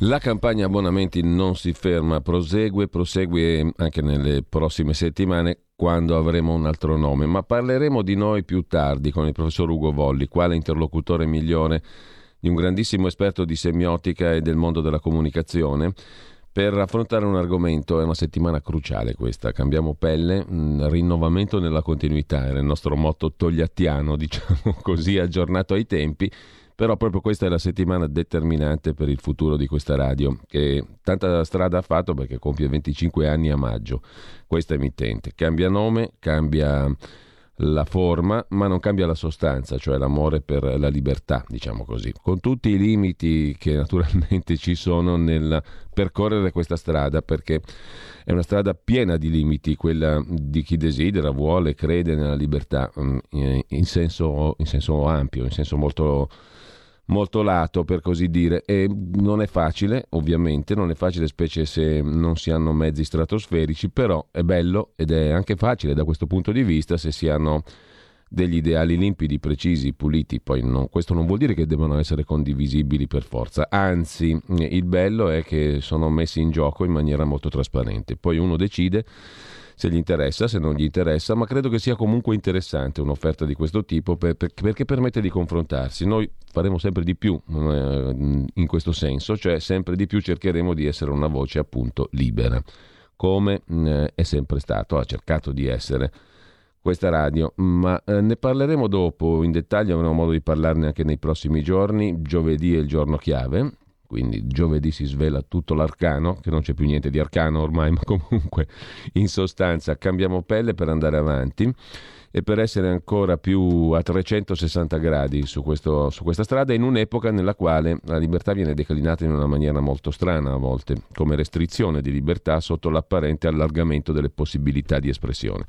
La campagna abbonamenti non si ferma, prosegue anche nelle prossime settimane quando avremo un altro nome, ma parleremo di noi più tardi con il professor Ugo Volli, quale interlocutore migliore di un grandissimo esperto di semiotica e del mondo della comunicazione, per affrontare un argomento. È una settimana cruciale questa, cambiamo pelle, rinnovamento nella continuità, era il nostro motto togliattiano, diciamo così, aggiornato ai tempi. Però proprio questa è la settimana determinante per il futuro di questa radio, che tanta strada ha fatto perché compie 25 anni a maggio, questa emittente. Cambia nome, cambia la forma, ma non cambia la sostanza, cioè l'amore per la libertà, diciamo così, con tutti i limiti che naturalmente ci sono nel percorrere questa strada, perché è una strada piena di limiti, quella di chi desidera, vuole, crede nella libertà, in senso ampio, in senso molto lato, per così dire, e non è facile, ovviamente non è facile, specie se non si hanno mezzi stratosferici, però è bello ed è anche facile da questo punto di vista se si hanno degli ideali limpidi, precisi, puliti. Poi questo non vuol dire che devono essere condivisibili per forza, anzi il bello è che sono messi in gioco in maniera molto trasparente, poi uno decide se gli interessa, se non gli interessa, ma credo che sia comunque interessante un'offerta di questo tipo perché permette di confrontarsi. Noi faremo sempre di più in questo senso, cioè sempre di più cercheremo di essere una voce appunto libera, come è sempre stato, ha cercato di essere questa radio, ma ne parleremo dopo in dettaglio, avremo modo di parlarne anche nei prossimi giorni. Giovedì è il giorno chiave, quindi giovedì si svela tutto l'arcano, che non c'è più niente di arcano ormai, ma comunque in sostanza cambiamo pelle per andare avanti e per essere ancora più a 360 gradi su questa strada, in un'epoca nella quale la libertà viene declinata in una maniera molto strana a volte, come restrizione di libertà sotto l'apparente allargamento delle possibilità di espressione.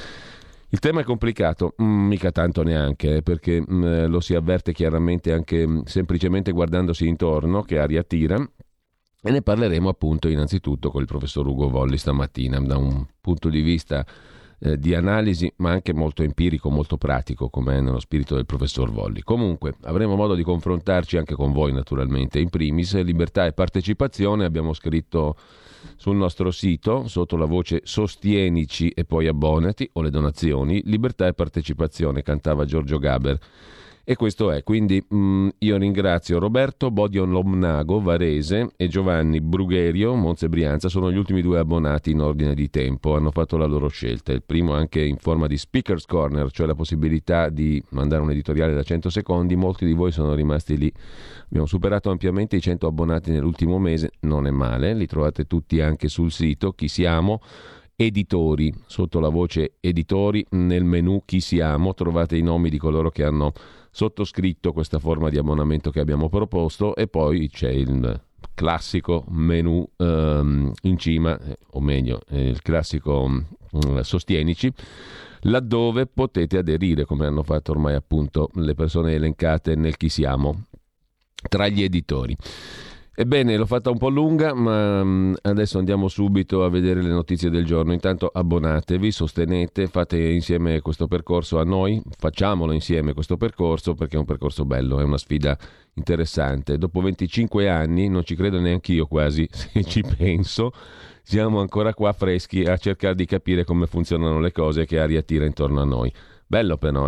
Il tema è complicato, mica tanto neanche, perché lo si avverte chiaramente anche semplicemente guardandosi intorno, che aria tira, e ne parleremo appunto innanzitutto con il professor Ugo Volli stamattina, da un punto di vista di analisi, ma anche molto empirico, molto pratico, come è nello spirito del professor Volli. Comunque avremo modo di confrontarci anche con voi naturalmente. In primis, libertà e partecipazione, abbiamo scritto sul nostro sito, sotto la voce sostienici e poi abbonati o le donazioni, libertà e partecipazione, cantava Giorgio Gaber. E questo è, quindi io ringrazio Roberto Bodion Lomnago, Varese, e Giovanni Brugherio, Monza e Brianza, sono gli ultimi due abbonati in ordine di tempo, hanno fatto la loro scelta, il primo anche in forma di Speaker's Corner, cioè la possibilità di mandare un editoriale da 100 secondi, molti di voi sono rimasti lì, abbiamo superato ampiamente i 100 abbonati nell'ultimo mese, non è male, li trovate tutti anche sul sito, chi siamo, editori, sotto la voce editori, nel menu chi siamo, trovate i nomi di coloro che hanno sottoscritto questa forma di abbonamento che abbiamo proposto, e poi c'è il classico menu in cima, o meglio il classico sostienici, laddove potete aderire, come hanno fatto ormai appunto le persone elencate nel chi siamo tra gli editori. Ebbene, l'ho fatta un po' lunga, ma adesso andiamo subito a vedere le notizie del giorno. Intanto abbonatevi, sostenete, fate insieme questo percorso a noi, facciamolo insieme questo percorso, perché è un percorso bello, è una sfida interessante. Dopo 25 anni, non ci credo neanche io quasi, se ci penso, siamo ancora qua freschi a cercare di capire come funzionano le cose e che aria tira intorno a noi. Bello però,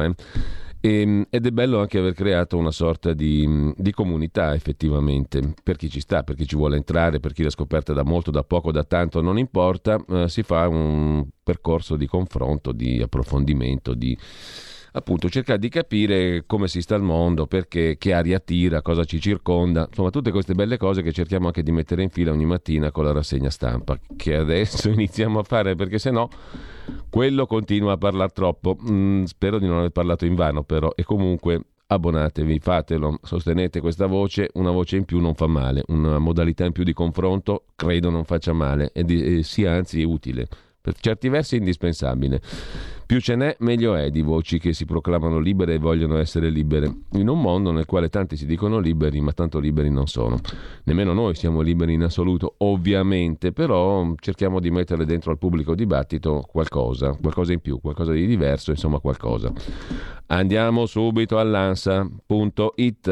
ed è bello anche aver creato una sorta di comunità effettivamente, per chi ci sta, per chi ci vuole entrare, per chi l'ha scoperta da molto, da poco, da tanto, non importa, si fa un percorso di confronto, di approfondimento, di appunto cercare di capire come si sta al mondo, perché, che aria tira, cosa ci circonda, insomma tutte queste belle cose che cerchiamo anche di mettere in fila ogni mattina con la rassegna stampa, che adesso iniziamo a fare, perché sennò quello continua a parlare troppo. Spero di non aver parlato invano però, e comunque abbonatevi, fatelo, sostenete questa voce, una voce in più non fa male, una modalità in più di confronto credo non faccia male e sia anzi utile, per certi versi indispensabile. Più ce n'è, meglio è, di voci che si proclamano libere e vogliono essere libere, in un mondo nel quale tanti si dicono liberi, ma tanto liberi non sono. Nemmeno noi siamo liberi in assoluto, ovviamente, però cerchiamo di mettere dentro al pubblico dibattito qualcosa in più, qualcosa di diverso, insomma qualcosa. Andiamo subito all'ansa.it.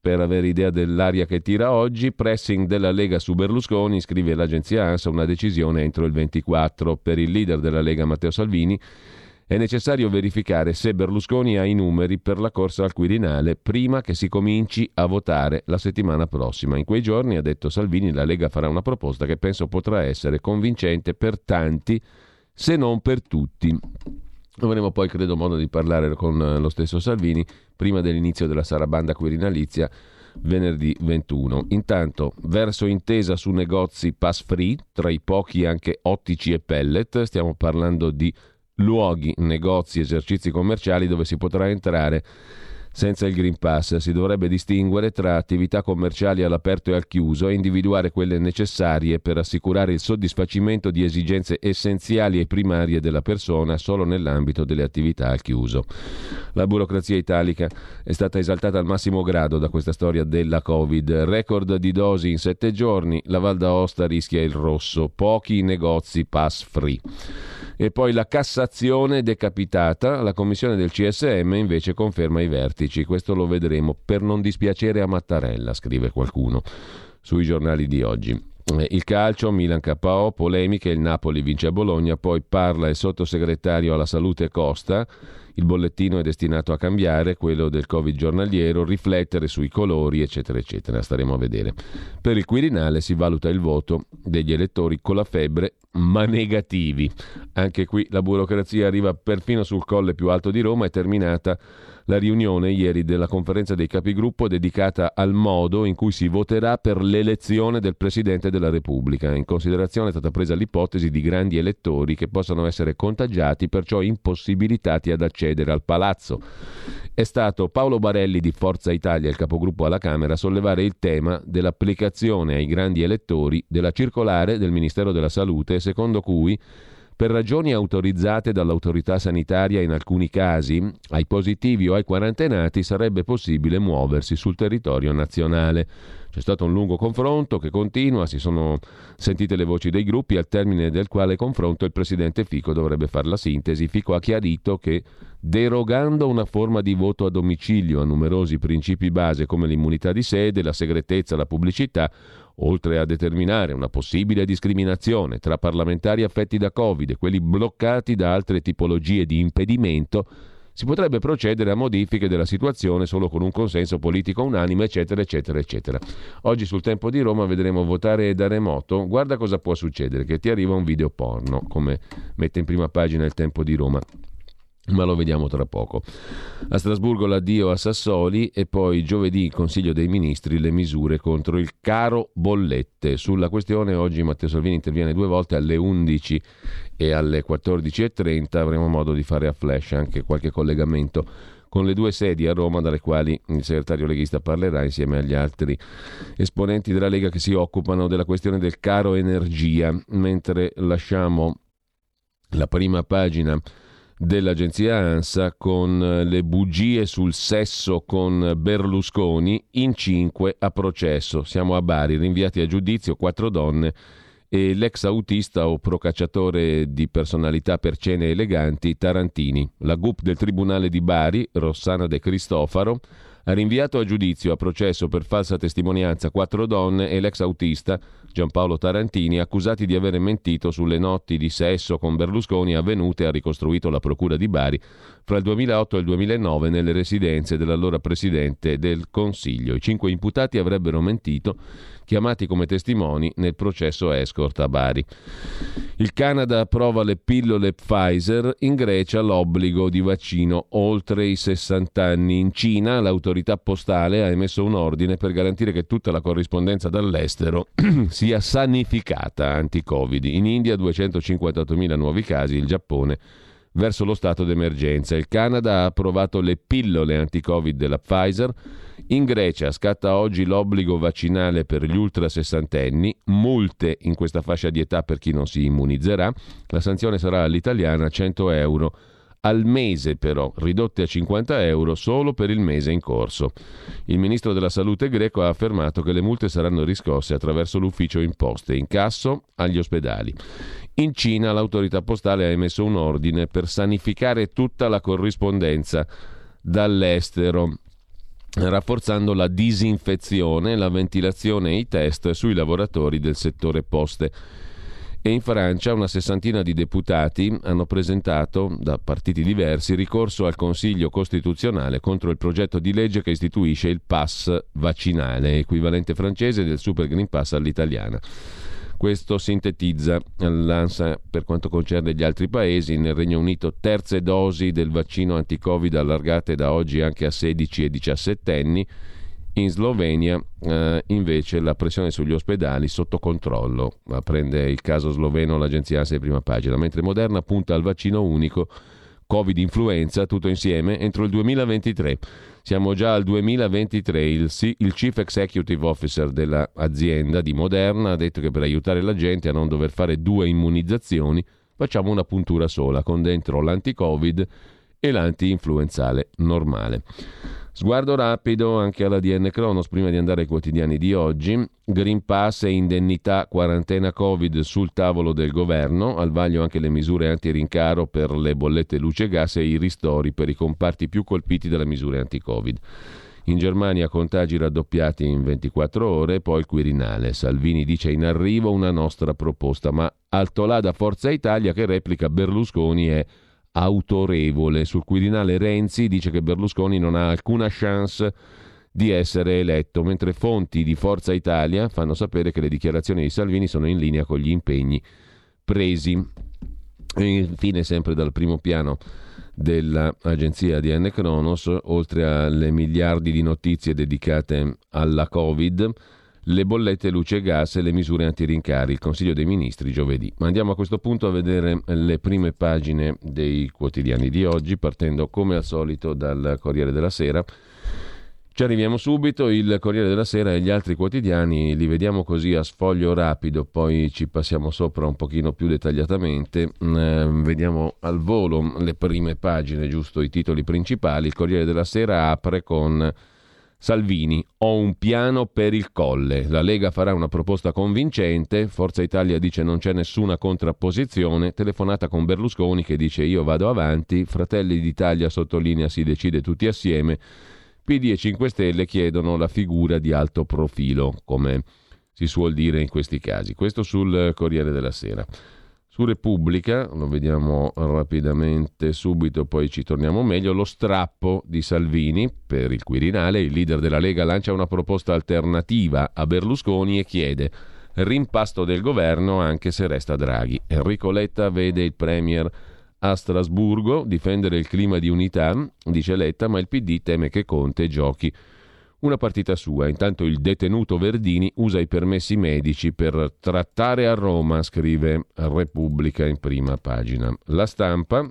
per avere idea dell'aria che tira oggi. Pressing della Lega su Berlusconi, scrive l'agenzia ANSA, una decisione entro il 24. Per il leader della Lega Matteo Salvini è necessario verificare se Berlusconi ha i numeri per la corsa al Quirinale prima che si cominci a votare la settimana prossima. In quei giorni, ha detto Salvini, la Lega farà una proposta che penso potrà essere convincente per tanti, se non per tutti. Avremo poi, credo, modo di parlare con lo stesso Salvini prima dell'inizio della sarabanda quirinalizia venerdì 21. Intanto, verso intesa su negozi pass free, tra i pochi anche ottici e pellet. Stiamo parlando di luoghi, negozi, esercizi commerciali dove si potrà entrare senza il Green Pass. Si dovrebbe distinguere tra attività commerciali all'aperto e al chiuso e individuare quelle necessarie per assicurare il soddisfacimento di esigenze essenziali e primarie della persona solo nell'ambito delle attività al chiuso. La burocrazia italica è stata esaltata al massimo grado da questa storia della Covid. Record di dosi in 7 giorni, la Val d'Aosta rischia il rosso, pochi negozi pass free. E poi la Cassazione decapitata, la commissione del CSM invece conferma i vertici. Questo lo vedremo, per non dispiacere a Mattarella, scrive qualcuno sui giornali di oggi. Il calcio, Milan KO, polemiche, il Napoli vince a Bologna, poi parla il sottosegretario alla salute Costa. Il bollettino è destinato a cambiare, quello del Covid giornaliero, riflettere sui colori, eccetera, eccetera. Staremo a vedere. Per il Quirinale si valuta il voto degli elettori con la febbre, ma negativi. Anche qui la burocrazia arriva perfino sul colle più alto di Roma. È terminata la riunione ieri della conferenza dei capigruppo dedicata al modo in cui si voterà per l'elezione del Presidente della Repubblica. In considerazione è stata presa l'ipotesi di grandi elettori che possano essere contagiati, perciò impossibilitati ad accedere al palazzo. È stato Paolo Barelli di Forza Italia, il capogruppo alla Camera, a sollevare il tema dell'applicazione ai grandi elettori della circolare del Ministero della Salute, secondo cui per ragioni autorizzate dall'autorità sanitaria in alcuni casi, ai positivi o ai quarantenati sarebbe possibile muoversi sul territorio nazionale. C'è stato un lungo confronto che continua, si sono sentite le voci dei gruppi, al termine del quale confronto il presidente Fico dovrebbe fare la sintesi. Fico ha chiarito che, derogando una forma di voto a domicilio a numerosi principi base come l'immunità di sede, la segretezza, la pubblicità, oltre a determinare una possibile discriminazione tra parlamentari affetti da Covid e quelli bloccati da altre tipologie di impedimento, si potrebbe procedere a modifiche della situazione solo con un consenso politico unanime, eccetera, eccetera, eccetera. Oggi sul Tempo di Roma vedremo votare da remoto. Guarda cosa può succedere, che ti arriva un video porno, come mette in prima pagina il Tempo di Roma. Ma lo vediamo tra poco. A Strasburgo l'addio a Sassoli e poi giovedì Consiglio dei Ministri, le misure contro il caro bollette. Sulla questione oggi Matteo Salvini interviene 2 volte, alle 11 e alle 14.30. Avremo modo di fare a flash anche qualche collegamento con le 2 sedi a Roma dalle quali il segretario leghista parlerà insieme agli altri esponenti della Lega che si occupano della questione del caro energia. Mentre lasciamo la prima pagina dell'agenzia ANSA con le bugie sul sesso con Berlusconi, in 5 a processo. Siamo a Bari, rinviati a giudizio 4 donne e l'ex autista o procacciatore di personalità per cene eleganti Tarantini. La GUP del Tribunale di Bari, Rossana De Cristofaro, ha rinviato a giudizio a processo per falsa testimonianza 4 donne e l'ex autista Giampaolo Tarantini, accusati di avere mentito sulle notti di sesso con Berlusconi avvenute, ha ricostruito la procura di Bari, fra il 2008 e il 2009 nelle residenze dell'allora presidente del Consiglio. I 5 imputati avrebbero mentito, chiamati come testimoni nel processo escort a Bari. Il Canada approva le pillole Pfizer, in Grecia l'obbligo di vaccino oltre i 60 anni. In Cina l'autorità postale ha emesso un ordine per garantire che tutta la corrispondenza dall'estero sia sanificata anti-Covid. In India 258.000 nuovi casi, il Giappone verso lo stato d'emergenza. Il Canada ha approvato le pillole anti-Covid della Pfizer. In Grecia scatta oggi l'obbligo vaccinale per gli ultra sessantenni, multe in questa fascia di età per chi non si immunizzerà. La sanzione sarà all'italiana 100 euro al mese, però ridotte a 50 euro solo per il mese in corso. Il ministro della Salute greco ha affermato che le multe saranno riscosse attraverso l'ufficio imposte, incasso agli ospedali. In Cina l'autorità postale ha emesso un ordine per sanificare tutta la corrispondenza dall'estero. rafforzando la disinfezione, la ventilazione e i test sui lavoratori del settore poste. E in Francia una sessantina di deputati hanno presentato, da partiti diversi, ricorso al Consiglio Costituzionale contro il progetto di legge che istituisce il pass vaccinale, equivalente francese del Super Green Pass all'italiana. Questo sintetizza l'ANSA per quanto concerne gli altri paesi. Nel Regno Unito terze dosi del vaccino anti-Covid allargate da oggi anche a 16 e 17 anni. In Slovenia invece la pressione sugli ospedali sotto controllo. Prende il caso sloveno l'agenzia ANSA in prima pagina, mentre Moderna punta al vaccino unico Covid-influenza tutto insieme entro il 2023. Siamo già al 2023. Il Chief Executive Officer dell'azienda di Moderna ha detto che per aiutare la gente a non dover fare 2 immunizzazioni facciamo una puntura sola con dentro l'anti-Covid e l'anti-influenzale normale. Sguardo rapido anche all'ADN Cronos prima di andare ai quotidiani di oggi. Green Pass e indennità quarantena Covid sul tavolo del governo, al vaglio anche le misure anti-rincaro per le bollette luce e gas e i ristori per i comparti più colpiti dalle misure anti-Covid. In Germania contagi raddoppiati in 24 ore, poi il Quirinale. Salvini dice in arrivo una nostra proposta, ma altolà da Forza Italia che replica Berlusconi è autorevole. Sul Quirinale Renzi dice che Berlusconi non ha alcuna chance di essere eletto, mentre fonti di Forza Italia fanno sapere che le dichiarazioni di Salvini sono in linea con gli impegni presi. E infine, sempre dal primo piano dell'agenzia ADN Cronos, oltre alle miliardi di notizie dedicate alla Covid, le bollette luce e gas e le misure antirincari, il Consiglio dei Ministri giovedì. Ma andiamo a questo punto a vedere le prime pagine dei quotidiani di oggi, partendo come al solito dal Corriere della Sera. Ci arriviamo subito, il Corriere della Sera e gli altri quotidiani li vediamo così a sfoglio rapido, poi ci passiamo sopra un pochino più dettagliatamente. Vediamo al volo le prime pagine, giusto i titoli principali. Il Corriere della Sera apre con Salvini, ho un piano per il Colle, la Lega farà una proposta convincente, Forza Italia dice non c'è nessuna contrapposizione, telefonata con Berlusconi che dice io vado avanti, Fratelli d'Italia sottolinea si decide tutti assieme, PD e 5 Stelle chiedono la figura di alto profilo, come si suol dire in questi casi. Questo sul Corriere della Sera. Su Repubblica, lo vediamo rapidamente subito, poi ci torniamo meglio, lo strappo di Salvini per il Quirinale, il leader della Lega lancia una proposta alternativa a Berlusconi e chiede rimpasto del governo anche se resta Draghi. Enrico Letta vede il Premier a Strasburgo difendere il clima di unità, dice Letta, ma il PD teme che Conte giochi una partita sua. Intanto il detenuto Verdini usa i permessi medici per trattare a Roma, scrive Repubblica in prima pagina. La Stampa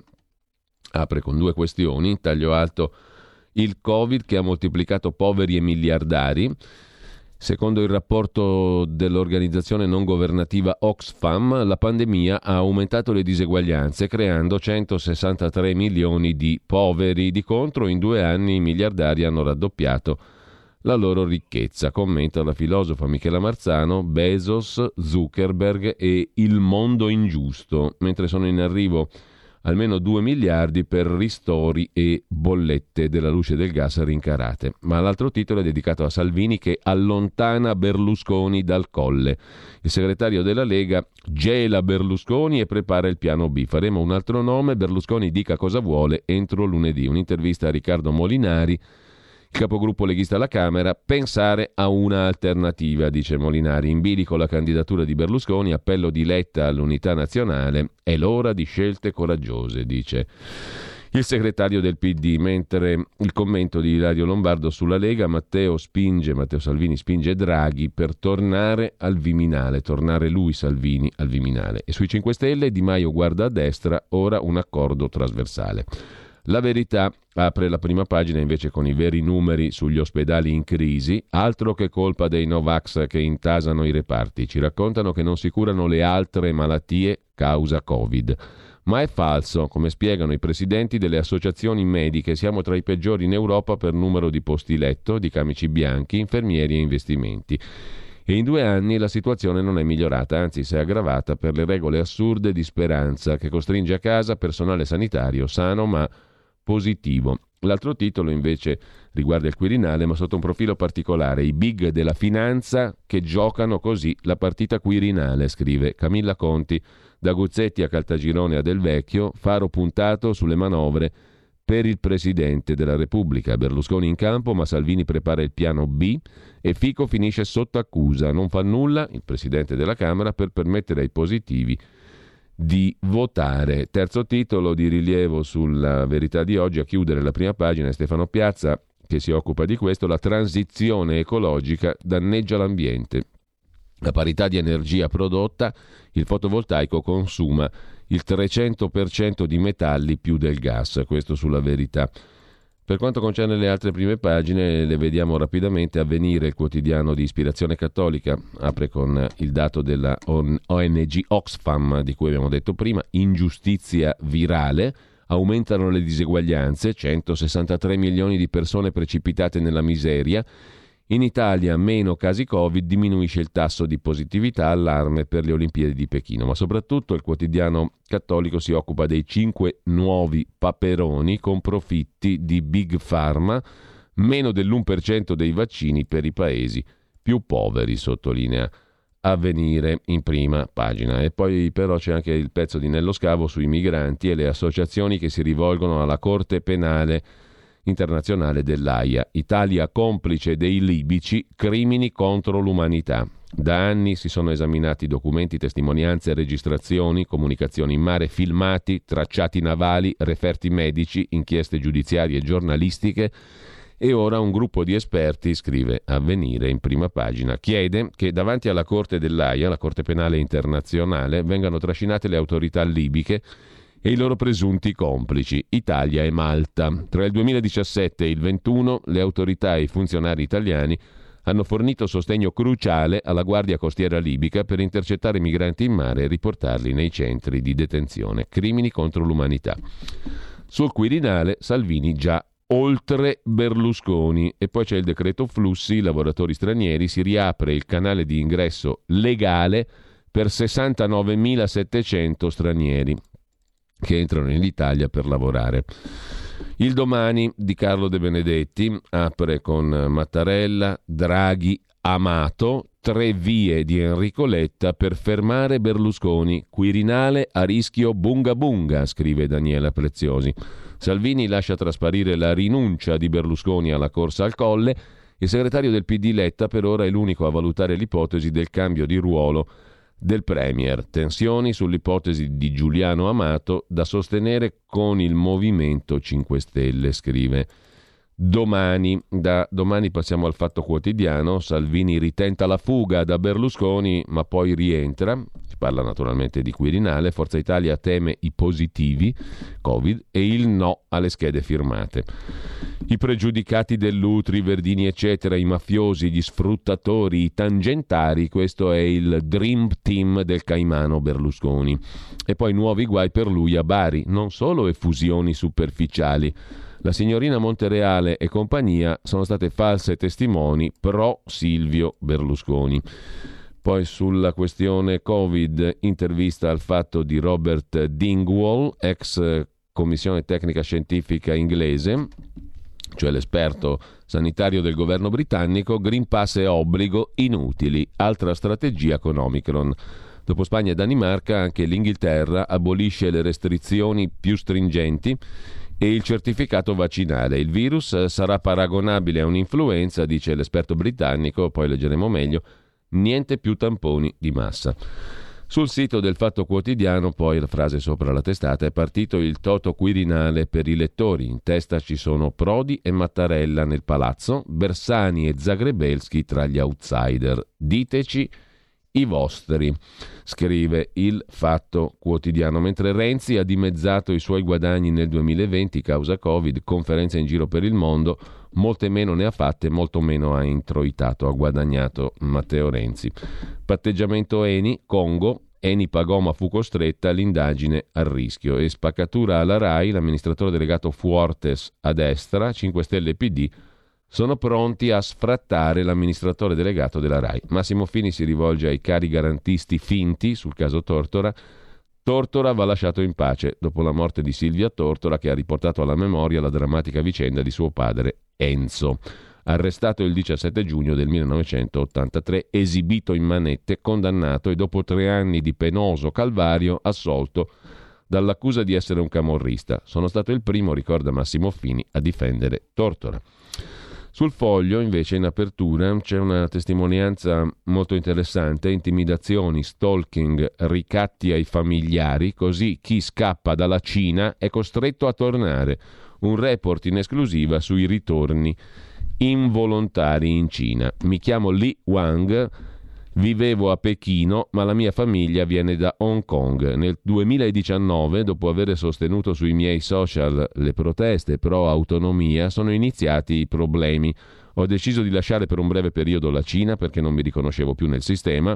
apre con 2 questioni. Taglio alto il Covid che ha moltiplicato poveri e miliardari. Secondo il rapporto dell'organizzazione non governativa Oxfam, la pandemia ha aumentato le diseguaglianze creando 163 milioni di poveri. Di contro, in 2 anni i miliardari hanno raddoppiato la loro ricchezza, commenta la filosofa Michela Marzano, Bezos, Zuckerberg e il mondo ingiusto, mentre sono in arrivo almeno 2 miliardi per ristori e bollette della luce e del gas rincarate. Ma l'altro titolo è dedicato a Salvini che allontana Berlusconi dal Colle. Il segretario della Lega gela Berlusconi e prepara il piano B. Faremo un altro nome, Berlusconi dica cosa vuole entro lunedì. Un'intervista a Riccardo Molinari, il capogruppo leghista alla Camera, pensare a una alternativa, dice Molinari. In bilico la candidatura di Berlusconi, appello di Letta all'unità nazionale, è l'ora di scelte coraggiose, dice il segretario del PD, mentre il commento di Ilario Lombardo sulla Lega, Matteo Salvini spinge Draghi per tornare al Viminale, tornare lui Salvini al Viminale. E sui 5 Stelle Di Maio guarda a destra, ora un accordo trasversale. La Verità apre la prima pagina invece con i veri numeri sugli ospedali in crisi, altro che colpa dei Novax che intasano i reparti, ci raccontano che non si curano le altre malattie causa Covid. Ma è falso, come spiegano i presidenti delle associazioni mediche, siamo tra i peggiori in Europa per numero di posti letto, di camici bianchi, infermieri e investimenti. E in 2 anni la situazione non è migliorata, anzi si è aggravata per le regole assurde di Speranza che costringe a casa personale sanitario sano ma positivo. L'altro titolo invece riguarda il Quirinale, ma sotto un profilo particolare: i big della finanza che giocano così la partita Quirinale, scrive Camilla Conti. Da Guzzetti a Caltagirone a Del Vecchio, faro puntato sulle manovre per il Presidente della Repubblica. Berlusconi in campo, ma Salvini prepara il piano B e Fico finisce sotto accusa. Non fa nulla il Presidente della Camera per permettere ai positivi di votare. Terzo titolo di rilievo sulla Verità di oggi, a chiudere la prima pagina, è Stefano Piazza che si occupa di questo: la transizione ecologica danneggia l'ambiente. A parità di energia prodotta, il fotovoltaico consuma il 300% di metalli più del gas, questo sulla Verità. Per quanto concerne le altre prime pagine, le vediamo rapidamente. Avvenire, il quotidiano di ispirazione cattolica, apre con il dato della ONG Oxfam di cui abbiamo detto prima: ingiustizia virale, aumentano le diseguaglianze, 163 milioni di persone precipitate nella miseria. In Italia meno casi Covid, diminuisce il tasso di positività, allarme per le Olimpiadi di Pechino. Ma soprattutto il quotidiano cattolico si occupa dei 5 nuovi paperoni con profitti di Big Pharma, meno dell'1% dei vaccini per i paesi più poveri, sottolinea Avvenire in prima pagina. E poi però c'è anche il pezzo di Nello Scavo sui migranti e le associazioni che si rivolgono alla Corte Penale Internazionale dell'Aia. Italia complice dei libici, crimini contro l'umanità. Da anni si sono esaminati documenti, testimonianze, registrazioni, comunicazioni in mare, filmati, tracciati navali, referti medici, inchieste giudiziarie e giornalistiche, e ora un gruppo di esperti, scrive Avvenire in prima pagina, chiede che davanti alla Corte dell'Aia, la Corte Penale Internazionale, vengano trascinate le autorità libiche e i loro presunti complici, Italia e Malta. Tra il 2017 e il 2021 le autorità e i funzionari italiani hanno fornito sostegno cruciale alla Guardia Costiera libica per intercettare migranti in mare e riportarli nei centri di detenzione. Crimini contro l'umanità. Sul Quirinale, Salvini già oltre Berlusconi. E poi c'è il decreto flussi, lavoratori stranieri, si riapre il canale di ingresso legale per 69.700 stranieri che entrano in Italia per lavorare. Il Domani di Carlo De Benedetti apre con Mattarella, Draghi, Amato, 3 vie di Enrico Letta per fermare Berlusconi. Quirinale a rischio bunga bunga, scrive Daniela Preziosi. Salvini lascia trasparire la rinuncia di Berlusconi alla corsa al Colle. Il segretario del PD Letta per ora è l'unico a valutare l'ipotesi del cambio di ruolo del Premier. Tensioni sull'ipotesi di Giuliano Amato da sostenere con il Movimento 5 Stelle, scrive Domani. Da Domani passiamo al Fatto Quotidiano. Salvini ritenta la fuga da Berlusconi ma poi rientra. Si parla naturalmente di Quirinale. Forza Italia teme i positivi Covid e il no alle schede firmate. I pregiudicati dell'Utri, Verdini eccetera, i mafiosi, gli sfruttatori, i tangentari, questo è il dream team del caimano Berlusconi. E poi nuovi guai per lui a Bari, non solo effusioni superficiali. La signorina Montereale e compagnia sono state false testimoni pro Silvio Berlusconi. Poi sulla questione Covid, intervista al Fatto di Robert Dingwall, ex commissione tecnica scientifica inglese, cioè l'esperto sanitario del governo britannico. Green Pass è obbligo, inutili, altra strategia con Omicron. Dopo Spagna e Danimarca, anche l'Inghilterra abolisce le restrizioni più stringenti e il certificato vaccinale. Il virus sarà paragonabile a un'influenza, dice l'esperto britannico, poi leggeremo meglio. Niente più tamponi di massa. Sul sito del Fatto Quotidiano, poi la frase sopra la testata: è partito il toto Quirinale per i lettori. In testa ci sono Prodi e Mattarella nel palazzo, Bersani e Zagrebelski tra gli outsider. Diteci i vostri, scrive il Fatto Quotidiano. Mentre Renzi ha dimezzato i suoi guadagni nel 2020 causa Covid, conferenze in giro per il mondo, molte meno ne ha fatte, molto meno ha introitato, ha guadagnato Matteo Renzi. Patteggiamento Eni, Congo, Eni pagò ma fu costretta, l'indagine a rischio. E spaccatura alla RAI, l'amministratore delegato Fuortes a destra, 5 Stelle e PD, sono pronti a sfrattare l'amministratore delegato della RAI. Massimo Fini si rivolge ai cari garantisti finti sul caso Tortora. Tortora va lasciato in pace dopo la morte di Silvia Tortora, che ha riportato alla memoria la drammatica vicenda di suo padre Enzo. Arrestato il 17 giugno del 1983, esibito in manette, condannato e dopo 3 anni di penoso calvario assolto dall'accusa di essere un camorrista. Sono stato il primo, ricorda Massimo Fini, a difendere Tortora. Sul Foglio, invece, in apertura c'è una testimonianza molto interessante: intimidazioni, stalking, ricatti ai familiari, così chi scappa dalla Cina è costretto a tornare. Un report in esclusiva sui ritorni involontari in Cina. Mi chiamo Li Wang, vivevo a Pechino, ma la mia famiglia viene da Hong Kong. Nel 2019, dopo aver sostenuto sui miei social le proteste pro autonomia, sono iniziati i problemi. Ho deciso di lasciare per un breve periodo la Cina perché non mi riconoscevo più nel sistema.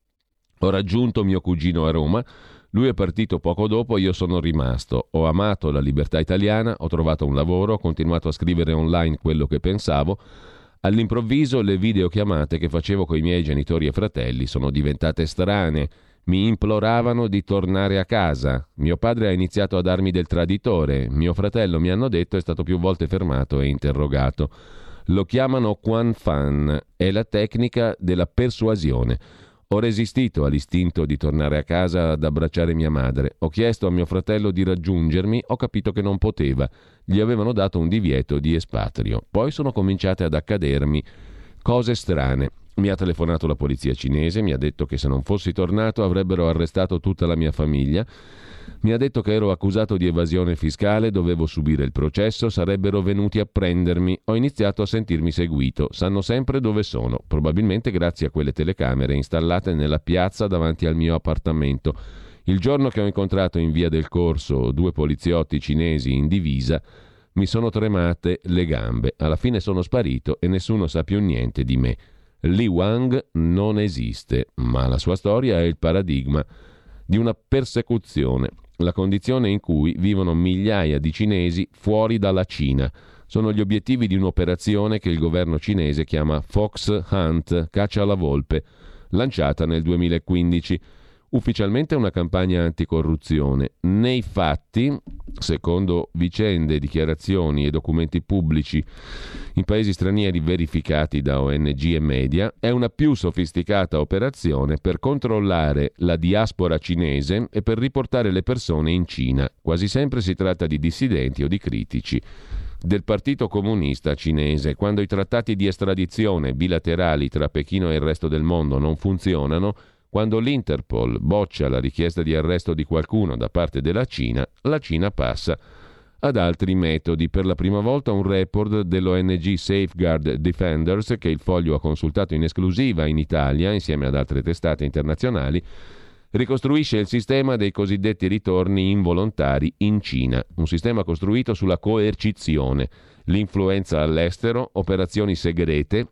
Ho raggiunto mio cugino a Roma. Lui è partito poco dopo, io sono rimasto. Ho amato la libertà italiana, ho trovato un lavoro, ho continuato a scrivere online quello che pensavo. All'improvviso le videochiamate che facevo con i miei genitori e fratelli sono diventate strane. Mi imploravano di tornare a casa. Mio padre ha iniziato a darmi del traditore. Mio fratello, mi hanno detto, è stato più volte fermato e interrogato. Lo chiamano Quan Fan, è la tecnica della persuasione. Ho resistito all'istinto di tornare a casa ad abbracciare mia madre. Ho chiesto a mio fratello di raggiungermi, ho capito che non poteva. Gli avevano dato un divieto di espatrio. Poi sono cominciate ad accadermi cose strane. Mi ha telefonato la polizia cinese, mi ha detto che se non fossi tornato avrebbero arrestato tutta la mia famiglia. Mi ha detto che ero accusato di evasione fiscale, dovevo subire il processo, sarebbero venuti a prendermi. Ho iniziato a sentirmi seguito. Sanno sempre dove sono, probabilmente grazie a quelle telecamere installate nella piazza davanti al mio appartamento. Il giorno che ho incontrato in via del Corso 2 poliziotti cinesi in divisa, mi sono tremate le gambe. Alla fine sono sparito e nessuno sa più niente di me. Li Wang non esiste, ma la sua storia è il paradigma di una persecuzione, la condizione in cui vivono migliaia di cinesi fuori dalla Cina. Sono gli obiettivi di un'operazione che il governo cinese chiama Fox Hunt, caccia alla volpe, lanciata nel 2015. Ufficialmente una campagna anticorruzione. Nei fatti, secondo vicende, dichiarazioni e documenti pubblici in paesi stranieri verificati da ONG e media, è una più sofisticata operazione per controllare la diaspora cinese e per riportare le persone in Cina. Quasi sempre si tratta di dissidenti o di critici del Partito Comunista Cinese. Quando i trattati di estradizione bilaterali tra Pechino e il resto del mondo non funzionano, quando l'Interpol boccia la richiesta di arresto di qualcuno da parte della Cina, la Cina passa ad altri metodi. Per la prima volta un report dell'ONG Safeguard Defenders, che il Foglio ha consultato in esclusiva in Italia, insieme ad altre testate internazionali, ricostruisce il sistema dei cosiddetti ritorni involontari in Cina, un sistema costruito sulla coercizione, l'influenza all'estero, operazioni segrete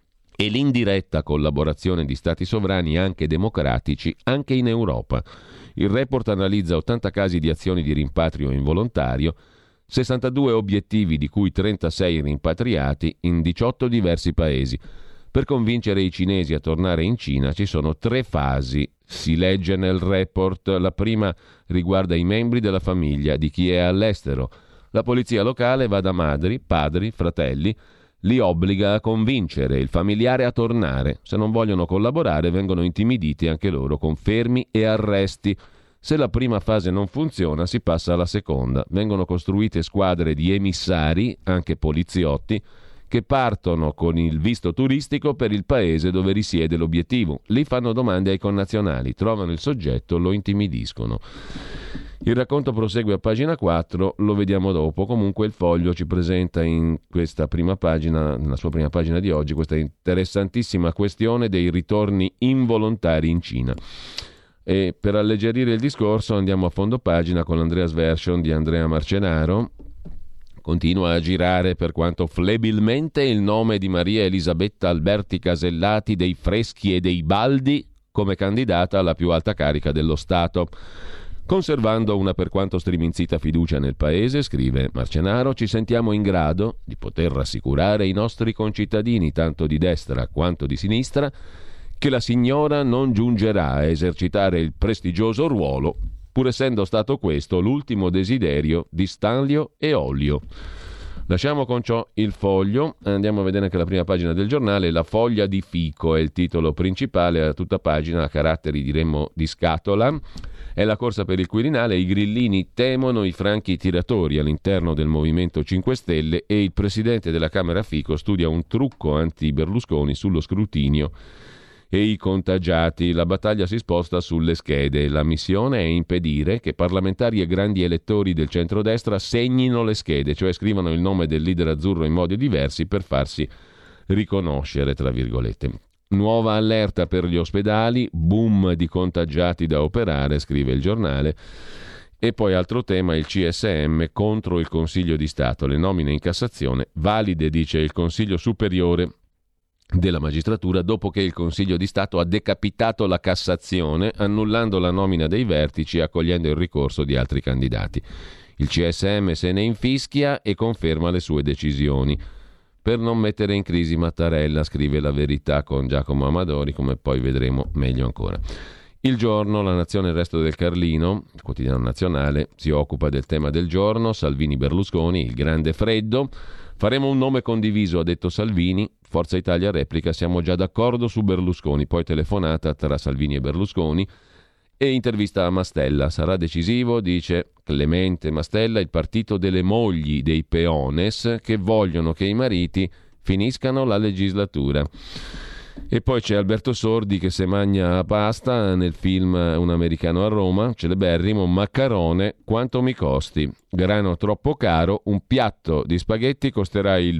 e l'indiretta collaborazione di stati sovrani anche democratici anche in Europa. Il report analizza 80 casi di azioni di rimpatrio involontario, 62 obiettivi di cui 36 rimpatriati in 18 diversi paesi. Per convincere i cinesi a tornare in Cina ci sono 3 fasi, si legge nel report. La prima riguarda i membri della famiglia di chi è all'estero. La polizia locale va da madri, padri, fratelli, li obbliga a convincere il familiare a tornare. Se non vogliono collaborare vengono intimiditi anche loro con fermi e arresti. Se la prima fase non funziona si passa alla seconda. Vengono costruite squadre di emissari, anche poliziotti, che partono con il visto turistico per il paese dove risiede l'obiettivo. Lì fanno domande ai connazionali, trovano il soggetto, lo intimidiscono. Il racconto prosegue a pagina 4, lo vediamo dopo. Comunque il Foglio ci presenta in questa prima pagina, nella sua prima pagina di oggi, questa interessantissima questione dei ritorni involontari in Cina. E per alleggerire il discorso andiamo a fondo pagina con l'Andreas Version di Andrea Marcenaro. Continua a girare, per quanto flebilmente, il nome di Maria Elisabetta Alberti Casellati dei Freschi e dei Baldi come candidata alla più alta carica dello Stato. Conservando una per quanto striminzita fiducia nel paese, scrive Marcenaro, ci sentiamo in grado di poter rassicurare i nostri concittadini, tanto di destra quanto di sinistra, che la signora non giungerà a esercitare il prestigioso ruolo pur essendo stato questo l'ultimo desiderio di Stanlio e Ollio. Lasciamo con ciò il Foglio, andiamo a vedere anche la prima pagina del giornale. La foglia di fico è il titolo principale, a tutta pagina, a caratteri diremmo di scatola. È la corsa per il Quirinale, i grillini temono i franchi tiratori all'interno del Movimento 5 Stelle e il presidente della Camera Fico studia un trucco anti-Berlusconi sullo scrutinio e i contagiati. La battaglia si sposta sulle schede. La missione è impedire che parlamentari e grandi elettori del centrodestra segnino le schede, cioè scrivano il nome del leader azzurro in modi diversi per farsi riconoscere, tra virgolette. Nuova allerta per gli ospedali, boom di contagiati da operare, scrive il giornale. E poi altro tema, il CSM contro il Consiglio di Stato. Le nomine in Cassazione valide, dice il Consiglio Superiore della Magistratura, dopo che il Consiglio di Stato ha decapitato la Cassazione, annullando la nomina dei vertici e accogliendo il ricorso di altri candidati. Il CSM se ne infischia e conferma le sue decisioni. Per non mettere in crisi Mattarella, scrive La Verità con Giacomo Amadori, come poi vedremo meglio ancora. Il Giorno, La Nazione e il Resto del Carlino, il quotidiano nazionale, si occupa del tema del giorno, Salvini-Berlusconi, il grande freddo. Faremo un nome condiviso, ha detto Salvini. Forza Italia replica, siamo già d'accordo su Berlusconi. Poi telefonata tra Salvini e Berlusconi e intervista a Mastella. Sarà decisivo, dice Clemente Mastella, il partito delle mogli dei peones che vogliono che i mariti finiscano la legislatura. E poi c'è Alberto Sordi che se magna a pasta nel film Un americano a Roma, celeberrimo, Maccarone, quanto mi costi? Grano troppo caro, un piatto di spaghetti costerà il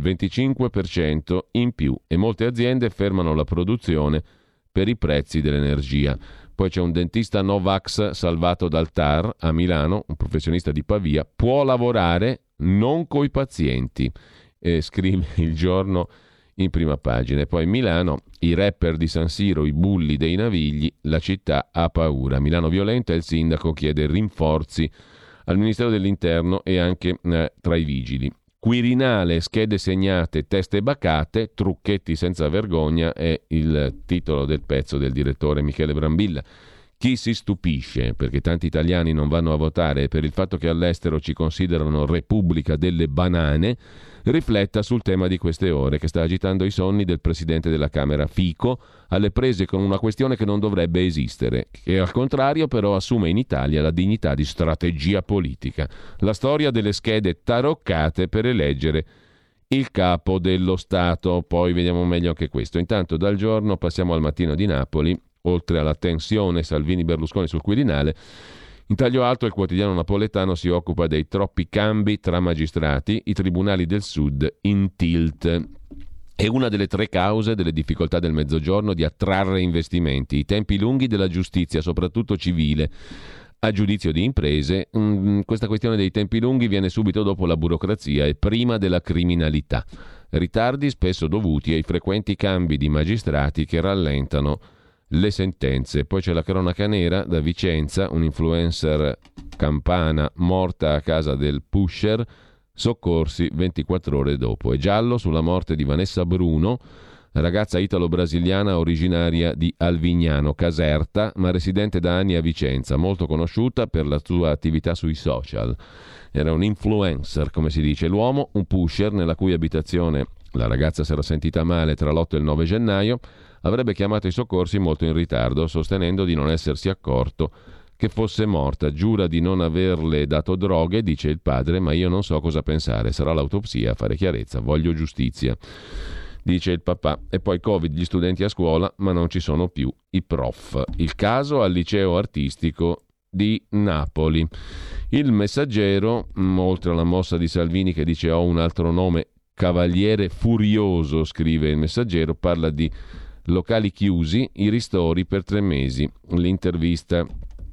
25% in più e molte aziende fermano la produzione per i prezzi dell'energia. Poi c'è un dentista Novax salvato dal TAR a Milano, un professionista di Pavia, può lavorare non coi pazienti, scrive il Giorno in prima pagina. E poi Milano, i rapper di San Siro, i bulli dei Navigli, la città ha paura. Milano violenta e il sindaco chiede rinforzi al Ministero dell'Interno e anche tra i vigili. Quirinale, schede segnate, teste bacate, trucchetti senza vergogna è il titolo del pezzo del direttore Michele Brambilla. Chi si stupisce perché tanti italiani non vanno a votare e per il fatto che all'estero ci considerano Repubblica delle banane, rifletta sul tema di queste ore che sta agitando i sonni del presidente della Camera Fico, alle prese con una questione che non dovrebbe esistere, che al contrario però assume in Italia la dignità di strategia politica. La storia delle schede taroccate per eleggere il capo dello Stato. Poi vediamo meglio anche questo. Intanto dal Giorno passiamo al Mattino di Napoli. Oltre alla tensione Salvini-Berlusconi sul Quirinale, in taglio alto il quotidiano napoletano si occupa dei troppi cambi tra magistrati, i tribunali del Sud in tilt. È una delle 3 cause delle difficoltà del Mezzogiorno di attrarre investimenti, i tempi lunghi della giustizia, soprattutto civile. A giudizio di imprese, questa questione dei tempi lunghi viene subito dopo la burocrazia e prima della criminalità. Ritardi spesso dovuti ai frequenti cambi di magistrati che rallentano le sentenze. Poi c'è la cronaca nera da Vicenza, un influencer campana morta a casa del pusher, soccorsi 24 ore dopo. E giallo sulla morte di Vanessa Bruno, ragazza italo-brasiliana originaria di Alvignano, Caserta, ma residente da anni a Vicenza, molto conosciuta per la sua attività sui social. Era un influencer, come si dice. L'uomo, un pusher nella cui abitazione la ragazza si era sentita male tra l'8 e il 9 gennaio, avrebbe chiamato i soccorsi molto in ritardo, sostenendo di non essersi accorto che fosse morta. Giura di non averle dato droghe, dice il padre, ma io non so cosa pensare. Sarà l'autopsia a fare chiarezza. Voglio giustizia, dice il papà. E poi Covid, gli studenti a scuola, ma non ci sono più i prof. Il caso al liceo artistico di Napoli. Il Messaggero, oltre alla mossa di Salvini che dice ho un altro nome, Cavaliere Furioso, scrive il Messaggero, parla di locali chiusi, i ristori per 3 mesi. L'intervista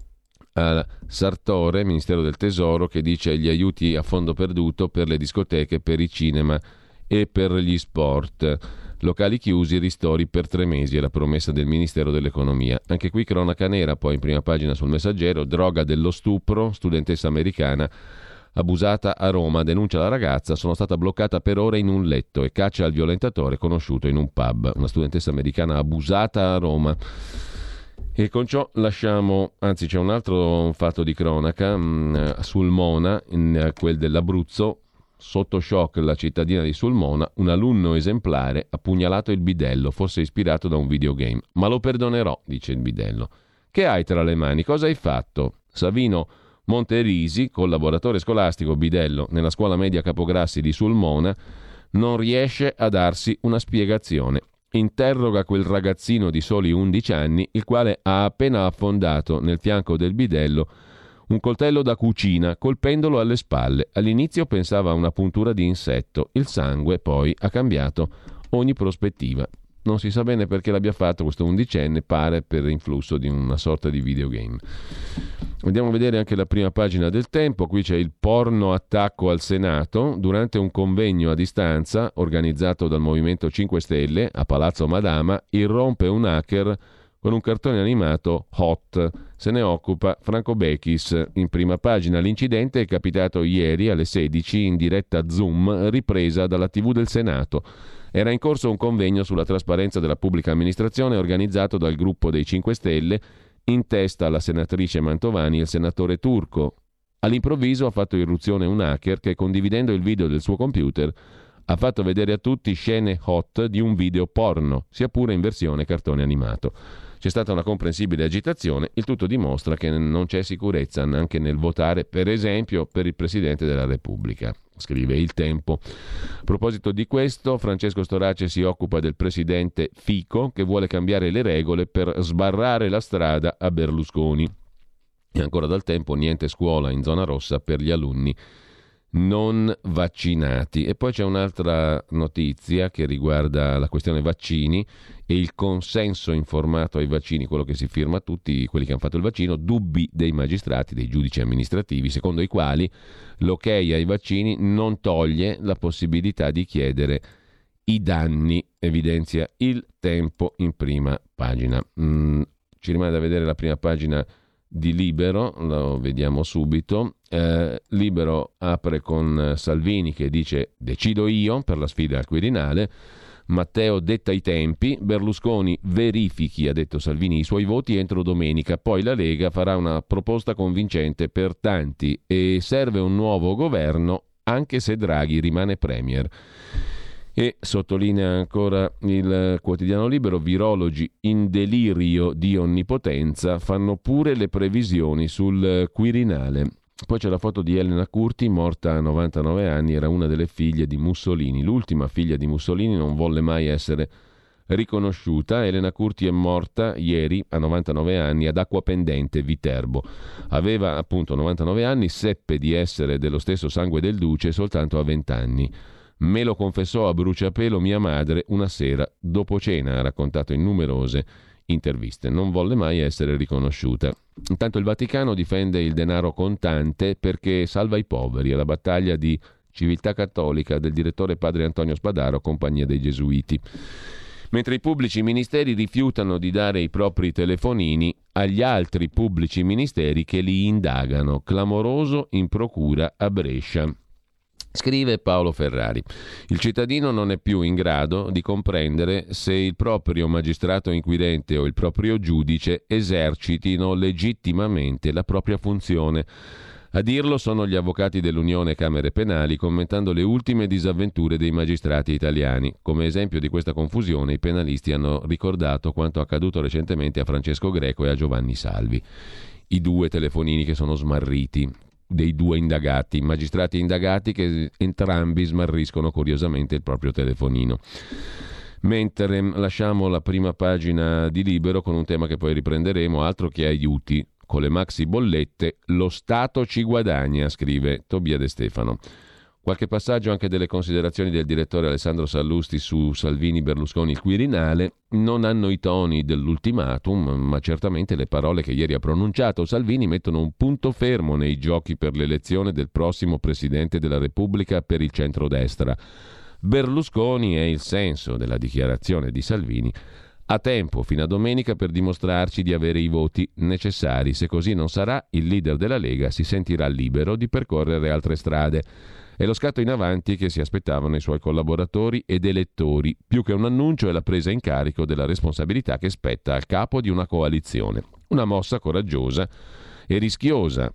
a Sartore, Ministero del Tesoro, che dice gli aiuti a fondo perduto per le discoteche, per i cinema e per gli sport. Locali chiusi, ristori per 3 mesi, è la promessa del Ministero dell'Economia. Anche qui cronaca nera, poi in prima pagina sul Messaggero, droga dello stupro, studentessa americana abusata a Roma, denuncia la ragazza, sono stata bloccata per ore in un letto e caccia al violentatore conosciuto in un pub. Una studentessa americana abusata a Roma. E con ciò lasciamo, anzi c'è un altro fatto di cronaca sul Mona, quel dell'Abruzzo. Sotto shock la cittadina di Sulmona, un alunno esemplare ha pugnalato il bidello, forse ispirato da un videogame. Ma lo perdonerò, dice il bidello. Che hai tra le mani? Cosa hai fatto? Savino Monterisi, collaboratore scolastico bidello nella scuola media Capograssi di Sulmona, non riesce a darsi una spiegazione. Interroga quel ragazzino di soli 11 anni, il quale ha appena affondato nel fianco del bidello un coltello da cucina, colpendolo alle spalle. All'inizio pensava a una puntura di insetto, il sangue poi ha cambiato ogni prospettiva. Non si sa bene perché l'abbia fatto questo undicenne, pare per influsso di una sorta di videogame. Andiamo a vedere anche la prima pagina del Tempo. Qui c'è il porno attacco al Senato. Durante un convegno a distanza organizzato dal Movimento 5 Stelle a Palazzo Madama, irrompe un hacker con un cartone animato hot. Se ne occupa Franco Bechis in prima pagina. L'incidente è capitato ieri alle 16 in diretta Zoom ripresa dalla TV del Senato. Era in corso un convegno sulla trasparenza della pubblica amministrazione organizzato dal gruppo dei 5 Stelle, in testa alla senatrice Mantovani e il senatore Turco. All'improvviso ha fatto irruzione un hacker che, condividendo il video del suo computer, ha fatto vedere a tutti scene hot di un video porno, sia pure in versione cartone animato. C'è stata una comprensibile agitazione, il tutto dimostra che non c'è sicurezza neanche nel votare, per esempio, per il Presidente della Repubblica, scrive Il Tempo. A proposito di questo, Francesco Storace si occupa del presidente Fico, che vuole cambiare le regole per sbarrare la strada a Berlusconi. E ancora dal Tempo, niente scuola in zona rossa per gli alunni non vaccinati. E poi c'è un'altra notizia che riguarda la questione vaccini e il consenso informato ai vaccini, quello che si firma tutti quelli che hanno fatto il vaccino, dubbi dei magistrati, dei giudici amministrativi, secondo i quali l'ok ai vaccini non toglie la possibilità di chiedere i danni, evidenzia Il Tempo in prima pagina. Ci rimane da vedere la prima pagina di Libero, lo vediamo subito. Libero apre con Salvini che dice decido io per la sfida al Quirinale. Matteo detta i tempi, Berlusconi verifichi, ha detto Salvini, i suoi voti entro domenica, poi la Lega farà una proposta convincente per tanti e serve un nuovo governo anche se Draghi rimane premier. E sottolinea ancora il quotidiano Libero, virologi in delirio di onnipotenza fanno pure le previsioni sul Quirinale. Poi c'è la foto di Elena Curti, morta a 99 anni, era una delle figlie di Mussolini. L'ultima figlia di Mussolini non volle mai essere riconosciuta. Elena Curti è morta ieri a 99 anni ad Acquapendente, Viterbo. Aveva appunto 99 anni, seppe di essere dello stesso sangue del duce soltanto a 20 anni. Me lo confessò a bruciapelo mia madre una sera dopo cena, ha raccontato in numerose interviste. Non volle mai essere riconosciuta. Intanto il Vaticano difende il denaro contante perché salva i poveri. È la battaglia di civiltà cattolica del direttore padre Antonio Spadaro, Compagnia dei Gesuiti. Mentre i pubblici ministeri rifiutano di dare i propri telefonini agli altri pubblici ministeri che li indagano. Clamoroso in procura a Brescia. Scrive Paolo Ferrari, il cittadino non è più in grado di comprendere se il proprio magistrato inquirente o il proprio giudice esercitino legittimamente la propria funzione. A dirlo sono gli avvocati dell'Unione Camere Penali, commentando le ultime disavventure dei magistrati italiani. Come esempio di questa confusione, i penalisti hanno ricordato quanto accaduto recentemente a Francesco Greco e a Giovanni Salvi, i due telefonini che sono smarriti dei due indagati, magistrati indagati che entrambi smarriscono curiosamente il proprio telefonino. Mentre lasciamo la prima pagina di Libero con un tema che poi riprenderemo, altro che aiuti, con le maxi bollette lo Stato ci guadagna, scrive Tobia De Stefano. Qualche passaggio anche delle considerazioni del direttore Alessandro Sallusti su Salvini, Berlusconi, il Quirinale. Non hanno i toni dell'ultimatum, ma certamente le parole che ieri ha pronunciato Salvini mettono un punto fermo nei giochi per l'elezione del prossimo Presidente della Repubblica per il centrodestra. Berlusconi è il senso della dichiarazione di Salvini. Ha tempo fino a domenica per dimostrarci di avere i voti necessari. Se così non sarà, il leader della Lega si sentirà libero di percorrere altre strade. È lo scatto in avanti che si aspettavano i suoi collaboratori ed elettori. Più che un annuncio è la presa in carico della responsabilità che spetta al capo di una coalizione. Una mossa coraggiosa e rischiosa.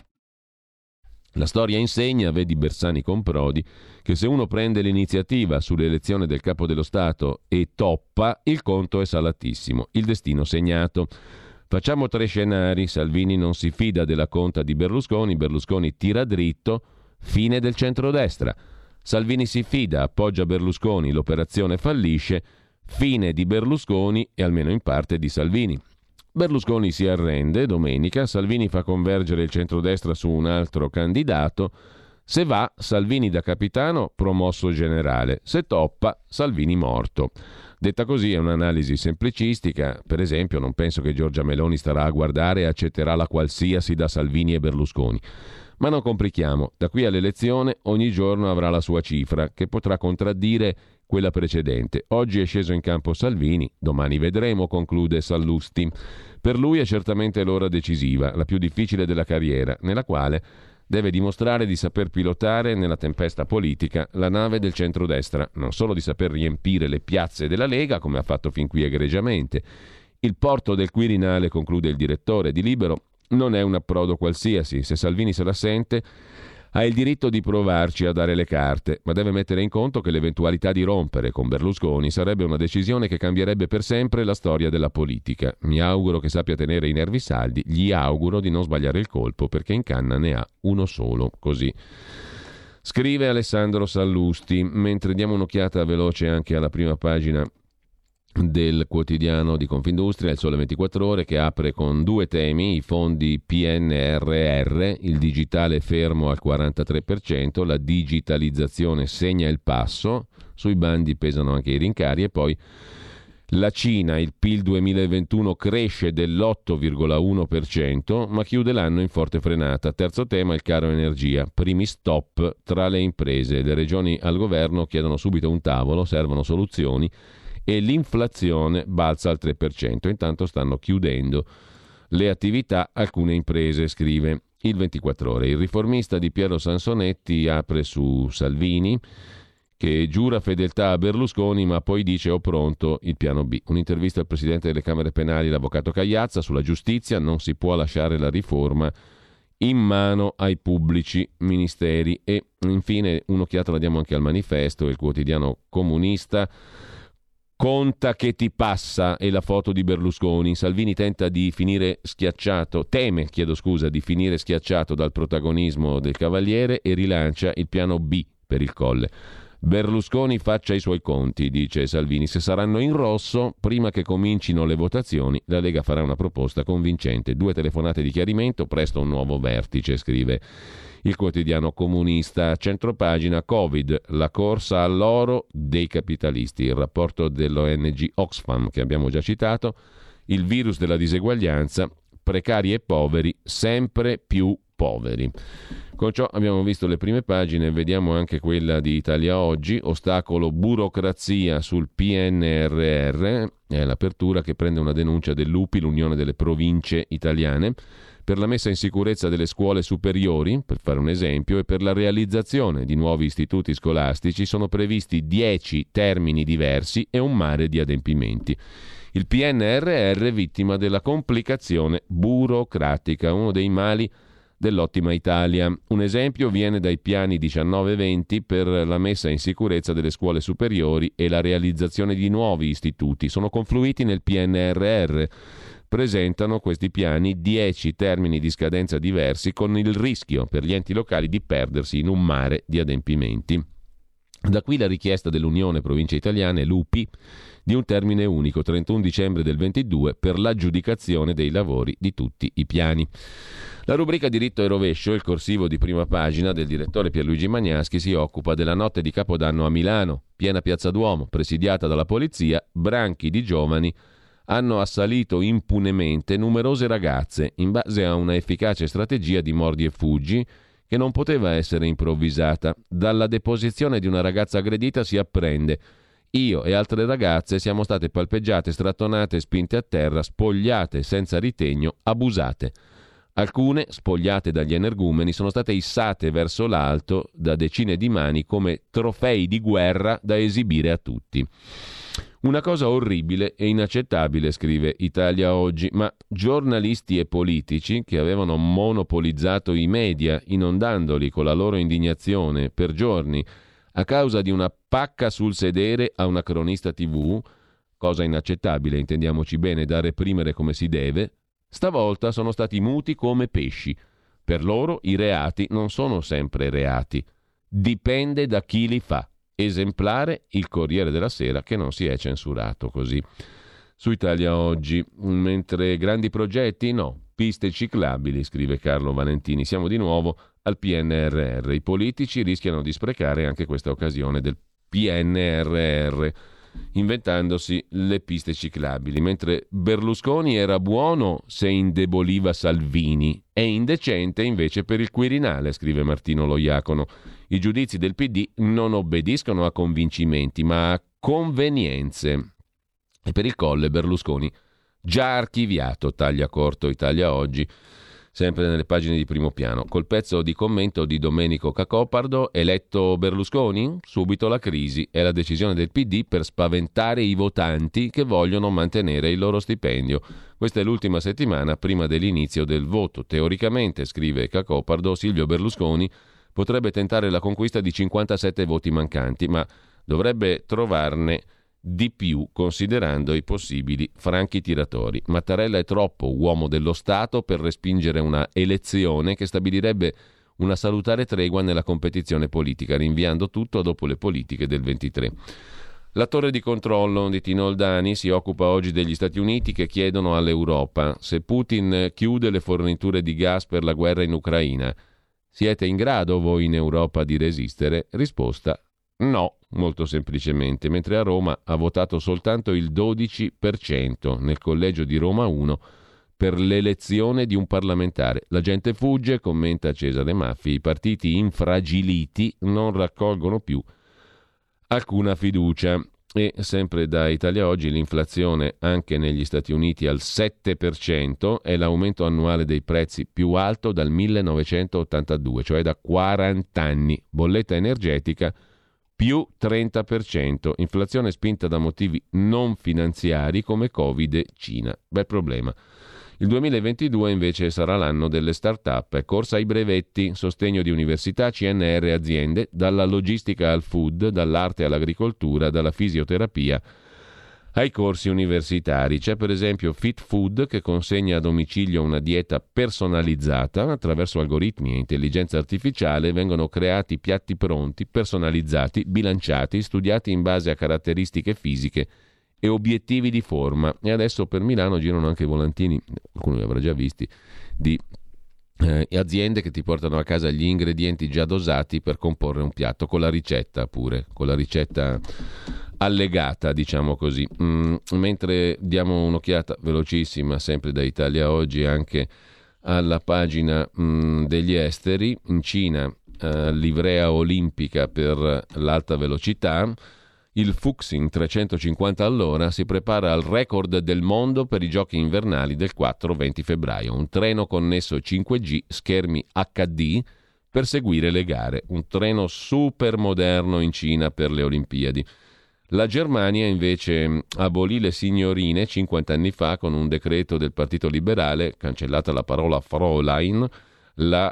La storia insegna, vedi Bersani con Prodi, che se uno prende l'iniziativa sull'elezione del capo dello Stato e toppa, il conto è salatissimo, il destino segnato. Facciamo 3 scenari: Salvini non si fida della conta di Berlusconi, Berlusconi tira dritto, fine del centrodestra. Salvini si fida, appoggia Berlusconi, l'operazione fallisce, fine di Berlusconi e almeno in parte di Salvini. Berlusconi si arrende domenica, Salvini fa convergere il centrodestra su un altro candidato. Se va, Salvini da capitano, promosso generale. Se toppa, Salvini morto. Detta così è un'analisi semplicistica. Per esempio, non penso che Giorgia Meloni starà a guardare e accetterà la qualsiasi da Salvini e Berlusconi. Ma non complichiamo, da qui all'elezione ogni giorno avrà la sua cifra, che potrà contraddire quella precedente. Oggi è sceso in campo Salvini, domani vedremo, conclude Sallusti. Per lui è certamente l'ora decisiva, la più difficile della carriera, nella quale deve dimostrare di saper pilotare nella tempesta politica la nave del centrodestra, non solo di saper riempire le piazze della Lega, come ha fatto fin qui egregiamente. Il porto del Quirinale, conclude il direttore di Libero, non è un approdo qualsiasi. Se Salvini se la sente, ha il diritto di provarci a dare le carte, ma deve mettere in conto che l'eventualità di rompere con Berlusconi sarebbe una decisione che cambierebbe per sempre la storia della politica. Mi auguro che sappia tenere i nervi saldi, gli auguro di non sbagliare il colpo, perché in canna ne ha uno solo, così. Scrive Alessandro Sallusti, mentre diamo un'occhiata veloce anche alla prima pagina del quotidiano di Confindustria, il Sole 24 Ore, che apre con 2 temi: i fondi PNRR, il digitale fermo al 43%, la digitalizzazione segna il passo, sui bandi pesano anche i rincari, e poi la Cina, il PIL 2021 cresce dell'8,1%, ma chiude l'anno in forte frenata. Terzo tema, il caro energia, primi stop tra le imprese, le regioni al governo chiedono subito un tavolo, servono soluzioni, e l'inflazione balza al 3%. Intanto stanno chiudendo le attività alcune imprese, scrive il 24 Ore. Il Riformista di Piero Sansonetti apre su Salvini, che giura fedeltà a Berlusconi ma poi dice ho pronto il piano B. Un'intervista al presidente delle Camere Penali, l'avvocato Cagliazza, sulla giustizia: non si può lasciare la riforma in mano ai pubblici ministeri. E infine un'occhiata la diamo anche al Manifesto, il quotidiano comunista. Conta che ti passa, e la foto di Berlusconi. Salvini teme di finire schiacciato dal protagonismo del Cavaliere e rilancia il piano B per il Colle. Berlusconi faccia i suoi conti, dice Salvini. Se saranno in rosso, prima che comincino le votazioni, la Lega farà una proposta convincente. 2 telefonate di chiarimento, presto un nuovo vertice, scrive il quotidiano comunista. Centropagina, Covid, la corsa all'oro dei capitalisti, il rapporto dell'ONG Oxfam che abbiamo già citato, il virus della diseguaglianza, precari e poveri, sempre più poveri. Con ciò abbiamo visto le prime pagine, vediamo anche quella di Italia Oggi. Ostacolo burocrazia sul PNRR, è l'apertura che prende una denuncia dell'UPI, l'Unione delle Province Italiane, per la messa in sicurezza delle scuole superiori, per fare un esempio, e per la realizzazione di nuovi istituti scolastici sono previsti 10 termini diversi e un mare di adempimenti. Il PNRR vittima della complicazione burocratica, uno dei mali dell'ottima Italia. Un esempio viene dai piani 19-20 per la messa in sicurezza delle scuole superiori e la realizzazione di nuovi istituti. Sono confluiti nel PNRR. Presentano questi piani 10 termini di scadenza diversi, con il rischio per gli enti locali di perdersi in un mare di adempimenti. Da qui la richiesta dell'Unione Province Italiane, l'UPI, di un termine unico, 31 dicembre del 22, per l'aggiudicazione dei lavori di tutti i piani. La rubrica Diritto e Rovescio, il corsivo di prima pagina del direttore Pierluigi Magnaschi, si occupa della notte di Capodanno a Milano. Piena Piazza Duomo, presidiata dalla polizia, branchi di giovani hanno assalito impunemente numerose ragazze in base a una efficace strategia di mordi e fuggi che non poteva essere improvvisata. Dalla deposizione di una ragazza aggredita si apprende: io e altre ragazze siamo state palpeggiate, strattonate, spinte a terra, spogliate senza ritegno, abusate. Alcune, spogliate dagli energumeni, sono state issate verso l'alto da decine di mani come trofei di guerra da esibire a tutti. Una cosa orribile e inaccettabile, scrive Italia Oggi, ma giornalisti e politici che avevano monopolizzato i media, inondandoli con la loro indignazione per giorni a causa di una pacca sul sedere a una cronista TV, cosa inaccettabile, intendiamoci bene, da reprimere come si deve, stavolta sono stati muti come pesci. Per loro i reati non sono sempre reati. Dipende da chi li fa. Esemplare il Corriere della Sera che non si è censurato così. Su Italia Oggi, mentre grandi progetti no, piste ciclabili, scrive Carlo Valentini. Siamo di nuovo al PNRR. I politici rischiano di sprecare anche questa occasione del PNRR, inventandosi le piste ciclabili, mentre Berlusconi era buono se indeboliva Salvini, è indecente invece per il Quirinale, scrive Martino Loiacono. I giudizi del PD non obbediscono a convincimenti, ma a convenienze. E per il Colle Berlusconi già archiviato, taglia corto Italia Oggi, sempre nelle pagine di primo piano. Col pezzo di commento di Domenico Cacopardo, eletto Berlusconi? Subito la crisi. È la decisione del PD per spaventare i votanti che vogliono mantenere il loro stipendio. Questa è l'ultima settimana prima dell'inizio del voto. Teoricamente, scrive Cacopardo, Silvio Berlusconi potrebbe tentare la conquista di 57 voti mancanti, ma dovrebbe trovarne di più considerando i possibili franchi tiratori. Mattarella è troppo uomo dello Stato per respingere una elezione che stabilirebbe una salutare tregua nella competizione politica, rinviando tutto a dopo le politiche del 23. La torre di controllo di Tino Oldani si occupa oggi degli Stati Uniti che chiedono all'Europa se Putin chiude le forniture di gas per la guerra in Ucraina. Siete in grado voi in Europa di resistere? Risposta: no, molto semplicemente, mentre a Roma ha votato soltanto il 12% nel collegio di Roma 1 per l'elezione di un parlamentare. La gente fugge, commenta Cesare Maffi, i partiti infragiliti non raccolgono più alcuna fiducia. E sempre da Italia Oggi, l'inflazione anche negli Stati Uniti al 7%, è l'aumento annuale dei prezzi più alto dal 1982, cioè da 40 anni. Bolletta energetica più 30%, inflazione spinta da motivi non finanziari come Covid e Cina. Bel problema. Il 2022 invece sarà l'anno delle start-up, corsa ai brevetti, sostegno di università, CNR, aziende, dalla logistica al food, dall'arte all'agricoltura, dalla fisioterapia ai corsi universitari. C'è per esempio Fit Food che consegna a domicilio una dieta personalizzata. Attraverso algoritmi e intelligenza artificiale vengono creati piatti pronti, personalizzati, bilanciati, studiati in base a caratteristiche fisiche e obiettivi di forma. E adesso per Milano girano anche volantini, qualcuno li avrà già visti, di aziende che ti portano a casa gli ingredienti già dosati per comporre un piatto, con la ricetta pure, con la ricetta allegata, diciamo così. Mentre diamo un'occhiata velocissima, sempre da Italia Oggi, anche alla pagina degli esteri. In Cina, livrea olimpica per l'alta velocità. Il Fuxing 350 all'ora si prepara al record del mondo per i giochi invernali del 4-20 febbraio. Un treno connesso 5G, schermi HD per seguire le gare. Un treno super moderno in Cina per le Olimpiadi. La Germania invece abolì le signorine 50 anni fa con un decreto del Partito Liberale, cancellata la parola Fräulein. La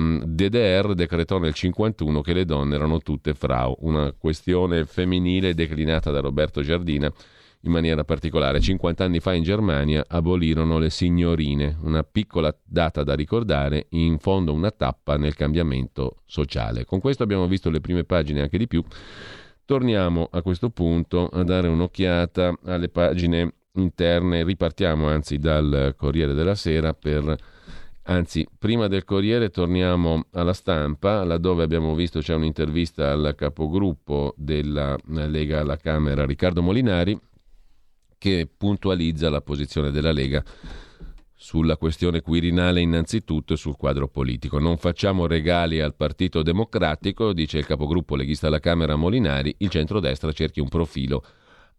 DDR decretò nel 1951 che le donne erano tutte Frau, una questione femminile declinata da Roberto Giardina in maniera particolare. 50 anni fa in Germania abolirono le signorine, una piccola data da ricordare, in fondo una tappa nel cambiamento sociale. Con questo abbiamo visto le prime pagine, anche di più. Torniamo a questo punto a dare un'occhiata alle pagine interne, ripartiamo anzi dal Corriere della Sera prima del Corriere torniamo alla Stampa, laddove abbiamo visto c'è un'intervista al capogruppo della Lega alla Camera, Riccardo Molinari, che puntualizza la posizione della Lega sulla questione Quirinale innanzitutto e sul quadro politico. Non facciamo regali al Partito Democratico, dice il capogruppo leghista alla Camera Molinari, il centrodestra cerchi un profilo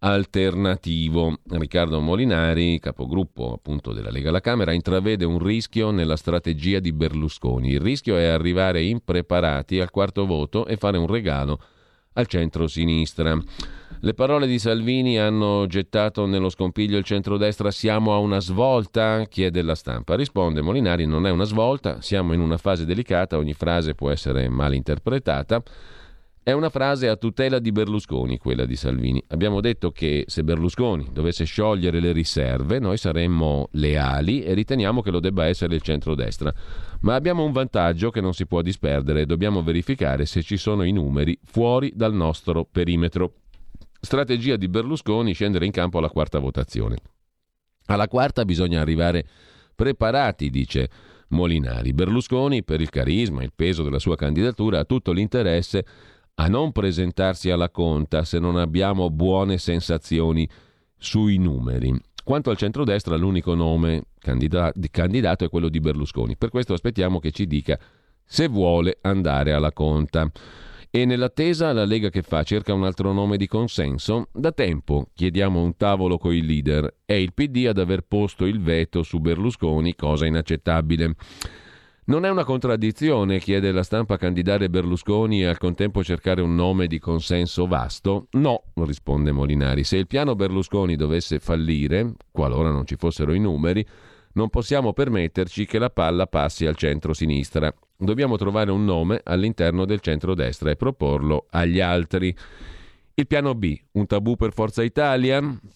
alternativo. Riccardo Molinari, capogruppo appunto della Lega alla Camera, intravede un rischio nella strategia di Berlusconi. Il rischio è arrivare impreparati al quarto voto e fare un regalo al centro-sinistra. Le parole di Salvini hanno gettato nello scompiglio il centrodestra. Siamo a una svolta? Chiede La Stampa. Risponde Molinari: non è una svolta, siamo in una fase delicata, ogni frase può essere mal interpretata. È una frase a tutela di Berlusconi, quella di Salvini. Abbiamo detto che se Berlusconi dovesse sciogliere le riserve, noi saremmo leali e riteniamo che lo debba essere il centrodestra. Ma abbiamo un vantaggio che non si può disperdere: dobbiamo verificare se ci sono i numeri fuori dal nostro perimetro. Strategia di Berlusconi: scendere in campo alla quarta votazione. Alla quarta bisogna arrivare preparati, dice Molinari. Berlusconi, per il carisma e il peso della sua candidatura, ha tutto l'interesse a non presentarsi alla conta se non abbiamo buone sensazioni sui numeri. Quanto al centrodestra, l'unico nome candidato è quello di Berlusconi. Per questo aspettiamo che ci dica se vuole andare alla conta. E nell'attesa la Lega che fa? Cerca un altro nome di consenso? Da tempo chiediamo un tavolo coi leader. È il PD ad aver posto il veto su Berlusconi, cosa inaccettabile. Non è una contraddizione, chiede La Stampa, candidare Berlusconi e al contempo cercare un nome di consenso vasto? No, risponde Molinari. Se il piano Berlusconi dovesse fallire, qualora non ci fossero i numeri, non possiamo permetterci che la palla passi al centro-sinistra. Dobbiamo trovare un nome all'interno del centro-destra e proporlo agli altri. Il piano B, un tabù per Forza Italia?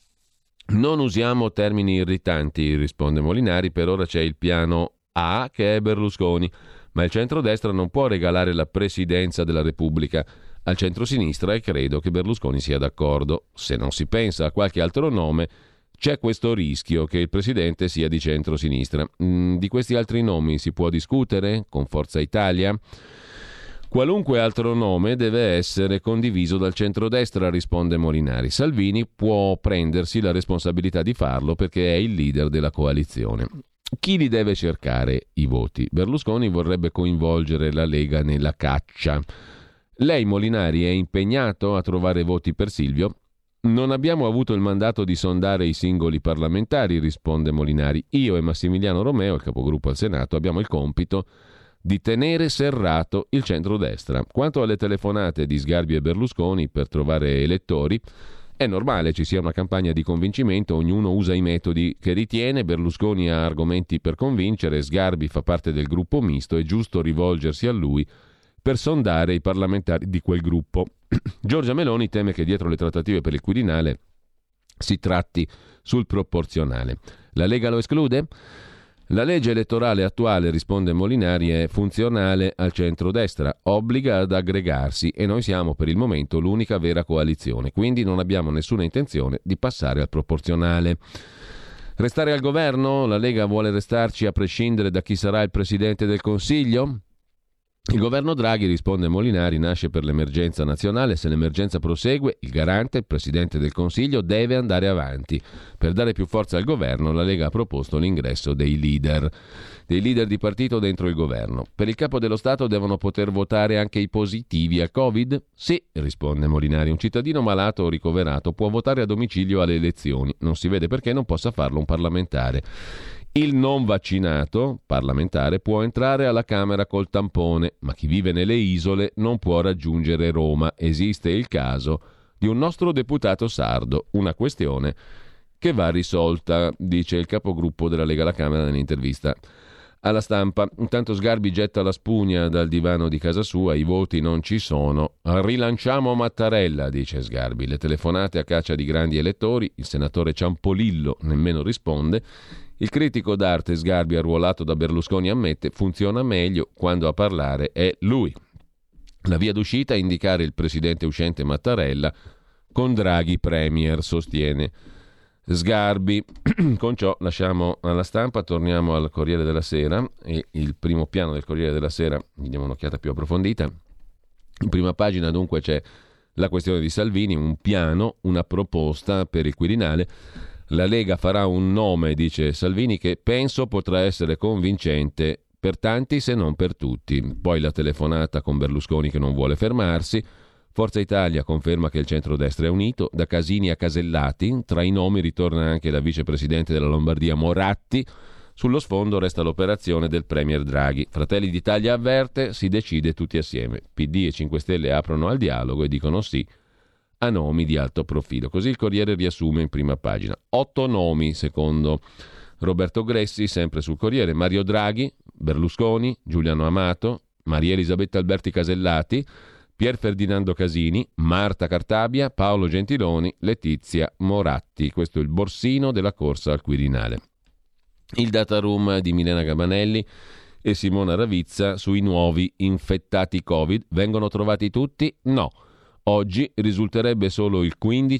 Non usiamo termini irritanti, risponde Molinari. Per ora c'è il piano A, che è Berlusconi, ma il centrodestra non può regalare la presidenza della Repubblica al centrosinistra e credo che Berlusconi sia d'accordo. Se non si pensa a qualche altro nome, c'è questo rischio che il presidente sia di centrosinistra. Di questi altri nomi si può discutere con Forza Italia? Qualunque altro nome deve essere condiviso dal centrodestra, risponde Molinari. Salvini può prendersi la responsabilità di farlo perché è il leader della coalizione. Chi li deve cercare i voti? Berlusconi vorrebbe coinvolgere la Lega nella caccia. Lei, Molinari, è impegnato a trovare voti per Silvio? Non abbiamo avuto il mandato di sondare i singoli parlamentari, risponde Molinari. Io e Massimiliano Romeo, il capogruppo al Senato, abbiamo il compito di tenere serrato il centrodestra. Quanto alle telefonate di Sgarbi e Berlusconi per trovare elettori, è normale ci sia una campagna di convincimento, ognuno usa i metodi che ritiene. Berlusconi ha argomenti per convincere, Sgarbi fa parte del gruppo misto, è giusto rivolgersi a lui per sondare i parlamentari di quel gruppo. Giorgia Meloni teme che dietro le trattative per il Quirinale si tratti sul proporzionale. La Lega lo esclude? La legge elettorale attuale, risponde Molinari, è funzionale al centrodestra, obbliga ad aggregarsi e noi siamo per il momento l'unica vera coalizione, quindi non abbiamo nessuna intenzione di passare al proporzionale. Restare al governo? La Lega vuole restarci a prescindere da chi sarà il Presidente del Consiglio? Il governo Draghi, risponde Molinari, nasce per l'emergenza nazionale. Se l'emergenza prosegue, il garante, il Presidente del Consiglio, deve andare avanti. Per dare più forza al governo, la Lega ha proposto l'ingresso dei leader di partito dentro il governo. Per il Capo dello Stato devono poter votare anche i positivi al Covid? Sì, risponde Molinari. Un cittadino malato o ricoverato può votare a domicilio alle elezioni. Non si vede perché non possa farlo un parlamentare. Il non vaccinato parlamentare può entrare alla Camera col tampone, ma chi vive nelle isole non può raggiungere Roma. Esiste il caso di un nostro deputato sardo, una questione che va risolta, dice il capogruppo della Lega alla Camera nell'intervista alla Stampa. Intanto Sgarbi getta la spugna dal divano di casa sua, i voti non ci sono. Rilanciamo Mattarella, dice Sgarbi. Le telefonate a caccia di grandi elettori, il senatore Ciampolillo nemmeno risponde. Il critico d'arte Sgarbi, arruolato da Berlusconi, ammette funziona meglio quando a parlare è lui. La via d'uscita è indicare il presidente uscente Mattarella con Draghi premier, sostiene Sgarbi. Con ciò lasciamo alla Stampa, torniamo al Corriere della Sera e il primo piano del Corriere della Sera, gli diamo un'occhiata più approfondita. In prima pagina dunque c'è la questione di Salvini, un piano, una proposta per il Quirinale. La Lega farà un nome, dice Salvini, che penso potrà essere convincente per tanti se non per tutti. Poi la telefonata con Berlusconi che non vuole fermarsi. Forza Italia conferma che il centrodestra è unito, da Casini a Casellati, tra i nomi ritorna anche la vicepresidente della Lombardia Moratti, sullo sfondo resta l'operazione del premier Draghi. Fratelli d'Italia avverte, si decide tutti assieme. PD e 5 Stelle aprono al dialogo e dicono sì a nomi di alto profilo. Così il Corriere riassume in prima pagina. 8 nomi, secondo Roberto Gressi, sempre sul Corriere: Mario Draghi, Berlusconi, Giuliano Amato, Maria Elisabetta Alberti Casellati, Pier Ferdinando Casini, Marta Cartabia, Paolo Gentiloni, Letizia Moratti. Questo è il borsino della corsa al Quirinale. Il data room di Milena Gabanelli e Simona Ravizza sui nuovi infettati Covid. Vengono trovati tutti? No. Oggi risulterebbe solo il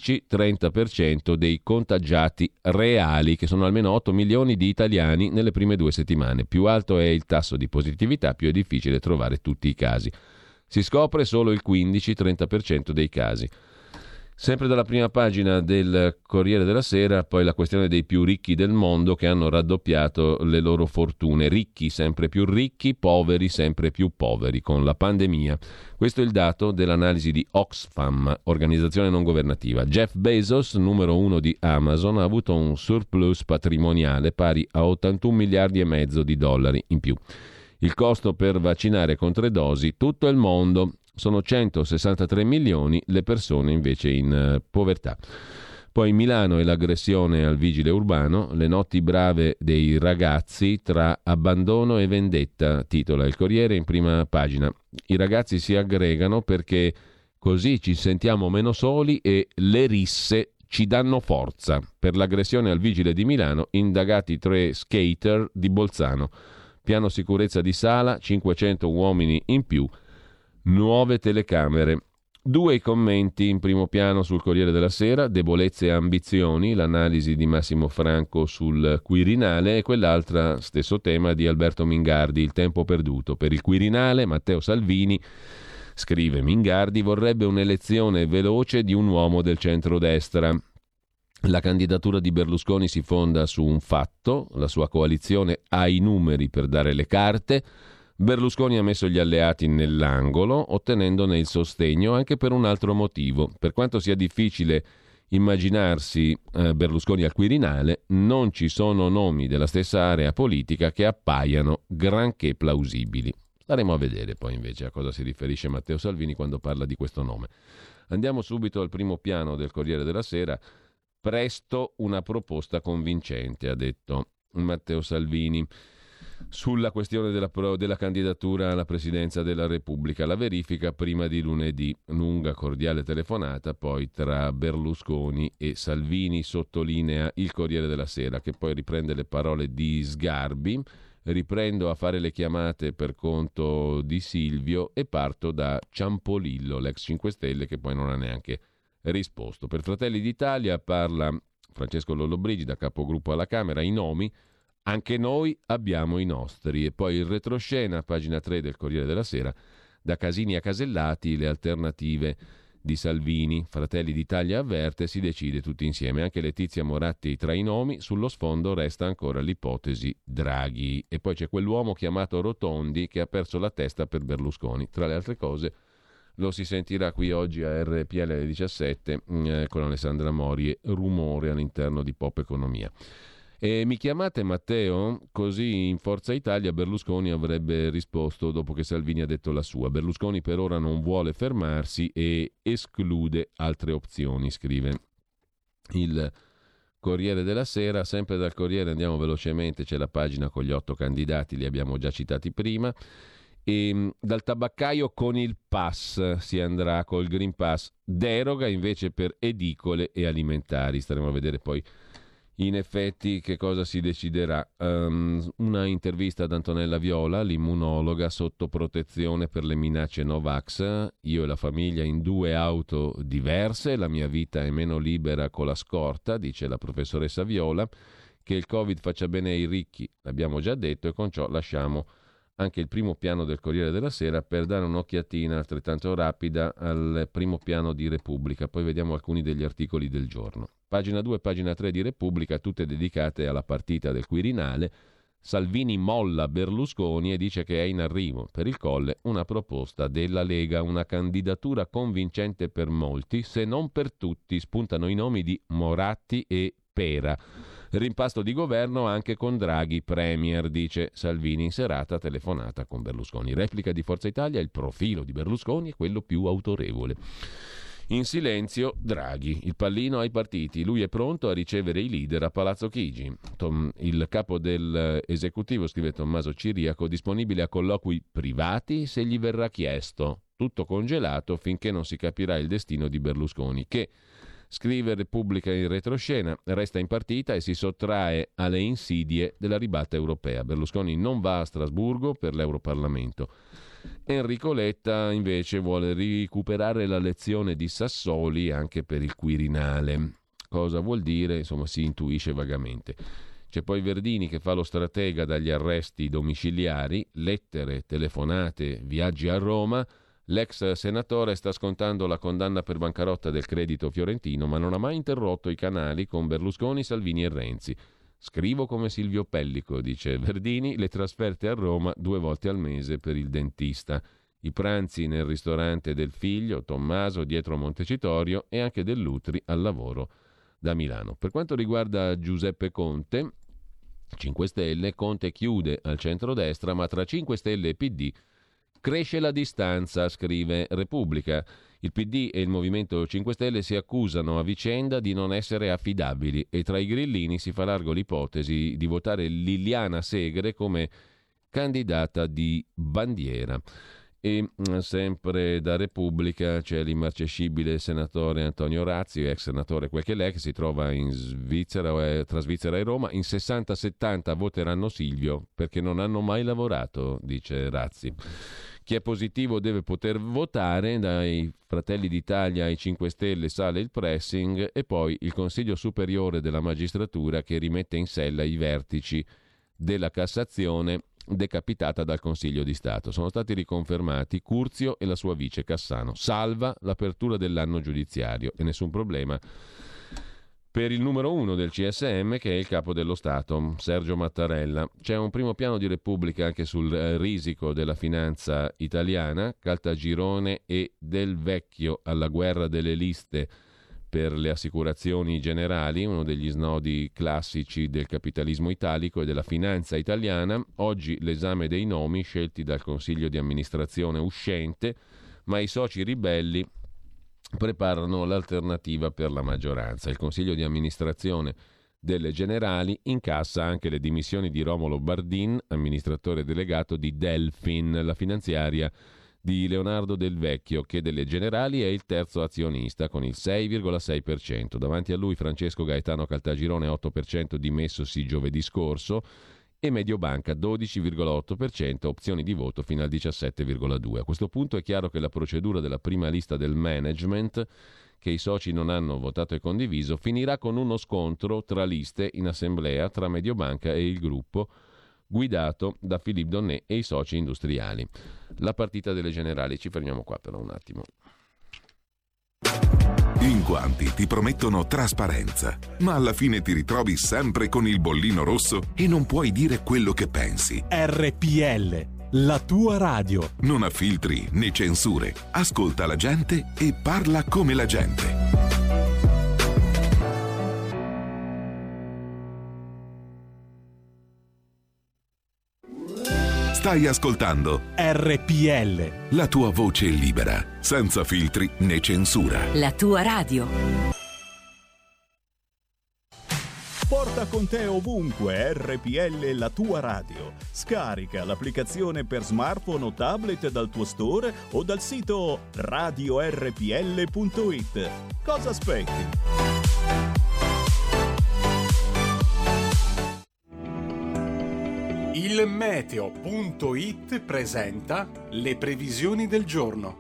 15-30% dei contagiati reali, che sono almeno 8 milioni di italiani nelle prime 2 settimane. Più alto è il tasso di positività, più è difficile trovare tutti i casi. Si scopre solo il 15-30% dei casi. Sempre dalla prima pagina del Corriere della Sera, poi la questione dei più ricchi del mondo che hanno raddoppiato le loro fortune. Ricchi sempre più ricchi, poveri sempre più poveri con la pandemia. Questo è il dato dell'analisi di Oxfam, organizzazione non governativa. Jeff Bezos, numero 1 di Amazon, ha avuto un surplus patrimoniale pari a 81 miliardi e mezzo di dollari in più. Il costo per vaccinare con 3 dosi tutto il mondo. Sono 163 milioni le persone invece in povertà. Poi Milano e l'aggressione al vigile urbano, le notti brave dei ragazzi tra abbandono e vendetta, titola il Corriere in prima pagina. I ragazzi si aggregano perché così ci sentiamo meno soli e le risse ci danno forza. Per l'aggressione al vigile di Milano, indagati 3 skater di Bolzano. Piano sicurezza di Sala, 500 uomini in più. Nuove telecamere. 2 i commenti in primo piano sul Corriere della Sera: debolezze e ambizioni, l'analisi di Massimo Franco sul Quirinale, e quell'altra, stesso tema, di Alberto Mingardi, il tempo perduto. Per il Quirinale Matteo Salvini, scrive Mingardi, vorrebbe un'elezione veloce di un uomo del centrodestra. La candidatura di Berlusconi si fonda su un fatto: la sua coalizione ha i numeri per dare le carte. Berlusconi ha messo gli alleati nell'angolo, ottenendone il sostegno anche per un altro motivo. Per quanto sia difficile immaginarsi Berlusconi al Quirinale, non ci sono nomi della stessa area politica che appaiano granché plausibili. Staremo a vedere poi invece a cosa si riferisce Matteo Salvini quando parla di questo nome. Andiamo subito al primo piano del Corriere della Sera. Presto una proposta convincente, ha detto Matteo Salvini. Sulla questione della candidatura alla presidenza della Repubblica, la verifica prima di lunedì, lunga cordiale telefonata poi tra Berlusconi e Salvini, sottolinea il Corriere della Sera, che poi riprende le parole di Sgarbi. Riprendo a fare le chiamate per conto di Silvio e parto da Ciampolillo, l'ex 5 Stelle, che poi non ha neanche risposto. Per Fratelli d'Italia parla Francesco Lollobrigida, capogruppo alla Camera, i nomi. Anche noi abbiamo i nostri. E poi il retroscena, pagina 3 del Corriere della Sera, da Casini a Casellati, le alternative di Salvini. Fratelli d'Italia avverte, si decide tutti insieme. Anche Letizia Moratti tra i nomi, sullo sfondo resta ancora l'ipotesi Draghi. E poi c'è quell'uomo chiamato Rotondi che ha perso la testa per Berlusconi. Tra le altre cose lo si sentirà qui oggi a RPL alle 17 con Alessandra Mori e Rumore all'interno di Pop Economia. E mi chiamate Matteo? Così in Forza Italia Berlusconi avrebbe risposto dopo che Salvini ha detto la sua. Berlusconi per ora non vuole fermarsi e esclude altre opzioni, scrive il Corriere della Sera. Sempre dal Corriere andiamo velocemente, c'è la pagina con gli 8 candidati, li abbiamo già citati prima. E dal tabaccaio con il pass si andrà, col Green Pass, deroga invece per edicole e alimentari. Staremo a vedere poi in effetti che cosa si deciderà. Una intervista ad Antonella Viola, l'immunologa, sotto protezione per le minacce Novax. Io e la famiglia in 2 auto diverse, la mia vita è meno libera con la scorta, dice la professoressa Viola. Che il Covid faccia bene ai ricchi, l'abbiamo già detto, e con ciò lasciamo anche il primo piano del Corriere della Sera per dare un'occhiatina altrettanto rapida al primo piano di Repubblica. Poi vediamo alcuni degli articoli del giorno. Pagina 2 e pagina 3 di Repubblica, tutte dedicate alla partita del Quirinale. Salvini molla Berlusconi e dice che è in arrivo per il Colle una proposta della Lega, una candidatura convincente per molti, se non per tutti. Spuntano i nomi di Moratti e Pera. Rimpasto di governo anche con Draghi premier, dice Salvini in serata telefonata con Berlusconi. Replica di Forza Italia: il profilo di Berlusconi è quello più autorevole. In silenzio Draghi, il pallino ai partiti, lui è pronto a ricevere i leader a Palazzo Chigi. Il capo dell'esecutivo, scrive Tommaso Ciriaco, disponibile a colloqui privati se gli verrà chiesto, tutto congelato finché non si capirà il destino di Berlusconi, che, scrive Repubblica in retroscena, resta in partita e si sottrae alle insidie della ribalta europea. Berlusconi non va a Strasburgo per l'Europarlamento. Enrico Letta invece vuole recuperare la lezione di Sassoli anche per il Quirinale. Cosa vuol dire? Insomma, si intuisce vagamente. C'è poi Verdini che fa lo stratega dagli arresti domiciliari, lettere, telefonate, viaggi a Roma. L'ex senatore sta scontando la condanna per bancarotta del credito fiorentino, ma non ha mai interrotto i canali con Berlusconi, Salvini e Renzi. Scrivo come Silvio Pellico, dice Verdini, le trasferte a Roma 2 volte al mese per il dentista, i pranzi nel ristorante del figlio, Tommaso, dietro Montecitorio, e anche dell'Utri al lavoro da Milano. Per quanto riguarda Giuseppe Conte, 5 Stelle, Conte chiude al centrodestra, ma tra 5 Stelle e PD cresce la distanza, scrive Repubblica. Il PD e il Movimento 5 Stelle si accusano a vicenda di non essere affidabili e tra i grillini si fa largo l'ipotesi di votare Liliana Segre come candidata di bandiera. E sempre da Repubblica c'è l'immarcescibile senatore Antonio Razzi, ex senatore quel che l'è, che si trova in Svizzera, tra Svizzera e Roma. In 60-70 voteranno Silvio perché non hanno mai lavorato, dice Razzi. Chi è positivo deve poter votare, dai Fratelli d'Italia ai 5 Stelle sale il pressing e poi il Consiglio Superiore della Magistratura che rimette in sella i vertici della Cassazione decapitata dal Consiglio di Stato. Sono stati riconfermati Curzio e la sua vice Cassano. Salva l'apertura dell'anno giudiziario e nessun problema per il numero 1 del CSM, che è il capo dello Stato, Sergio Mattarella. C'è un primo piano di Repubblica anche sul risico della finanza italiana, Caltagirone e Del Vecchio alla guerra delle liste per le assicurazioni generali, uno degli snodi classici del capitalismo italico e della finanza italiana. Oggi l'esame dei nomi scelti dal Consiglio di amministrazione uscente, ma i soci ribelli preparano l'alternativa per la maggioranza. Il Consiglio di amministrazione delle Generali incassa anche le dimissioni di Romolo Bardin, amministratore delegato di Delfin, la finanziaria di Leonardo Del Vecchio, che delle Generali è il terzo azionista con il 6,6%. Davanti a lui Francesco Gaetano Caltagirone, 8% dimessosi giovedì scorso, e Mediobanca 12,8%, opzioni di voto fino al 17,2%. A questo punto è chiaro che la procedura della prima lista del management, che i soci non hanno votato e condiviso, finirà con uno scontro tra liste in assemblea tra Mediobanca e il gruppo guidato da Philippe Donnet e i soci industriali. La partita delle Generali. Ci fermiamo qua per un attimo. In quanti ti promettono trasparenza, ma alla fine ti ritrovi sempre con il bollino rosso e non puoi dire quello che pensi. RPL, la tua radio. Non ha filtri né censure. Ascolta la gente e parla come la gente. Stai ascoltando RPL, la tua voce libera, senza filtri né censura. La tua radio. Porta con te ovunque RPL, la tua radio. Scarica l'applicazione per smartphone o tablet dal tuo store o dal sito radiorpl.it. Cosa aspetti? Il meteo.it presenta le previsioni del giorno.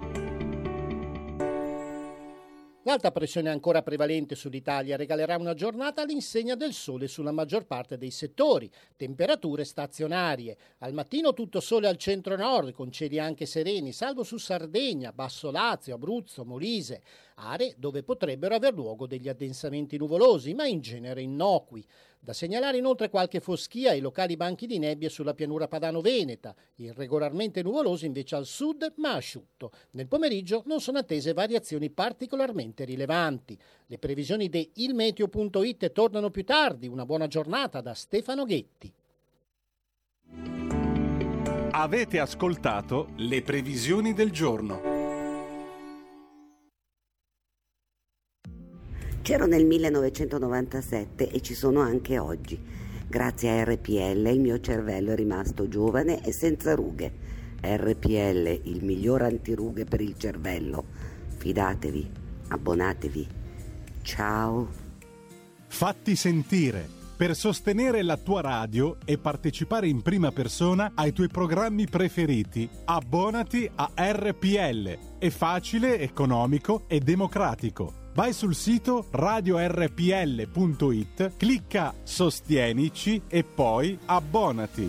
L'alta pressione ancora prevalente sull'Italia regalerà una giornata all'insegna del sole sulla maggior parte dei settori. Temperature stazionarie. Al mattino tutto sole al centro-nord, con cieli anche sereni, salvo su Sardegna, Basso Lazio, Abruzzo, Molise. Aree dove potrebbero aver luogo degli addensamenti nuvolosi, ma in genere innocui. Da segnalare inoltre qualche foschia e locali banchi di nebbie sulla pianura padano-veneta, irregolarmente nuvoloso invece al sud ma asciutto. Nel pomeriggio non sono attese variazioni particolarmente rilevanti. Le previsioni di ilmeteo.it tornano più tardi. Una buona giornata da Stefano Ghetti. Avete ascoltato le previsioni del giorno. C'ero nel 1997 e ci sono anche oggi. Grazie a RPL il mio cervello è rimasto giovane e senza rughe. RPL, il miglior antirughe per il cervello. Fidatevi, abbonatevi. Ciao. Fatti sentire. Per sostenere la tua radio e partecipare in prima persona ai tuoi programmi preferiti, abbonati a RPL. È facile, economico e democratico. Vai sul sito radiorpl.it, clicca Sostienici e poi abbonati.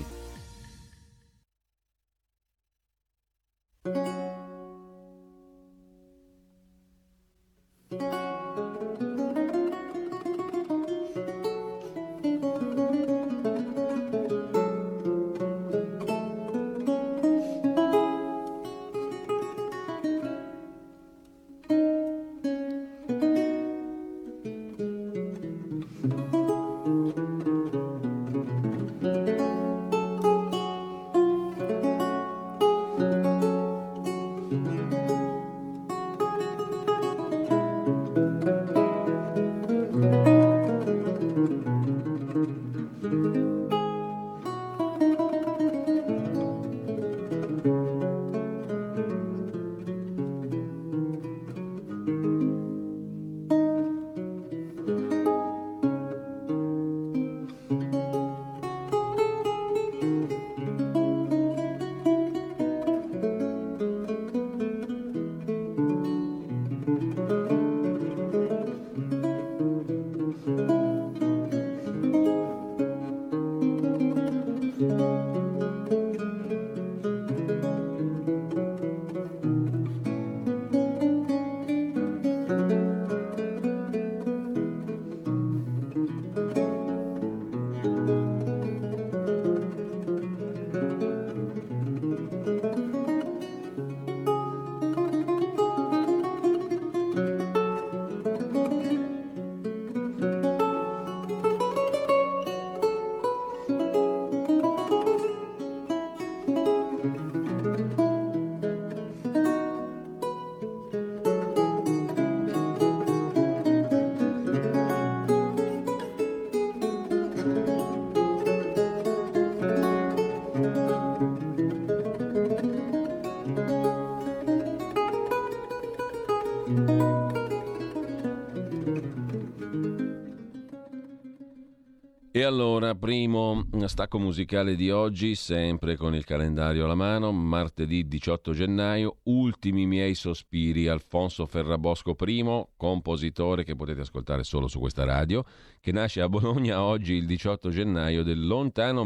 E allora, primo stacco musicale di oggi, sempre con il calendario alla mano, martedì 18 gennaio, Ultimi miei sospiri, Alfonso Ferrabosco I, compositore che potete ascoltare solo su questa radio, che nasce a Bologna oggi il 18 gennaio del lontano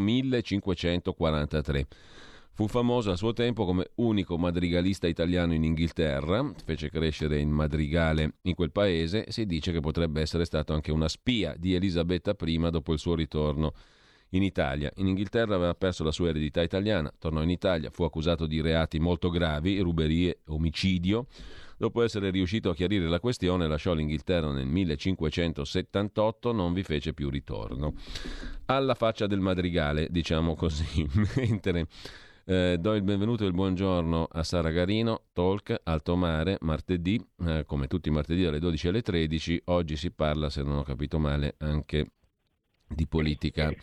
1543. Fu famoso a suo tempo come unico madrigalista italiano in Inghilterra, fece crescere il madrigale in quel paese e si dice che potrebbe essere stato anche una spia di Elisabetta I dopo il suo ritorno in Italia. In Inghilterra aveva perso la sua eredità italiana, tornò in Italia, fu accusato di reati molto gravi, ruberie, omicidio. Dopo essere riuscito a chiarire la questione, lasciò l'Inghilterra nel 1578, non vi fece più ritorno. Alla faccia del madrigale, diciamo così, mentre... do il benvenuto e il buongiorno a Sara Garino, Talk, Alto Mare, martedì, come tutti i martedì dalle 12 alle 13. Oggi si parla, se non ho capito male, anche di politica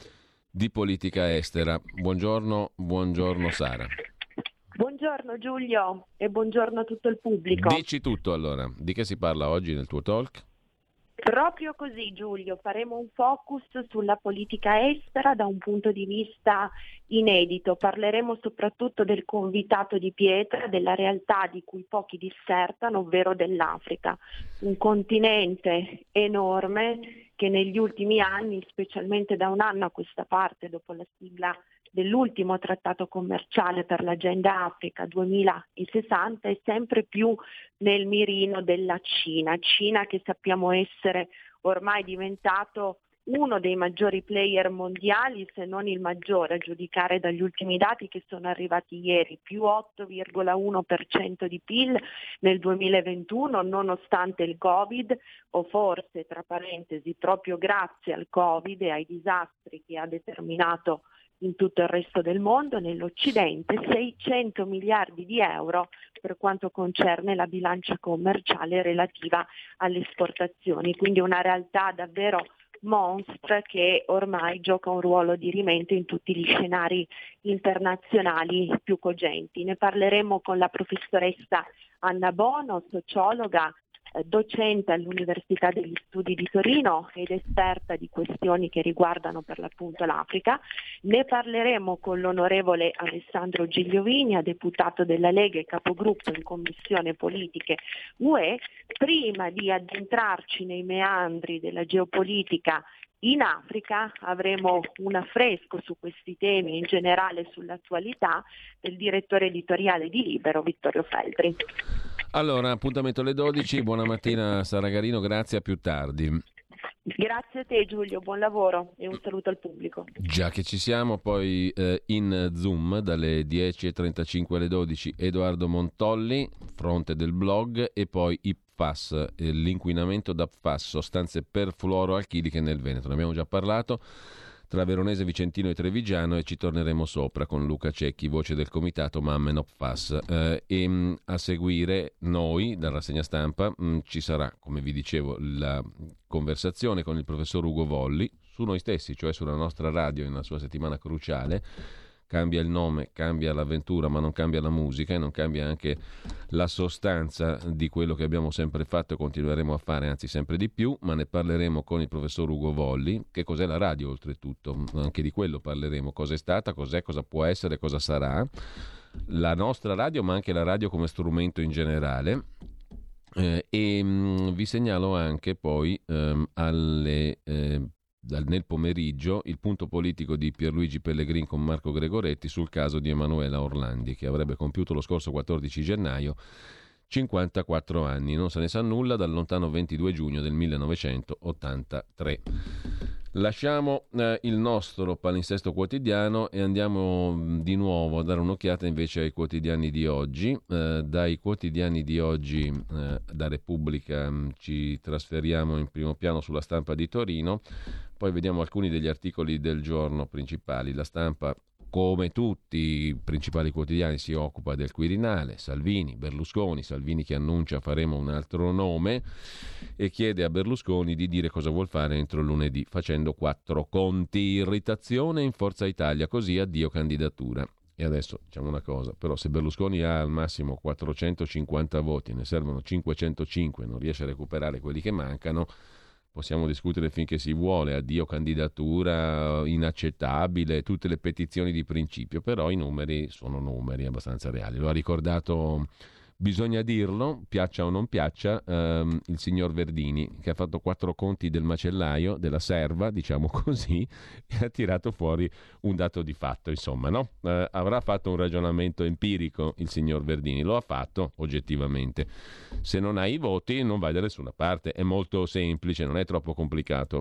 estera. Buongiorno Sara. Buongiorno Giulio e buongiorno a tutto il pubblico. Dici tutto allora, di che si parla oggi nel tuo Talk? Proprio così Giulio, faremo un focus sulla politica estera da un punto di vista inedito. Parleremo soprattutto del convitato di pietra, della realtà di cui pochi dissertano, ovvero dell'Africa, un continente enorme che negli ultimi anni, specialmente da un anno a questa parte, dopo la sigla dell'ultimo trattato commerciale per l'agenda Africa 2060, è sempre più nel mirino della Cina che sappiamo essere ormai diventato uno dei maggiori player mondiali, se non il maggiore, a giudicare dagli ultimi dati che sono arrivati ieri, più 8,1% di PIL nel 2021 nonostante il Covid, o forse, tra parentesi, proprio grazie al Covid e ai disastri che ha determinato in tutto il resto del mondo, nell'Occidente, 600 miliardi di euro per quanto concerne la bilancia commerciale relativa alle esportazioni, quindi una realtà davvero monstre che ormai gioca un ruolo di rimente in tutti gli scenari internazionali più cogenti. Ne parleremo con la professoressa Anna Bono, sociologa, docente all'Università degli Studi di Torino ed esperta di questioni che riguardano per l'appunto l'Africa. Ne parleremo con l'onorevole Alessandro Gigliovini, deputato della Lega e capogruppo in Commissione Politiche UE. Prima di addentrarci nei meandri della geopolitica in Africa, avremo un affresco su questi temi e in generale sull'attualità del direttore editoriale di Libero, Vittorio Feltri. Allora, appuntamento alle 12, buona mattina Sara Garino, grazie, a più tardi. Grazie a te Giulio, buon lavoro e un saluto al pubblico. Già che ci siamo, poi in Zoom dalle 10.35 alle 12 Edoardo Montolli, fronte del blog, e poi PFAS, l'inquinamento da PFAS, sostanze perfluoroalchiliche nel Veneto. Ne abbiamo già parlato tra Veronese, Vicentino e Trevigiano, e ci torneremo sopra con Luca Cecchi, voce del comitato Mamme No PFAS. E a seguire noi, dalla rassegna stampa, ci sarà, come vi dicevo, la conversazione con il professor Ugo Volli su noi stessi, cioè sulla nostra radio in una sua settimana cruciale. Cambia il nome, cambia l'avventura, ma non cambia la musica e non cambia anche la sostanza di quello che abbiamo sempre fatto e continueremo a fare, anzi sempre di più, ma ne parleremo con il professor Ugo Volli. Che cos'è la radio oltretutto? Anche di quello parleremo, cosa è stata, cos'è, cosa può essere, cosa sarà la nostra radio, ma anche la radio come strumento in generale. Vi segnalo anche poi nel pomeriggio il punto politico di Pierluigi Pellegrin con Marco Gregoretti sul caso di Emanuela Orlandi, che avrebbe compiuto lo scorso 14 gennaio 54 anni. Non se ne sa nulla dal lontano 22 giugno del 1983. Lasciamo il nostro palinsesto quotidiano e andiamo di nuovo a dare un'occhiata invece ai quotidiani di oggi. Dai quotidiani di oggi, da Repubblica, ci trasferiamo in primo piano sulla Stampa di Torino, poi vediamo alcuni degli articoli del giorno principali. La Stampa, come tutti i principali quotidiani, si occupa del Quirinale, Salvini, Berlusconi, Salvini che annuncia faremo un altro nome e chiede a Berlusconi di dire cosa vuol fare entro lunedì, facendo 4 conti, irritazione in Forza Italia, così addio candidatura. E adesso diciamo una cosa, però se Berlusconi ha al massimo 450 voti, ne servono 505, non riesce a recuperare quelli che mancano, possiamo discutere finché si vuole, addio candidatura, inaccettabile, tutte le petizioni di principio, però i numeri sono numeri abbastanza reali. Lo ha ricordato, bisogna dirlo, piaccia o non piaccia, il signor Verdini, che ha fatto 4 conti del macellaio, della serva, diciamo così, e ha tirato fuori un dato di fatto, insomma, no? Avrà fatto un ragionamento empirico il signor Verdini, lo ha fatto oggettivamente. Se non hai i voti non vai da nessuna parte, è molto semplice, non è troppo complicato.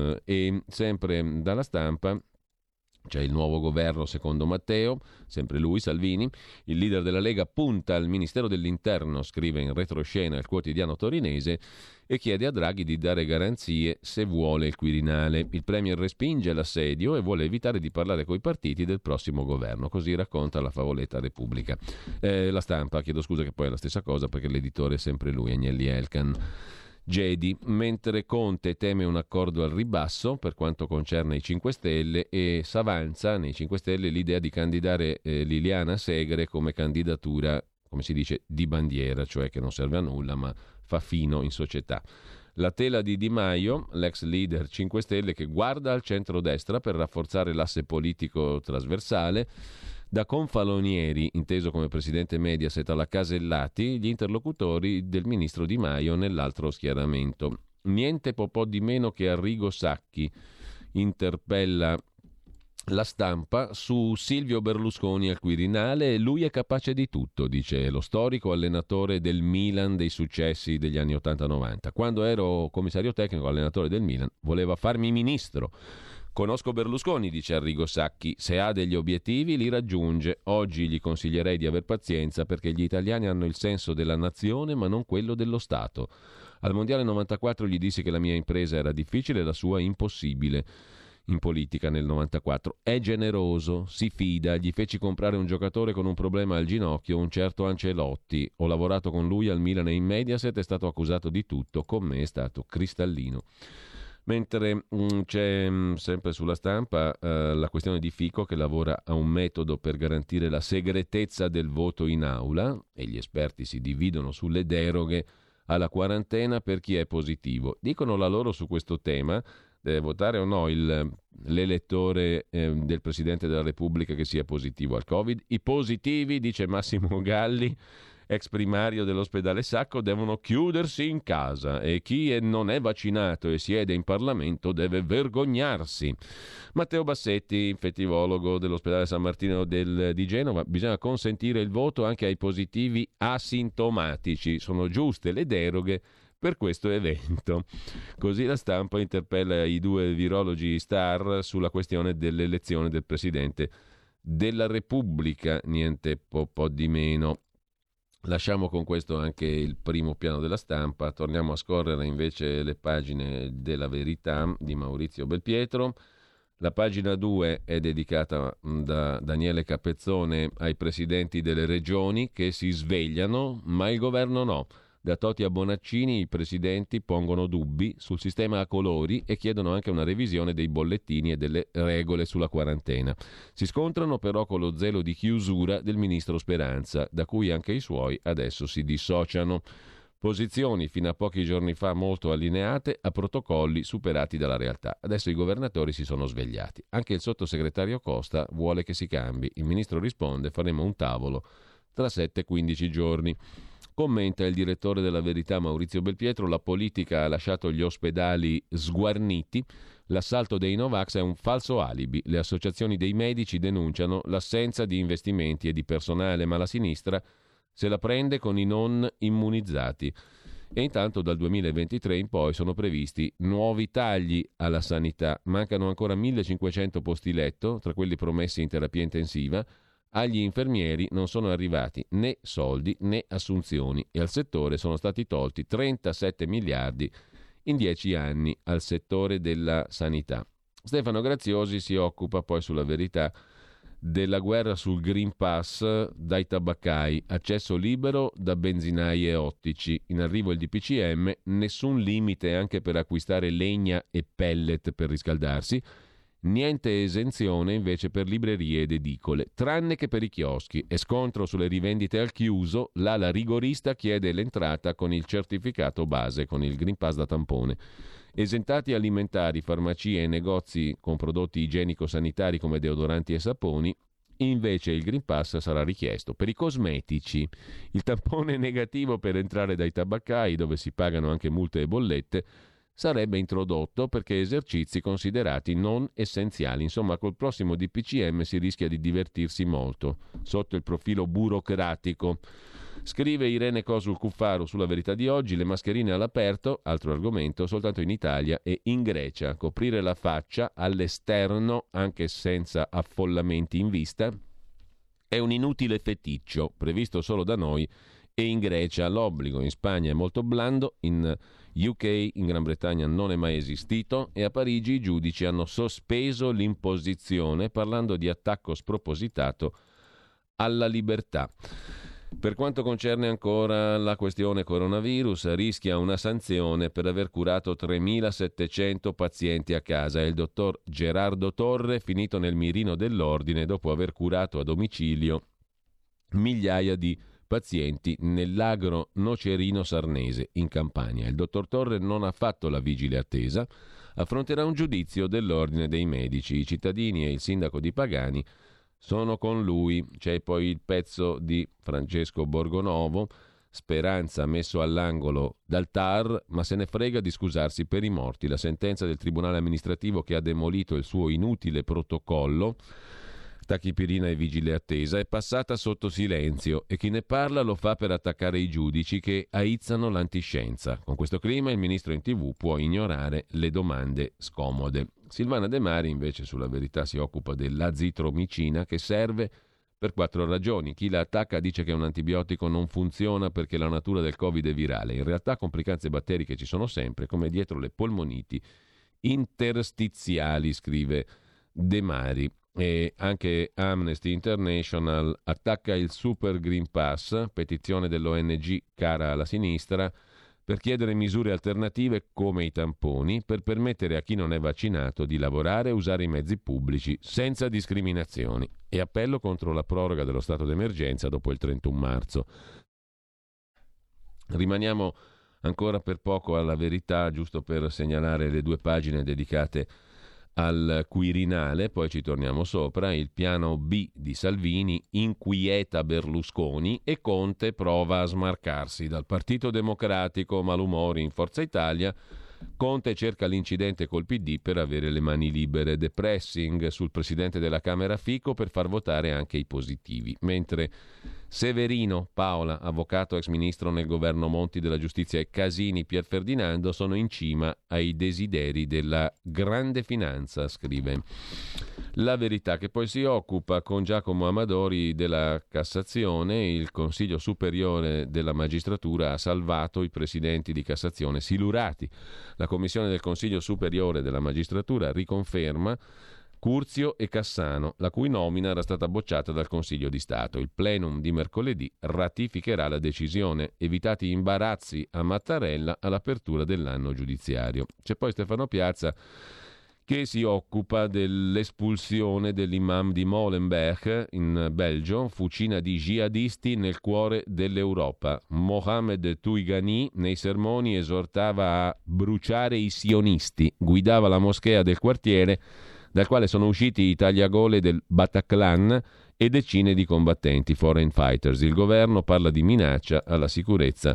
E sempre dalla Stampa c'è il nuovo governo secondo Matteo, sempre lui, Salvini. Il leader della Lega punta al Ministero dell'Interno, scrive in retroscena il quotidiano torinese, e chiede a Draghi di dare garanzie se vuole il Quirinale. Il premier respinge l'assedio e vuole evitare di parlare coi partiti del prossimo governo, così racconta la favoletta Repubblica. La Stampa, chiedo scusa che poi è la stessa cosa perché l'editore è sempre lui, Agnelli Elkan. Gedi, mentre Conte teme un accordo al ribasso per quanto concerne i 5 Stelle e s'avanza nei 5 Stelle l'idea di candidare Liliana Segre come candidatura, come si dice, di bandiera, cioè che non serve a nulla ma fa fino in società. La tela di Di Maio, l'ex leader 5 Stelle che guarda al centrodestra per rafforzare l'asse politico trasversale. Da Confalonieri, inteso come presidente Mediaset, alla Casellati, gli interlocutori del ministro Di Maio nell'altro schieramento. Niente po' di meno che Arrigo Sacchi interpella La Stampa su Silvio Berlusconi al Quirinale: lui è capace di tutto, dice lo storico allenatore del Milan dei successi degli anni 80-90. Quando ero commissario tecnico, allenatore del Milan, voleva farmi ministro. Conosco Berlusconi, dice Arrigo Sacchi, se ha degli obiettivi li raggiunge. Oggi gli consiglierei di aver pazienza perché gli italiani hanno il senso della nazione ma non quello dello Stato. Al Mondiale 94 gli dissi che la mia impresa era difficile e la sua impossibile. In politica nel 94 è generoso, si fida, gli feci comprare un giocatore con un problema al ginocchio, un certo Ancelotti. Ho lavorato con lui al Milan e in Mediaset, è stato accusato di tutto, con me è stato cristallino. Mentre c'è sempre sulla Stampa la questione di Fico, che lavora a un metodo per garantire la segretezza del voto in aula, e gli esperti si dividono sulle deroghe alla quarantena per chi è positivo. Dicono la loro su questo tema: deve votare o no l'elettore del Presidente della Repubblica che sia positivo al Covid? I positivi, dice Massimo Galli, ex primario dell'ospedale Sacco, devono chiudersi in casa e chi non è vaccinato e siede in Parlamento deve vergognarsi. Matteo Bassetti, infettivologo dell'ospedale San Martino di Genova: bisogna consentire il voto anche ai positivi asintomatici, sono giuste le deroghe per questo evento. Così la Stampa interpella i due virologi star sulla questione dell'elezione del Presidente della Repubblica, niente po' di meno. Lasciamo con questo anche il primo piano della Stampa, torniamo a scorrere invece le pagine della Verità di Maurizio Belpietro. La pagina 2 è dedicata da Daniele Capezzone ai presidenti delle regioni che si svegliano, ma il governo no. Da Toti a Bonaccini i presidenti pongono dubbi sul sistema a colori e chiedono anche una revisione dei bollettini e delle regole sulla quarantena. Si scontrano però con lo zelo di chiusura del ministro Speranza, da cui anche i suoi adesso si dissociano. Posizioni fino a pochi giorni fa molto allineate a protocolli superati dalla realtà. Adesso i governatori si sono svegliati. Anche il sottosegretario Costa vuole che si cambi. Il ministro risponde: faremo un tavolo tra 7-15 giorni. Commenta il direttore della Verità Maurizio Belpietro: la politica ha lasciato gli ospedali sguarniti, l'assalto dei Novax è un falso alibi, le associazioni dei medici denunciano l'assenza di investimenti e di personale, ma la sinistra se la prende con i non immunizzati. E intanto dal 2023 in poi sono previsti nuovi tagli alla sanità, mancano ancora 1.500 posti letto, tra quelli promessi in terapia intensiva. Agli infermieri non sono arrivati né soldi né assunzioni e al settore sono stati tolti 37 miliardi in 10 anni al settore della sanità. Stefano Graziosi si occupa poi sulla Verità della guerra sul Green Pass dai tabaccai, accesso libero da benzinai e ottici, in arrivo il DPCM, nessun limite anche per acquistare legna e pellet per riscaldarsi. Niente esenzione invece per librerie ed edicole, tranne che per i chioschi, e scontro sulle rivendite al chiuso. L'ala rigorista chiede l'entrata con il certificato base, con il Green Pass da tampone. Esentati alimentari, farmacie e negozi con prodotti igienico-sanitari come deodoranti e saponi. Invece il Green Pass sarà richiesto per i cosmetici. Il tampone negativo per entrare dai tabaccai, dove si pagano anche multe e bollette, sarebbe introdotto perché esercizi considerati non essenziali. Insomma, col prossimo DPCM si rischia di divertirsi molto sotto il profilo burocratico. Scrive Irene Cosul Cuffaro sulla Verità di oggi: le mascherine all'aperto, altro argomento, soltanto in Italia e in Grecia. Coprire la faccia all'esterno, anche senza affollamenti in vista, è un inutile feticcio, previsto solo da noi e in Grecia. L'obbligo in Spagna è molto blando, in UK, in Gran Bretagna, non è mai esistito, e a Parigi i giudici hanno sospeso l'imposizione parlando di attacco spropositato alla libertà. Per quanto concerne ancora la questione coronavirus, rischia una sanzione per aver curato 3.700 pazienti a casa. È il dottor Gerardo Torre, finito nel mirino dell'ordine dopo aver curato a domicilio migliaia di pazienti nell'agro nocerino sarnese in Campania. Il dottor Torre non ha fatto la vigile attesa, affronterà un giudizio dell'ordine dei medici. I cittadini e il sindaco di Pagani sono con lui. C'è poi il pezzo di Francesco Borgonovo Speranza messo all'angolo dal TAR, ma se ne frega di scusarsi per i morti. La sentenza del Tribunale amministrativo che ha demolito il suo inutile protocollo, tachipirina e vigile attesa, è passata sotto silenzio e chi ne parla lo fa per attaccare i giudici che aizzano l'antiscienza. Con questo clima il ministro in TV può ignorare le domande scomode. Silvana De Mari invece sulla Verità si occupa dell'azitromicina che serve per 4 ragioni. Chi la attacca dice che un antibiotico non funziona perché la natura del Covid è virale. In realtà complicanze batteriche ci sono sempre, come dietro le polmoniti interstiziali, scrive De Mari. E anche Amnesty International attacca il Super Green Pass, petizione dell'ONG cara alla sinistra, per chiedere misure alternative come i tamponi per permettere a chi non è vaccinato di lavorare e usare i mezzi pubblici senza discriminazioni, e appello contro la proroga dello stato d'emergenza dopo il 31 marzo. Rimaniamo ancora per poco alla Verità, giusto per segnalare le 2 pagine dedicate al Quirinale, poi ci torniamo sopra. Il piano B di Salvini inquieta Berlusconi e Conte prova a smarcarsi dal Partito Democratico, malumori in Forza Italia. Conte cerca l'incidente col PD per avere le mani libere, depressing sul presidente della Camera Fico per far votare anche i positivi, mentre Severino Paola, avvocato ex ministro nel governo Monti della giustizia, e Casini Pier Ferdinando sono in cima ai desideri della grande finanza, scrive La Verità, che poi si occupa con Giacomo Amadori della Cassazione. Il Consiglio Superiore della Magistratura ha salvato i presidenti di Cassazione silurati. La Commissione del Consiglio Superiore della Magistratura riconferma Curzio e Cassano, la cui nomina era stata bocciata dal Consiglio di Stato. Il plenum di mercoledì ratificherà la decisione, evitati imbarazzi a Mattarella all'apertura dell'anno giudiziario. C'è poi Stefano Piazza che si occupa dell'espulsione dell'imam di Molenbeek in Belgio, fucina di jihadisti nel cuore dell'Europa. Mohamed Touigani nei sermoni esortava a bruciare i sionisti, guidava la moschea del quartiere dal quale sono usciti i tagliagole del Bataclan e decine di combattenti, foreign fighters. Il governo parla di minaccia alla sicurezza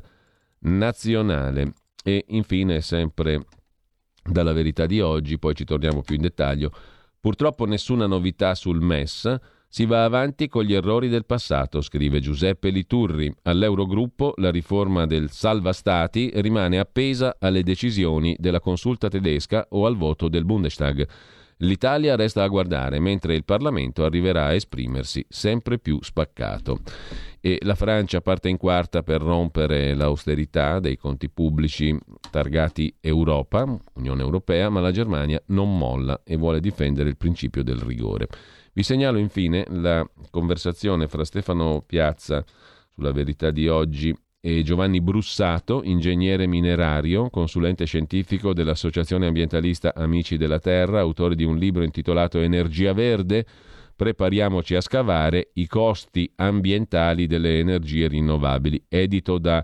nazionale. E infine, sempre dalla Verità di oggi, poi ci torniamo più in dettaglio, purtroppo nessuna novità sul MES, si va avanti con gli errori del passato, scrive Giuseppe Liturri. All'Eurogruppo la riforma del salva stati rimane appesa alle decisioni della consulta tedesca o al voto del Bundestag. L'Italia resta a guardare, mentre il Parlamento arriverà a esprimersi sempre più spaccato. E la Francia parte in quarta per rompere l'austerità dei conti pubblici targati Europa, Unione Europea, ma la Germania non molla e vuole difendere il principio del rigore. Vi segnalo infine la conversazione fra Stefano Piazza sulla Verità di oggi e Giovanni Brussato, ingegnere minerario, consulente scientifico dell'Associazione Ambientalista Amici della Terra, autore di un libro intitolato Energia Verde, prepariamoci a scavare i costi ambientali delle energie rinnovabili, edito da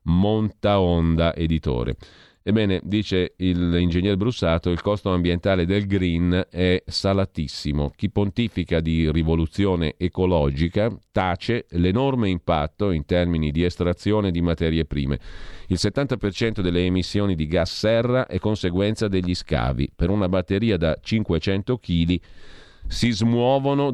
Montaonda Editore. Ebbene, dice l'ingegner Brussato, il costo ambientale del green è salatissimo. Chi pontifica di rivoluzione ecologica tace l'enorme impatto in termini di estrazione di materie prime. Il 70% delle emissioni di gas serra è conseguenza degli scavi. Per una batteria da 500 kg si smuovono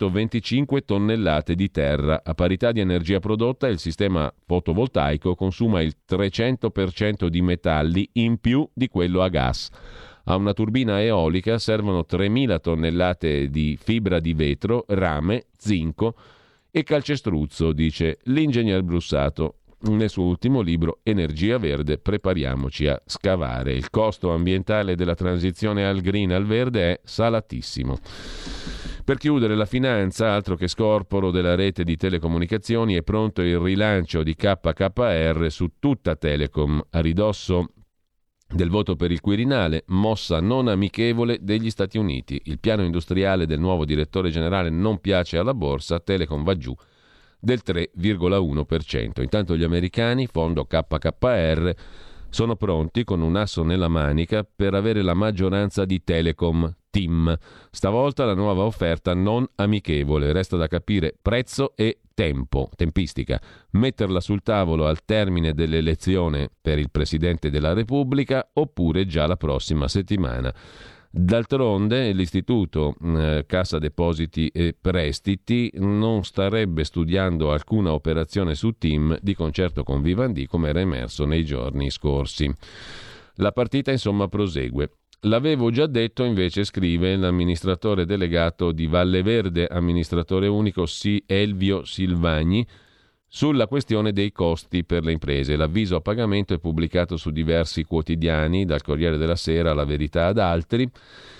225 tonnellate di terra. A parità di energia prodotta, il sistema fotovoltaico consuma il 300% di metalli in più di quello a gas. A una turbina eolica servono 3.000 tonnellate di fibra di vetro, rame, zinco e calcestruzzo, dice l'ingegner Brussato nel suo ultimo libro Energia Verde, prepariamoci a scavare. Il costo ambientale della transizione al green, al verde, è salatissimo. Per chiudere, la finanza, altro che scorporo della rete di telecomunicazioni, è pronto il rilancio di KKR su tutta Telecom, a ridosso del voto per il Quirinale, mossa non amichevole degli Stati Uniti. Il piano industriale del nuovo direttore generale non piace alla borsa, Telecom va giù del 3,1%. Intanto gli americani, fondo KKR, sono pronti con un asso nella manica per avere la maggioranza di Telecom Team. Stavolta la nuova offerta non amichevole, resta da capire prezzo e tempistica, metterla sul tavolo al termine dell'elezione per il Presidente della Repubblica oppure già la prossima settimana. D'altronde l'Istituto Cassa Depositi e Prestiti non starebbe studiando alcuna operazione su TIM di concerto con Vivendi, come era emerso nei giorni scorsi. La partita insomma prosegue. L'avevo già detto, invece, scrive l'amministratore delegato di Valle Verde, amministratore unico Elvio Silvagni, sulla questione dei costi per le imprese. L'avviso a pagamento è pubblicato su diversi quotidiani, dal Corriere della Sera alla Verità ad altri.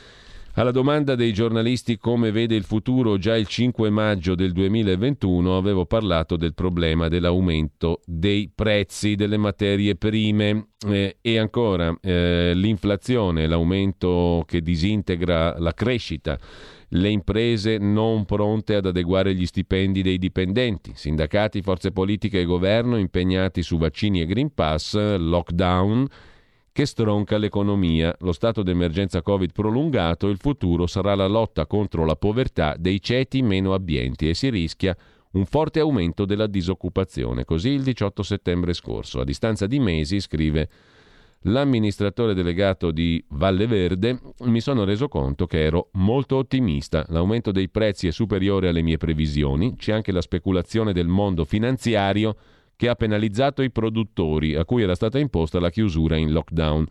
Alla domanda dei giornalisti come vede il futuro già il 5 maggio del 2021 avevo parlato del problema dell'aumento dei prezzi delle materie prime e ancora l'inflazione, l'aumento che disintegra la crescita, le imprese non pronte ad adeguare gli stipendi dei dipendenti, sindacati, forze politiche e governo impegnati su vaccini e Green Pass, lockdown che stronca l'economia, lo stato d'emergenza Covid prolungato, il futuro sarà la lotta contro la povertà dei ceti meno abbienti e si rischia un forte aumento della disoccupazione. Così il 18 settembre scorso. A distanza di mesi, scrive l'amministratore delegato di Valle Verde, mi sono reso conto che ero molto ottimista. L'aumento dei prezzi è superiore alle mie previsioni. C'è anche la speculazione del mondo finanziario che ha penalizzato i produttori, a cui era stata imposta la chiusura in lockdown.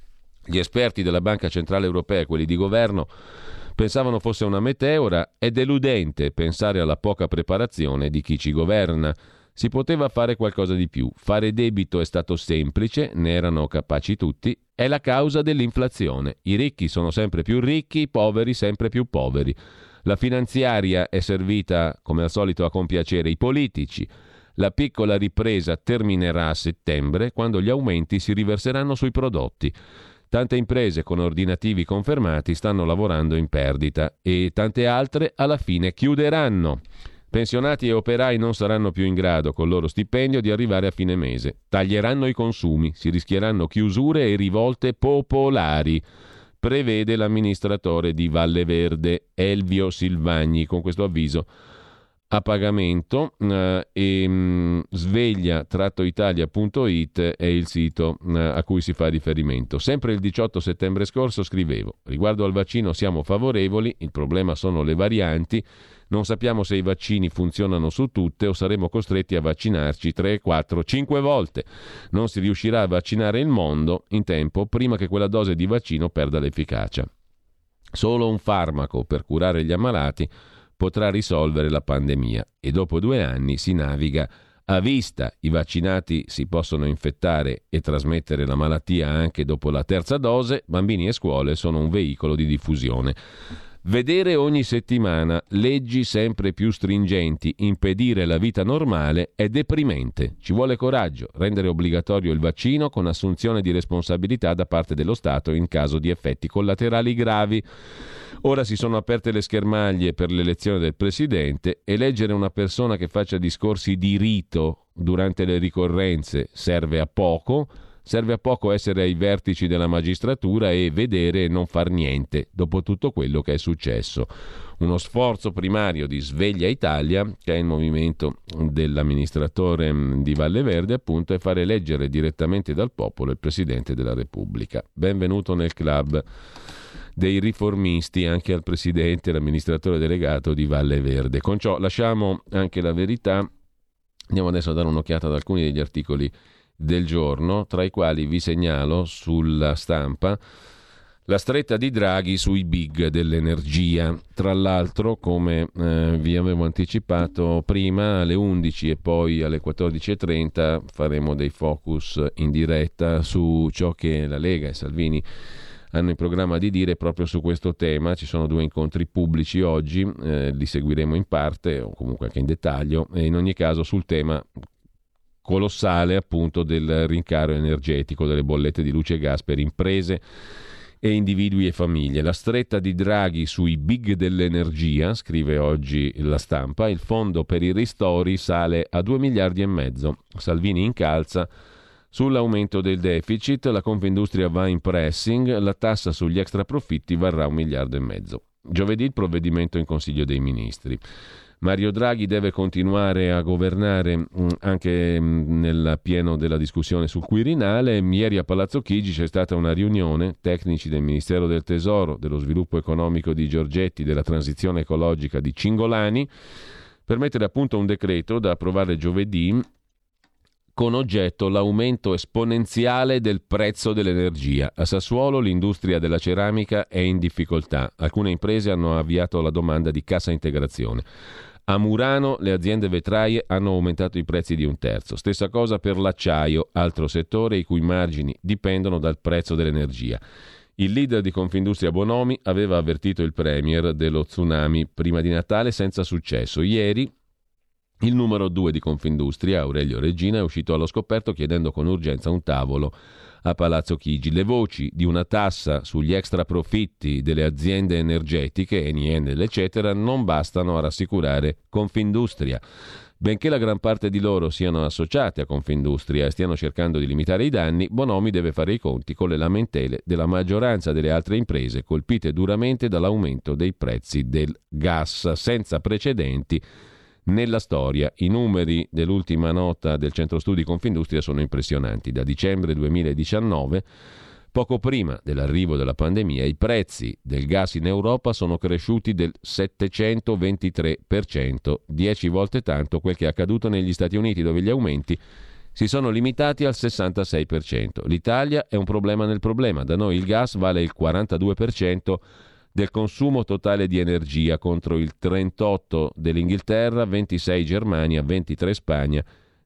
Gli esperti della Banca Centrale Europea e quelli di governo pensavano fosse una meteora. È deludente pensare alla poca preparazione di chi ci governa. Si poteva fare qualcosa di più. Fare debito è stato semplice, ne erano capaci tutti. È la causa dell'inflazione. I ricchi sono sempre più ricchi, i poveri sempre più poveri. La finanziaria è servita, come al solito, a compiacere i politici. La piccola ripresa terminerà a settembre, quando gli aumenti si riverseranno sui prodotti. Tante imprese con ordinativi confermati stanno lavorando in perdita e tante altre alla fine chiuderanno. Pensionati e operai non saranno più in grado, col loro stipendio, di arrivare a fine mese. Taglieranno i consumi, si rischieranno chiusure e rivolte popolari, prevede l'amministratore di Valle Verde, Elvio Silvagni, con questo avviso a pagamento. Sveglia-italia.it è il sito a cui si fa riferimento. Sempre il 18 settembre scorso scrivevo: riguardo al vaccino siamo favorevoli, il problema sono le varianti, non sappiamo se i vaccini funzionano su tutte o saremo costretti a vaccinarci 3, 4, 5 volte. Non si riuscirà a vaccinare il mondo in tempo prima che quella dose di vaccino perda l'efficacia. Solo un farmaco per curare gli ammalati potrà risolvere la pandemia e dopo 2 anni si naviga a vista. I vaccinati si possono infettare e trasmettere la malattia anche dopo la 3ª dose. Bambini e scuole sono un veicolo di diffusione. Vedere ogni settimana leggi sempre più stringenti impedire la vita normale è deprimente. Ci vuole coraggio, rendere obbligatorio il vaccino con assunzione di responsabilità da parte dello Stato in caso di effetti collaterali gravi. Ora si sono aperte le schermaglie per l'elezione del presidente. Eleggere una persona che faccia discorsi di rito durante le ricorrenze serve a poco. Serve a poco essere ai vertici della magistratura e vedere e non far niente dopo tutto quello che è successo. Uno sforzo primario di Sveglia Italia, che è il movimento dell'amministratore di Valle Verde, appunto, è fare eleggere direttamente dal popolo il Presidente della Repubblica. Benvenuto nel club dei riformisti anche al Presidente e l'amministratore delegato di Valle Verde. Con ciò lasciamo anche la Verità. Andiamo adesso a dare un'occhiata ad alcuni degli articoli del giorno, tra i quali vi segnalo sulla Stampa la stretta di Draghi sui big dell'energia. Tra l'altro, come vi avevo anticipato prima, alle 11 e poi alle 14.30 faremo dei focus in diretta su ciò che la Lega e Salvini hanno in programma di dire proprio su questo tema. Ci sono 2 incontri pubblici oggi, li seguiremo in parte o comunque anche in dettaglio, e in ogni caso sul tema colossale appunto del rincaro energetico, delle bollette di luce e gas per imprese e individui e famiglie. La stretta di Draghi sui big dell'energia, scrive oggi la Stampa, il fondo per i ristori sale a 2,5 miliardi. Salvini incalza sull'aumento del deficit, la Confindustria va in pressing, la tassa sugli extraprofitti varrà 1,5 miliardi. Giovedì il provvedimento in Consiglio dei Ministri. Mario Draghi deve continuare a governare anche nel pieno della discussione sul Quirinale. Ieri a Palazzo Chigi c'è stata una riunione, tecnici del Ministero del Tesoro, dello Sviluppo Economico di Giorgetti, della Transizione Ecologica di Cingolani, per mettere a punto un decreto da approvare giovedì con oggetto l'aumento esponenziale del prezzo dell'energia. A Sassuolo l'industria della ceramica è in difficoltà. Alcune imprese hanno avviato la domanda di cassa integrazione. A Murano le aziende vetraie hanno aumentato i prezzi di 1/3. Stessa cosa per l'acciaio, altro settore i cui margini dipendono dal prezzo dell'energia. Il leader di Confindustria Bonomi aveva avvertito il premier dello tsunami prima di Natale senza successo. Ieri il numero 2 di Confindustria, Aurelio Regina, è uscito allo scoperto chiedendo con urgenza un tavolo a Palazzo Chigi. Le voci di una tassa sugli extra profitti delle aziende energetiche, Eni, Enel, eccetera, non bastano a rassicurare Confindustria. Benché la gran parte di loro siano associate a Confindustria e stiano cercando di limitare i danni, Bonomi deve fare i conti con le lamentele della maggioranza delle altre imprese colpite duramente dall'aumento dei prezzi del gas senza precedenti nella storia. I numeri dell'ultima nota del Centro Studi Confindustria sono impressionanti. Da dicembre 2019, poco prima dell'arrivo della pandemia, i prezzi del gas in Europa sono cresciuti del 723%, 10 volte tanto quel che è accaduto negli Stati Uniti, dove gli aumenti si sono limitati al 66%. L'Italia è un problema nel problema. Da noi il gas vale il 42% del consumo totale di energia contro il 38% dell'Inghilterra, 26% Germania, 23% Spagna,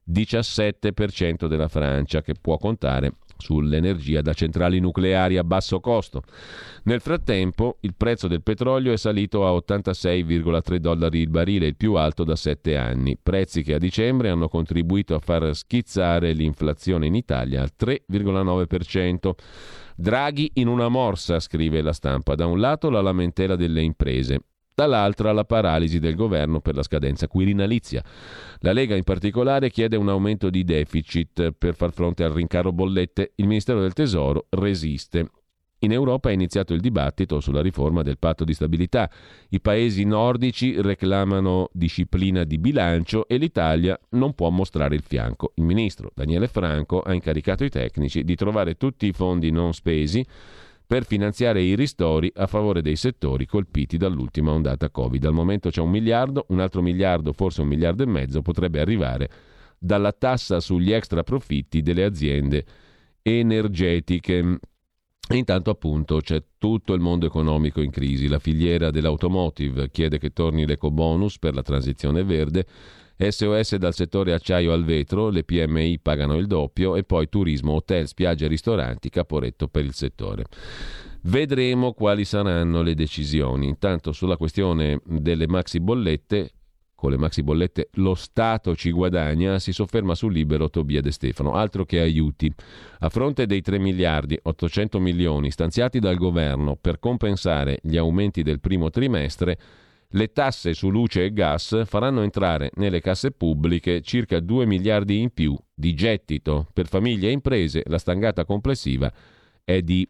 17% della Francia, che può contare sull'energia da centrali nucleari a basso costo. Nel frattempo il prezzo del petrolio è salito a $86,3 il barile, il più alto da 7 anni, prezzi che a dicembre hanno contribuito a far schizzare l'inflazione in Italia al 3,9%. Draghi in una morsa, scrive La Stampa. Da un lato la lamentela delle imprese, dall'altra la paralisi del governo per la scadenza quirinalizia. La Lega in particolare chiede un aumento di deficit per far fronte al rincaro bollette. Il Ministero del Tesoro resiste. In Europa è iniziato il dibattito sulla riforma del patto di stabilità. I paesi nordici reclamano disciplina di bilancio e l'Italia non può mostrare il fianco. Il ministro Daniele Franco ha incaricato i tecnici di trovare tutti i fondi non spesi per finanziare i ristori a favore dei settori colpiti dall'ultima ondata Covid. Al momento c'è 1 miliardo, un altro miliardo, forse 1,5 miliardi, potrebbe arrivare dalla tassa sugli extra profitti delle aziende energetiche. E intanto appunto c'è tutto il mondo economico in crisi. La filiera dell'automotive chiede che torni l'ecobonus per la transizione verde, SOS dal settore acciaio al vetro, le PMI pagano il doppio e poi turismo, hotel, spiagge e ristoranti, Caporetto per il settore. Vedremo quali saranno le decisioni. Intanto sulla questione delle maxi bollette, con le maxi bollette lo Stato ci guadagna, si sofferma sul Libero Tobia De Stefano. Altro che aiuti. A fronte dei 3 miliardi 800 milioni stanziati dal governo per compensare gli aumenti del primo trimestre, le tasse su luce e gas faranno entrare nelle casse pubbliche circa 2 miliardi in più di gettito. Per famiglie e imprese la stangata complessiva è di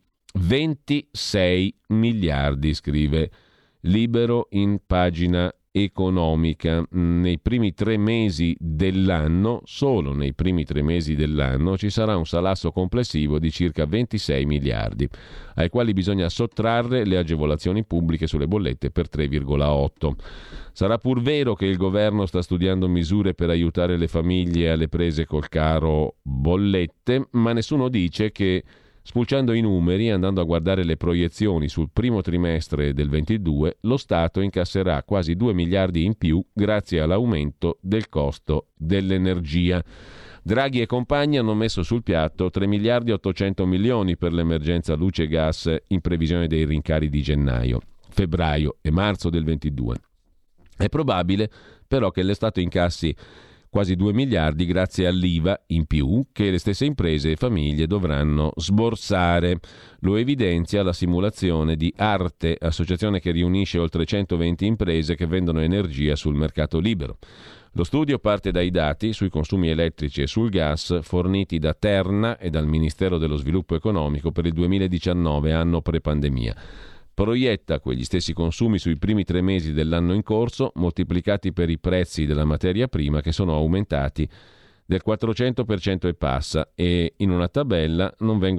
26 miliardi, scrive Libero in pagina economica. Nei primi 3 mesi dell'anno, solo nei primi 3 mesi dell'anno, ci sarà un salasso complessivo di circa 26 miliardi, ai quali bisogna sottrarre le agevolazioni pubbliche sulle bollette per 3,8. Sarà pur vero che il governo sta studiando misure per aiutare le famiglie alle prese col caro bollette, ma nessuno dice che, spulciando i numeri e andando a guardare le proiezioni sul primo trimestre del 22, lo Stato incasserà quasi 2 miliardi in più grazie all'aumento del costo dell'energia. Draghi e compagni hanno messo sul piatto 3 miliardi 800 milioni per l'emergenza luce e gas in previsione dei rincari di gennaio, febbraio e marzo del 22. È probabile però che l'Estato incassi quasi 2 miliardi grazie all'IVA in più che le stesse imprese e famiglie dovranno sborsare. Lo evidenzia la simulazione di Arte, associazione che riunisce oltre 120 imprese che vendono energia sul mercato libero. Lo studio parte dai dati sui consumi elettrici e sul gas forniti da Terna e dal Ministero dello Sviluppo Economico per il 2019, anno pre-pandemia. proietta quegli stessi consumi sui primi 3 mesi dell'anno in corso, moltiplicati per i prezzi della materia prima che sono aumentati del 400% e passa, e in una tabella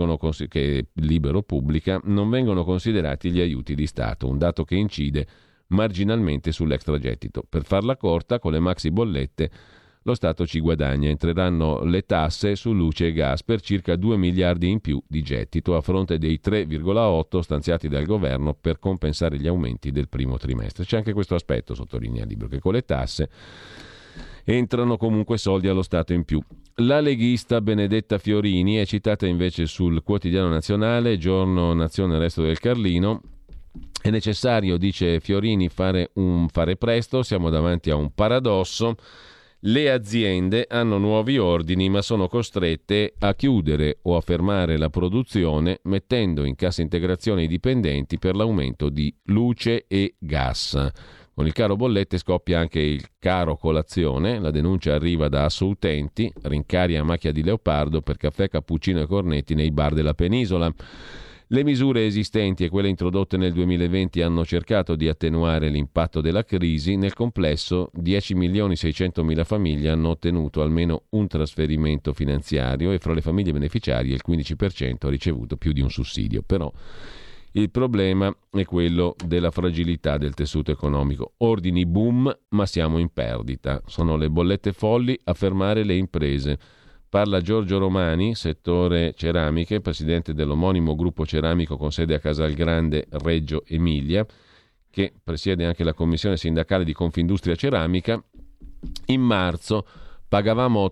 che Libero pubblica non vengono considerati gli aiuti di Stato, un dato che incide marginalmente sull'extragettito. Per farla corta, con le maxi bollette lo Stato ci guadagna. Entreranno le tasse su luce e gas per circa 2 miliardi in più di gettito, a fronte dei 3,8 stanziati dal governo per compensare gli aumenti del primo trimestre. C'è anche questo aspetto, sottolinea il libro, che con le tasse entrano comunque soldi allo Stato in più. La leghista Benedetta Fiorini è citata invece sul Quotidiano Nazionale, Giorno, Nazione, Resto del Carlino. È necessario, dice Fiorini, fare presto, siamo davanti a un paradosso. Le aziende hanno nuovi ordini ma sono costrette a chiudere o a fermare la produzione, mettendo in cassa integrazione i dipendenti per l'aumento di luce e gas. Con il caro bollette scoppia anche il caro colazione. La denuncia arriva da Assoutenti, rincari a macchia di leopardo per caffè, cappuccino e cornetti nei bar della penisola. Le misure esistenti e quelle introdotte nel 2020 hanno cercato di attenuare l'impatto della crisi. Nel complesso 10.600.000 famiglie hanno ottenuto almeno un trasferimento finanziario e fra le famiglie beneficiarie il 15% ha ricevuto più di un sussidio. Però il problema è quello della fragilità del tessuto economico. Ordini boom, ma siamo in perdita. Sono le bollette folli a fermare le imprese. Parla Giorgio Romani, settore ceramiche, presidente dell'omonimo gruppo ceramico con sede a Casalgrande, Reggio Emilia, che presiede anche la commissione sindacale di Confindustria Ceramica. In marzo pagavamo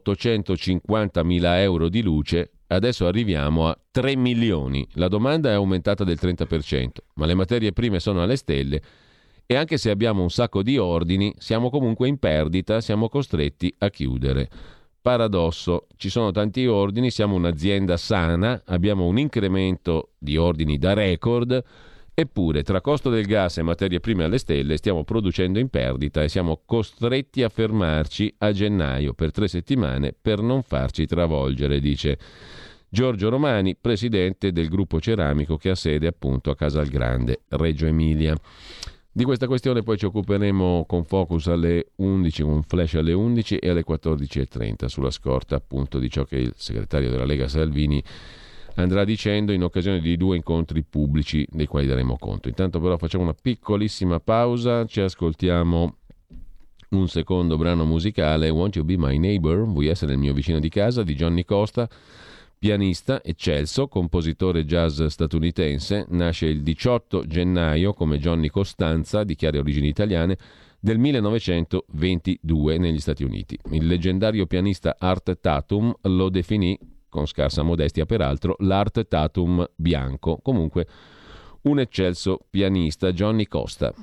850.000 euro di luce, adesso arriviamo a 3 milioni. La domanda è aumentata del 30%, ma le materie prime sono alle stelle e anche se abbiamo un sacco di ordini, siamo comunque in perdita, siamo costretti a chiudere. Paradosso, ci sono tanti ordini, siamo un'azienda sana, abbiamo un incremento di ordini da record, eppure tra costo del gas e materie prime alle stelle stiamo producendo in perdita e siamo costretti a fermarci a gennaio per 3 settimane per non farci travolgere, dice Giorgio Romani, presidente del gruppo ceramico che ha sede appunto a Casalgrande, Reggio Emilia. Di questa questione poi ci occuperemo con focus alle 11, con un flash alle 11 e alle 14.30 sulla scorta appunto di ciò che il segretario della Lega Salvini andrà dicendo in occasione di 2 incontri pubblici dei quali daremo conto. Intanto però facciamo una piccolissima pausa, ci ascoltiamo un secondo brano musicale, Won't You Be My Neighbor, vuoi essere il mio vicino di casa, di Johnny Costa, pianista eccelso, compositore jazz statunitense, nasce il 18 gennaio come Johnny Costanza, di chiare origini italiane, del 1922 negli Stati Uniti. Il leggendario pianista Art Tatum lo definì, con scarsa modestia peraltro, l'Art Tatum bianco. Comunque, un eccelso pianista, Johnny Costa.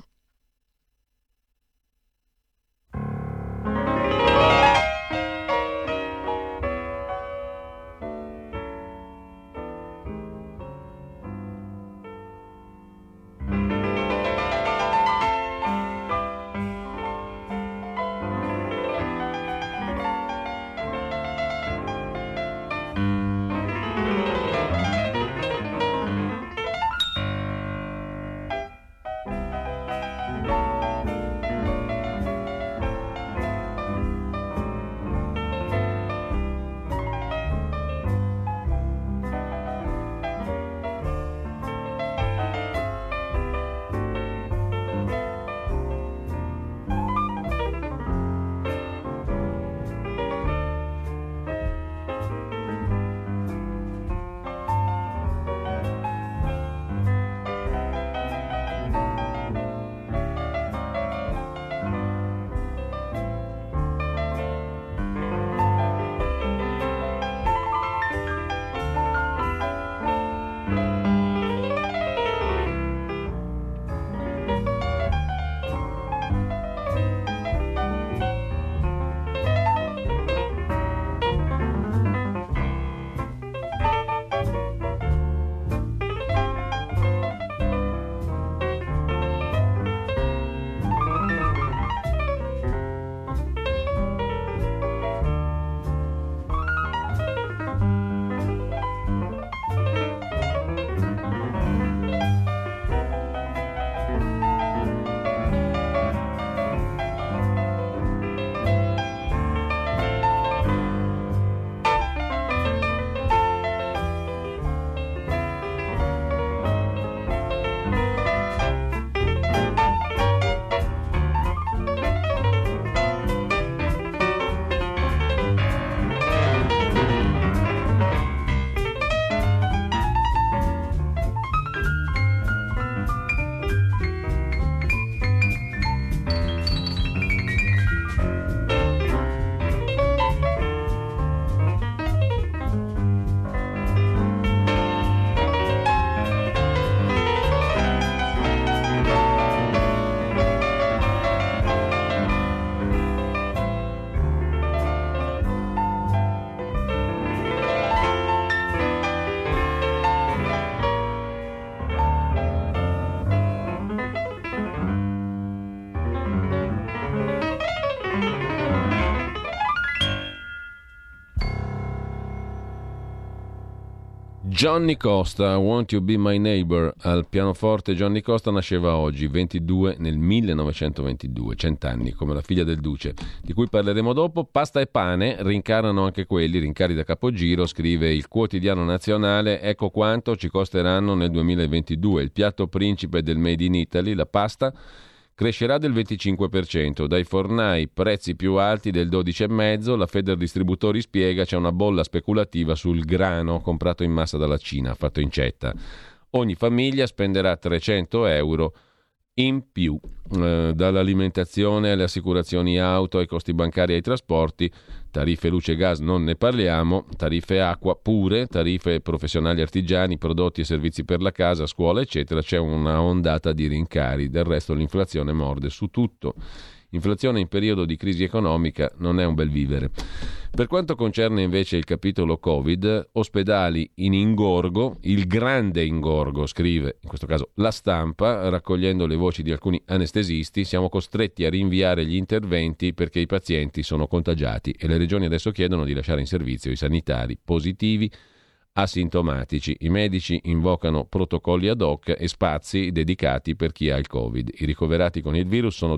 Johnny Costa, Won't You Be My Neighbor, al pianoforte. Johnny Costa nasceva oggi, 22 nel 1922, 100 anni, come la figlia del duce, di cui parleremo dopo. Pasta e pane rincarano anche quelli, rincari da capogiro, scrive il Quotidiano Nazionale. Ecco quanto ci costeranno nel 2022. Il piatto principe del Made in Italy, la pasta, crescerà del 25%, dai fornai prezzi più alti del 12,5%, la Federdistributori spiega c'è una bolla speculativa sul grano comprato in massa dalla Cina, fatto incetta. Ogni famiglia spenderà 300 euro in più, dall'alimentazione alle assicurazioni auto, ai costi bancari, ai trasporti, tariffe luce e gas non ne parliamo, tariffe acqua pure, tariffe professionali, artigiani, prodotti e servizi per la casa, scuola eccetera. C'è una ondata di rincari, del resto l'inflazione morde su tutto. Inflazione in periodo di crisi economica non è un bel vivere. Per quanto concerne invece il capitolo Covid, ospedali in ingorgo, il grande ingorgo, scrive in questo caso La Stampa, raccogliendo le voci di alcuni anestesisti. Siamo costretti a rinviare gli interventi perché i pazienti sono contagiati e le regioni adesso chiedono di lasciare in servizio i sanitari positivi asintomatici. I medici invocano protocolli ad hoc e spazi dedicati per chi ha il Covid. I ricoverati con il virus sono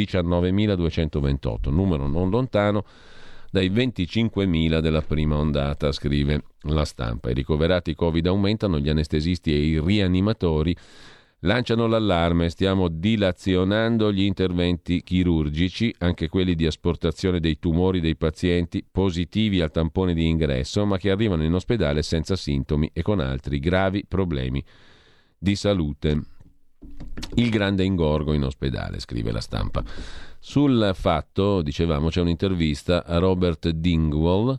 19.228, numero non lontano dai 25.000 della prima ondata, scrive La Stampa. I ricoverati Covid aumentano, gli anestesisti e i rianimatori lanciano l'allarme. Stiamo dilazionando gli interventi chirurgici, anche quelli di asportazione dei tumori dei pazienti positivi al tampone di ingresso, ma che arrivano in ospedale senza sintomi e con altri gravi problemi di salute. Il grande ingorgo in ospedale, scrive La Stampa. Sul Fatto, dicevamo, c'è un'intervista a Robert Dingwall,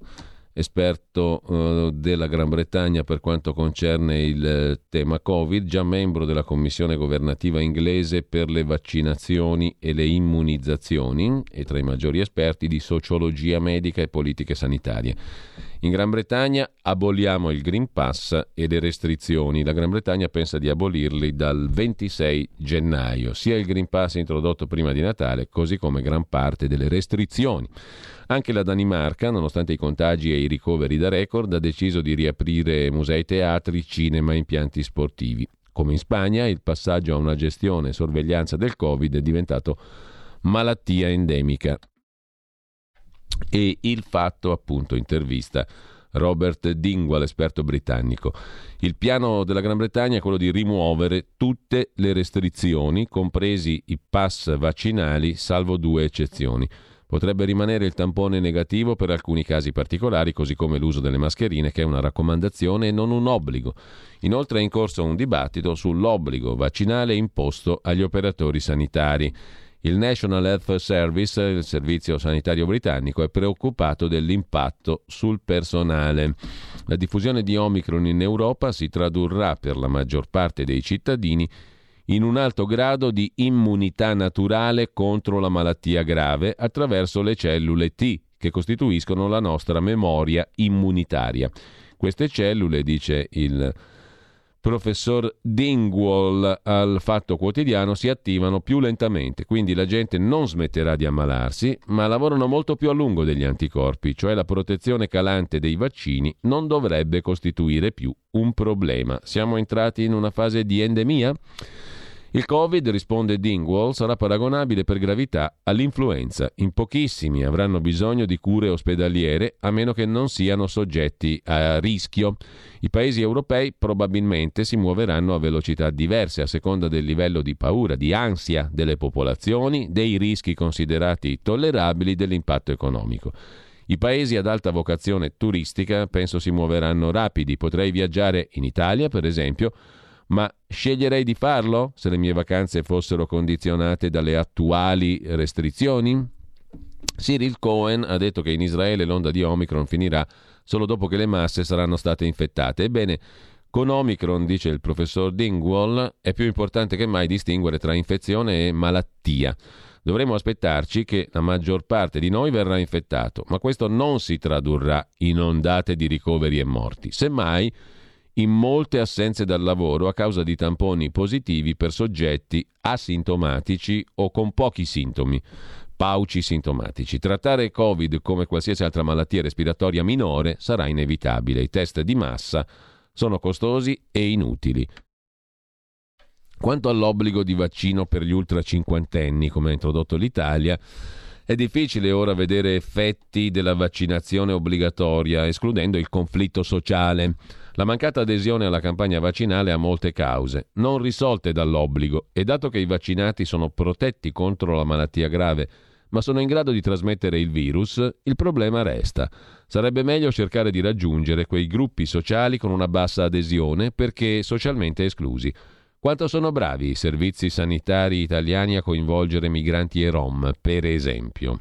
esperto della Gran Bretagna per quanto concerne il tema Covid, già membro della commissione governativa inglese per le vaccinazioni e le immunizzazioni e tra i maggiori esperti di sociologia medica e politiche sanitarie. In Gran Bretagna aboliamo il Green Pass e le restrizioni. La Gran Bretagna pensa di abolirli dal 26 gennaio, sia il Green Pass introdotto prima di Natale, così come gran parte delle restrizioni. Anche la Danimarca, nonostante i contagi e i ricoveri da record, ha deciso di riaprire musei, teatri, cinema e impianti sportivi. Come in Spagna, il passaggio a una gestione e sorveglianza del Covid è diventato malattia endemica. E il Fatto, appunto, intervista Robert Dingwall, esperto britannico. Il piano della Gran Bretagna è quello di rimuovere tutte le restrizioni, compresi i pass vaccinali, salvo 2 eccezioni. Potrebbe rimanere il tampone negativo per alcuni casi particolari, così come l'uso delle mascherine, che è una raccomandazione e non un obbligo. Inoltre è in corso un dibattito sull'obbligo vaccinale imposto agli operatori sanitari. Il National Health Service, il servizio sanitario britannico, è preoccupato dell'impatto sul personale. La diffusione di Omicron in Europa si tradurrà per la maggior parte dei cittadini in un alto grado di immunità naturale contro la malattia grave attraverso le cellule T, che costituiscono la nostra memoria immunitaria. Queste cellule, dice il professor Dingwall al Fatto Quotidiano, si attivano più lentamente, quindi la gente non smetterà di ammalarsi, ma lavorano molto più a lungo degli anticorpi, cioè la protezione calante dei vaccini non dovrebbe costituire più un problema. Siamo entrati in una fase di endemia? Il Covid, risponde Dingwall, sarà paragonabile per gravità all'influenza. In pochissimi avranno bisogno di cure ospedaliere, a meno che non siano soggetti a rischio. I paesi europei probabilmente si muoveranno a velocità diverse a seconda del livello di paura, di ansia delle popolazioni, dei rischi considerati tollerabili, dell'impatto economico. I paesi ad alta vocazione turistica penso si muoveranno rapidi. Potrei viaggiare in Italia, per esempio, ma sceglierei di farlo se le mie vacanze fossero condizionate dalle attuali restrizioni? Cyril Cohen ha detto che in Israele l'onda di Omicron finirà solo dopo che le masse saranno state infettate. Ebbene, con Omicron, dice il professor Dingwall, è più importante che mai distinguere tra infezione e malattia. Dovremo aspettarci che la maggior parte di noi verrà infettato, ma questo non si tradurrà in ondate di ricoveri e morti. Semmai, in molte assenze dal lavoro a causa di tamponi positivi per soggetti asintomatici o con pochi sintomi, pauci sintomatici. Trattare Covid come qualsiasi altra malattia respiratoria minore sarà inevitabile. I test di massa sono costosi e inutili. Quanto all'obbligo di vaccino per gli ultra cinquantenni, come ha introdotto l'Italia, è difficile ora vedere effetti della vaccinazione obbligatoria, escludendo il conflitto sociale. La mancata adesione alla campagna vaccinale ha molte cause, non risolte dall'obbligo, e dato che i vaccinati sono protetti contro la malattia grave, ma sono in grado di trasmettere il virus, il problema resta. Sarebbe meglio cercare di raggiungere quei gruppi sociali con una bassa adesione perché socialmente esclusi. Quanto sono bravi i servizi sanitari italiani a coinvolgere migranti e rom, per esempio?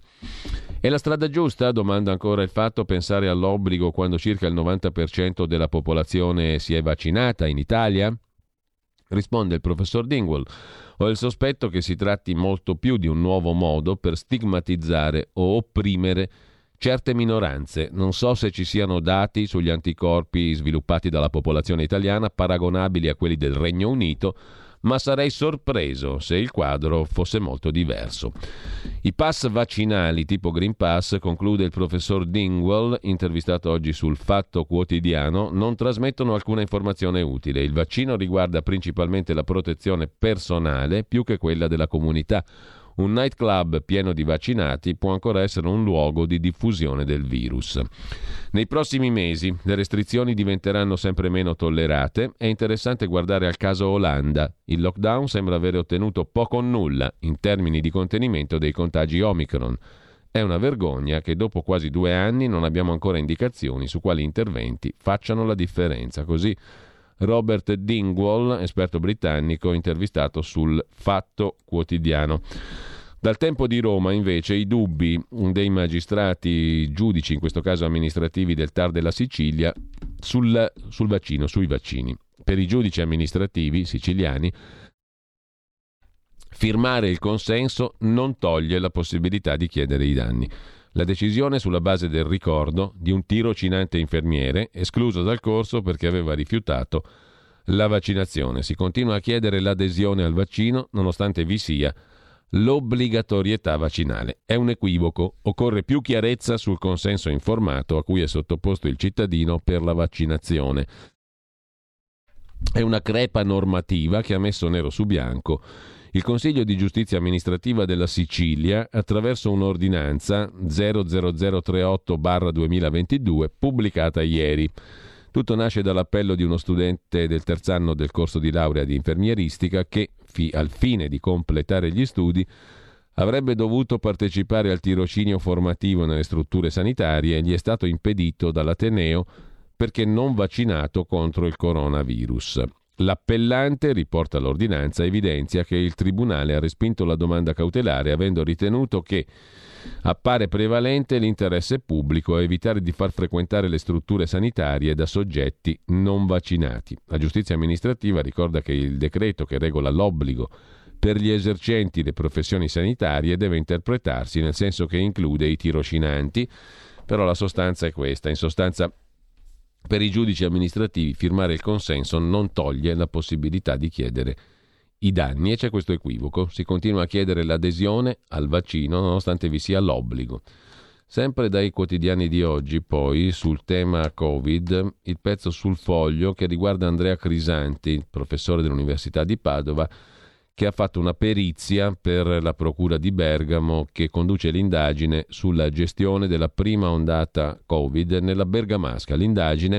È la strada giusta? Domanda ancora il Fatto, pensare all'obbligo quando circa il 90% della popolazione si è vaccinata in Italia? Risponde il professor Dingwall. Ho il sospetto che si tratti molto più di un nuovo modo per stigmatizzare o opprimere certe minoranze. Non so se ci siano dati sugli anticorpi sviluppati dalla popolazione italiana paragonabili a quelli del Regno Unito, ma sarei sorpreso se il quadro fosse molto diverso. I pass vaccinali tipo Green Pass, conclude il professor Dingwall, intervistato oggi sul Fatto Quotidiano, non trasmettono alcuna informazione utile. Il vaccino riguarda principalmente la protezione personale più che quella della comunità. Un nightclub pieno di vaccinati può ancora essere un luogo di diffusione del virus. Nei prossimi mesi le restrizioni diventeranno sempre meno tollerate. È interessante guardare al caso Olanda. Il lockdown sembra aver ottenuto poco o nulla in termini di contenimento dei contagi Omicron. È una vergogna che dopo quasi 2 anni non abbiamo ancora indicazioni su quali interventi facciano la differenza. Così Robert Dingwall, esperto britannico, intervistato sul Fatto Quotidiano. Dal Tempo di Roma, invece, i dubbi dei magistrati giudici, in questo caso amministrativi del TAR della Sicilia, sul vaccino, sui vaccini. Per i giudici amministrativi siciliani, firmare il consenso non toglie la possibilità di chiedere i danni. La decisione sulla base del ricordo di un tirocinante infermiere, escluso dal corso perché aveva rifiutato la vaccinazione. Si continua a chiedere l'adesione al vaccino nonostante vi sia l'obbligatorietà vaccinale. È un equivoco. Occorre più chiarezza sul consenso informato a cui è sottoposto il cittadino per la vaccinazione. È una crepa normativa che ha messo nero su bianco il Consiglio di Giustizia Amministrativa della Sicilia attraverso un'ordinanza 00038/2022 pubblicata ieri. Tutto nasce dall'appello di uno studente del terz'anno del corso di laurea di infermieristica che, al fine di completare gli studi, avrebbe dovuto partecipare al tirocinio formativo nelle strutture sanitarie e gli è stato impedito dall'Ateneo perché non vaccinato contro il coronavirus. L'appellante, riporta l'ordinanza, evidenzia che il tribunale ha respinto la domanda cautelare avendo ritenuto che appare prevalente l'interesse pubblico a evitare di far frequentare le strutture sanitarie da soggetti non vaccinati. La giustizia amministrativa ricorda che il decreto che regola l'obbligo per gli esercenti le professioni sanitarie deve interpretarsi nel senso che include i tirocinanti, però la sostanza è questa. In sostanza, per i giudici amministrativi firmare il consenso non toglie la possibilità di chiedere i danni e c'è questo equivoco. Si continua a chiedere l'adesione al vaccino nonostante vi sia l'obbligo. Sempre dai quotidiani di oggi, poi, sul tema Covid, il pezzo sul Foglio che riguarda Andrea Crisanti, professore dell'Università di Padova, che ha fatto una perizia per la Procura di Bergamo che conduce l'indagine sulla gestione della prima ondata Covid nella Bergamasca. L'indagine,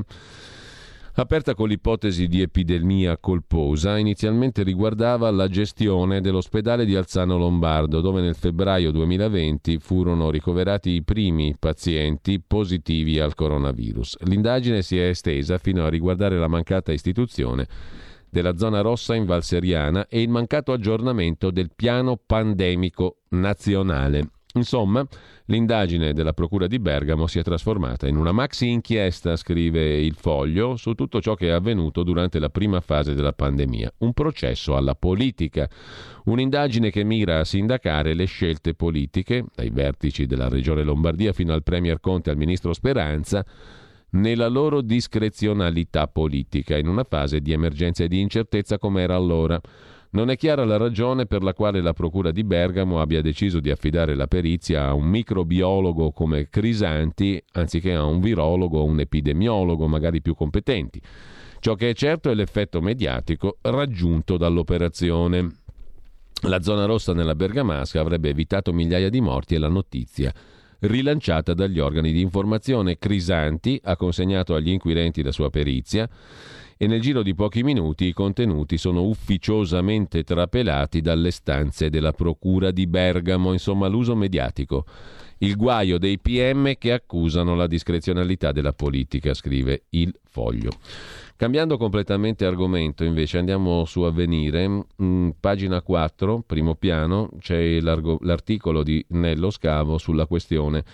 aperta con l'ipotesi di epidemia colposa, inizialmente riguardava la gestione dell'ospedale di Alzano Lombardo, dove nel febbraio 2020 furono ricoverati i primi pazienti positivi al coronavirus. L'indagine si è estesa fino a riguardare la mancata istituzione della zona rossa in Val Seriana e il mancato aggiornamento del piano pandemico nazionale. Insomma, l'indagine della Procura di Bergamo si è trasformata in una maxi inchiesta, scrive il Foglio, su tutto ciò che è avvenuto durante la prima fase della pandemia. Un processo alla politica, un'indagine che mira a sindacare le scelte politiche, dai vertici della Regione Lombardia fino al Premier Conte e al Ministro Speranza, nella loro discrezionalità politica, in una fase di emergenza e di incertezza come era allora. Non è chiara la ragione per la quale la Procura di Bergamo abbia deciso di affidare la perizia a un microbiologo come Crisanti, anziché a un virologo o un epidemiologo, magari più competenti. Ciò che è certo è l'effetto mediatico raggiunto dall'operazione. La zona rossa nella Bergamasca avrebbe evitato migliaia di morti e la notizia rilanciata dagli organi di informazione. Crisanti ha consegnato agli inquirenti la sua perizia e nel giro di pochi minuti i contenuti sono ufficiosamente trapelati dalle stanze della procura di Bergamo. Insomma, l'uso mediatico. Il guaio dei PM che accusano la discrezionalità della politica, scrive Il Foglio. Cambiando completamente argomento, invece, andiamo su Avvenire, pagina 4, primo piano, c'è l'articolo di Nello Scavo sulla questione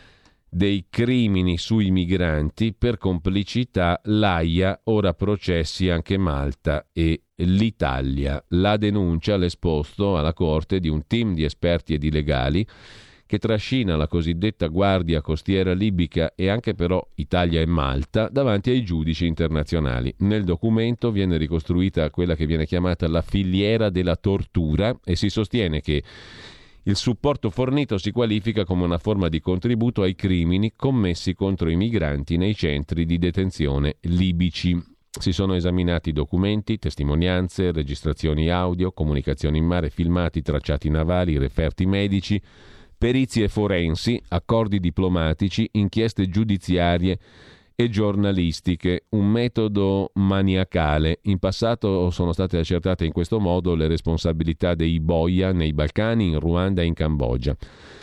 dei crimini sui migranti per complicità. L'AIA, ora processi anche Malta e l'Italia. La denuncia, l'esposto alla Corte di un team di esperti e di legali che trascina la cosiddetta Guardia Costiera libica e anche però Italia e Malta davanti ai giudici internazionali. Nel documento viene ricostruita quella che viene chiamata la filiera della tortura e si sostiene che il supporto fornito si qualifica come una forma di contributo ai crimini commessi contro i migranti nei centri di detenzione libici. Si sono esaminati documenti, testimonianze, registrazioni audio, comunicazioni in mare, filmati, tracciati navali, referti medici, perizie forensi, accordi diplomatici, inchieste giudiziarie e giornalistiche, un metodo maniacale. In passato sono state accertate in questo modo le responsabilità dei boia nei Balcani, in Ruanda e in Cambogia.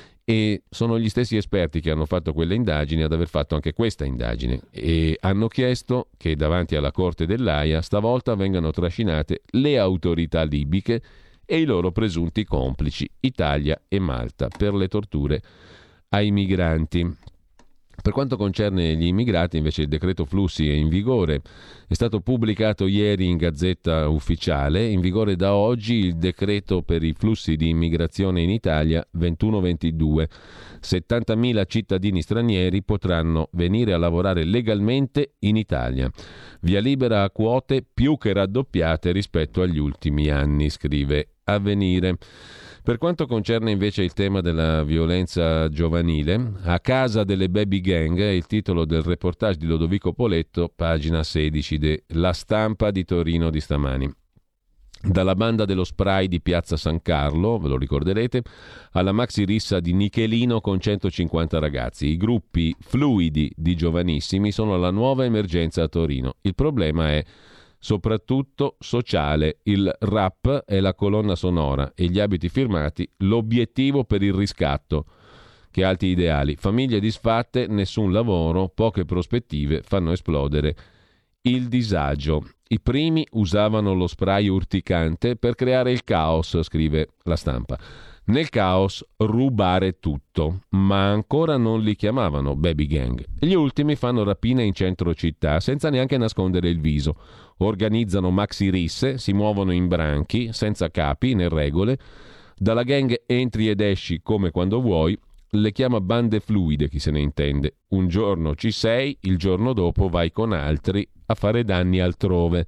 E sono gli stessi esperti che hanno fatto quelle indagini ad aver fatto anche questa indagine e hanno chiesto che davanti alla Corte dell'AIA stavolta vengano trascinate le autorità libiche e i loro presunti complici, Italia e Malta, per le torture ai migranti. Per quanto concerne gli immigrati, invece, il decreto flussi è in vigore. È stato pubblicato ieri in Gazzetta Ufficiale, in vigore da oggi il decreto per i flussi di immigrazione in Italia 21-22. 70.000 cittadini stranieri potranno venire a lavorare legalmente in Italia. Via libera a quote più che raddoppiate rispetto agli ultimi anni, scrive Avvenire. Per quanto concerne invece il tema della violenza giovanile, a casa delle baby gang è il titolo del reportage di Lodovico Poletto, pagina 16 de La Stampa di Torino di stamani. Dalla banda dello spray di Piazza San Carlo, ve lo ricorderete, alla maxi rissa di Nichelino con 150 ragazzi. I gruppi fluidi di giovanissimi sono la nuova emergenza a Torino. Il problema è soprattutto sociale. Il rap è la colonna sonora e gli abiti firmati l'obiettivo per il riscatto. Che alti ideali, famiglie disfatte, nessun lavoro, poche prospettive fanno esplodere il disagio. I primi usavano lo spray urticante per creare il caos, scrive La Stampa. Nel caos rubare tutto, ma ancora non li chiamavano baby gang. Gli ultimi fanno rapine in centro città senza neanche nascondere il viso. Organizzano maxi risse, si muovono in branchi, senza capi né regole. Dalla gang entri ed esci come quando vuoi. Le chiama bande fluide, chi se ne intende. Un giorno ci sei, il giorno dopo vai con altri a fare danni altrove.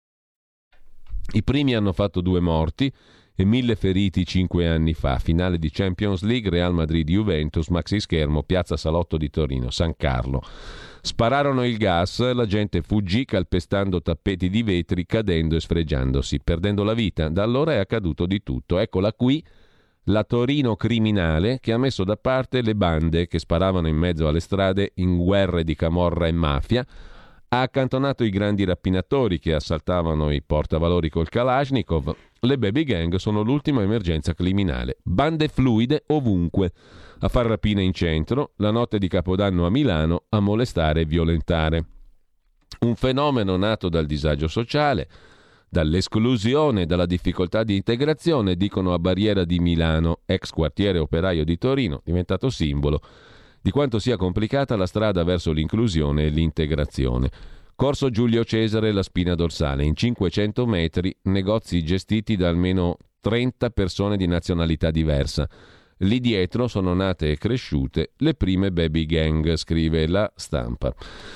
I primi hanno fatto 2 morti e 1000 feriti 5 anni fa. Finale di Champions League, Real Madrid-Juventus, maxi schermo, Piazza Salotto di Torino, San Carlo. Spararono il gas, la gente fuggì calpestando tappeti di vetri, cadendo e sfregiandosi, perdendo la vita. Da allora è accaduto di tutto. Eccola qui la Torino criminale che ha messo da parte le bande che sparavano in mezzo alle strade in guerre di camorra e mafia, ha accantonato i grandi rapinatori che assaltavano i portavalori col Kalashnikov. Le baby gang sono l'ultima emergenza criminale. Bande fluide ovunque, a far rapine in centro, la notte di Capodanno a Milano, a molestare e violentare. Un fenomeno nato dal disagio sociale, dall'esclusione, dalla difficoltà di integrazione, dicono a Barriera di Milano, ex quartiere operaio di Torino, diventato simbolo di quanto sia complicata la strada verso l'inclusione e l'integrazione. Corso Giulio Cesare, la spina dorsale. In 500 metri, negozi gestiti da almeno 30 persone di nazionalità diversa. Lì dietro sono nate e cresciute le prime baby gang, scrive La Stampa.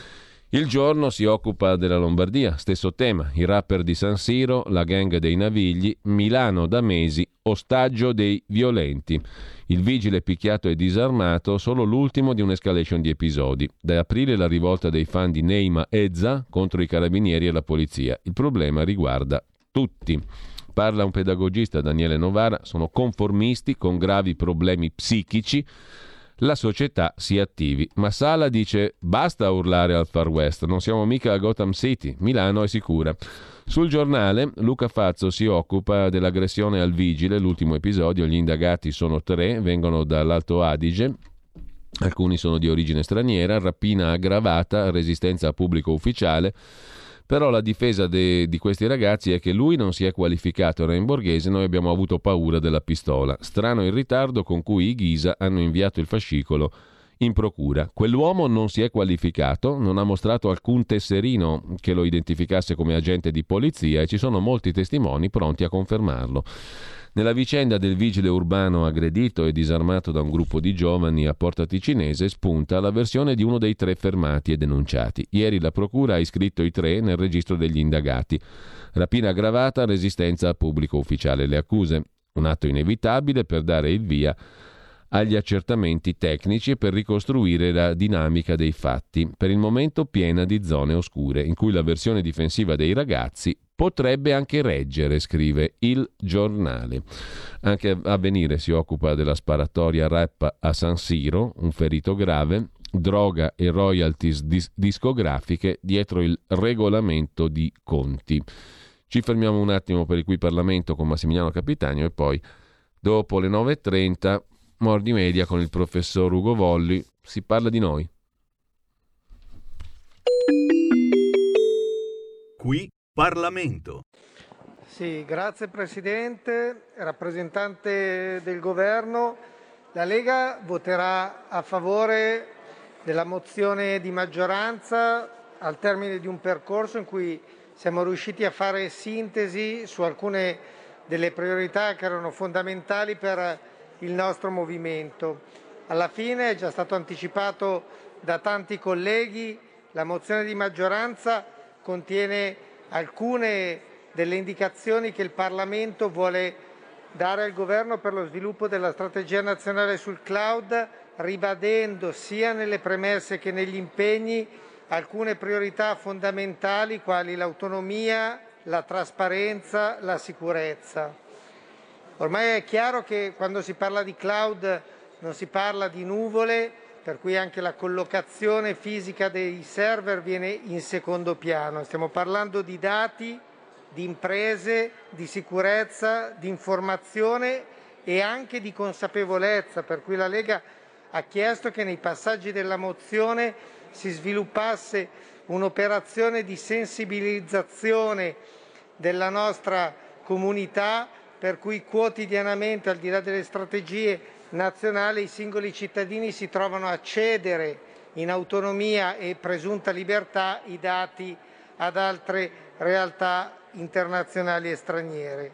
Il Giorno si occupa della Lombardia, stesso tema, i rapper di San Siro, la gang dei Navigli, Milano da mesi, ostaggio dei violenti. Il vigile picchiato e disarmato, solo l'ultimo di un'escalation di episodi. Da aprile la rivolta dei fan di Neima Ezza contro i carabinieri e la polizia. Il problema riguarda tutti. Parla un pedagogista, Daniele Novara, sono conformisti con gravi problemi psichici. La società si attivi. Ma Sala dice basta urlare al Far West, non siamo mica a Gotham City, Milano è sicura. Sul Giornale Luca Fazzo si occupa dell'aggressione al vigile, l'ultimo episodio, gli indagati sono 3, vengono dall'Alto Adige, alcuni sono di origine straniera, rapina aggravata, resistenza a pubblico ufficiale. Però la difesa di questi ragazzi è che lui non si è qualificato, era in borghese, noi abbiamo avuto paura della pistola. Strano il ritardo con cui i Ghisa hanno inviato il fascicolo in procura. Quell'uomo non si è qualificato, non ha mostrato alcun tesserino che lo identificasse come agente di polizia e ci sono molti testimoni pronti a confermarlo. Nella vicenda del vigile urbano aggredito e disarmato da un gruppo di giovani a Porta Ticinese spunta la versione di uno dei 3 fermati e denunciati. Ieri la procura ha iscritto i 3 nel registro degli indagati. Rapina aggravata, resistenza a pubblico ufficiale. Le accuse, un atto inevitabile per dare il via agli accertamenti tecnici e per ricostruire la dinamica dei fatti, per il momento piena di zone oscure, in cui la versione difensiva dei ragazzi potrebbe anche reggere, scrive il Giornale. Anche Avvenire si occupa della sparatoria rap a San Siro, un ferito grave, droga e royalties discografiche dietro il regolamento di conti. Ci fermiamo un attimo per il Qui Parlamento con Massimiliano Capitagno e poi, dopo le 9.30, Mordi Media con il professor Ugo Volli. Si parla di noi. Qui Parlamento. Sì, grazie Presidente, rappresentante del Governo. La Lega voterà a favore della mozione di maggioranza al termine di un percorso in cui siamo riusciti a fare sintesi su alcune delle priorità che erano fondamentali per il nostro movimento. Alla fine, è già stato anticipato da tanti colleghi, la mozione di maggioranza contiene alcune delle indicazioni che il Parlamento vuole dare al Governo per lo sviluppo della strategia nazionale sul cloud, ribadendo sia nelle premesse che negli impegni alcune priorità fondamentali quali l'autonomia, la trasparenza, la sicurezza. Ormai è chiaro che quando si parla di cloud non si parla di nuvole, per cui anche la collocazione fisica dei server viene in secondo piano. Stiamo parlando di dati, di imprese, di sicurezza, di informazione e anche di consapevolezza, per cui la Lega ha chiesto che nei passaggi della mozione si sviluppasse un'operazione di sensibilizzazione della nostra comunità, per cui quotidianamente, al di là delle strategie nazionali, i singoli cittadini si trovano a cedere in autonomia e presunta libertà i dati ad altre realtà internazionali e straniere.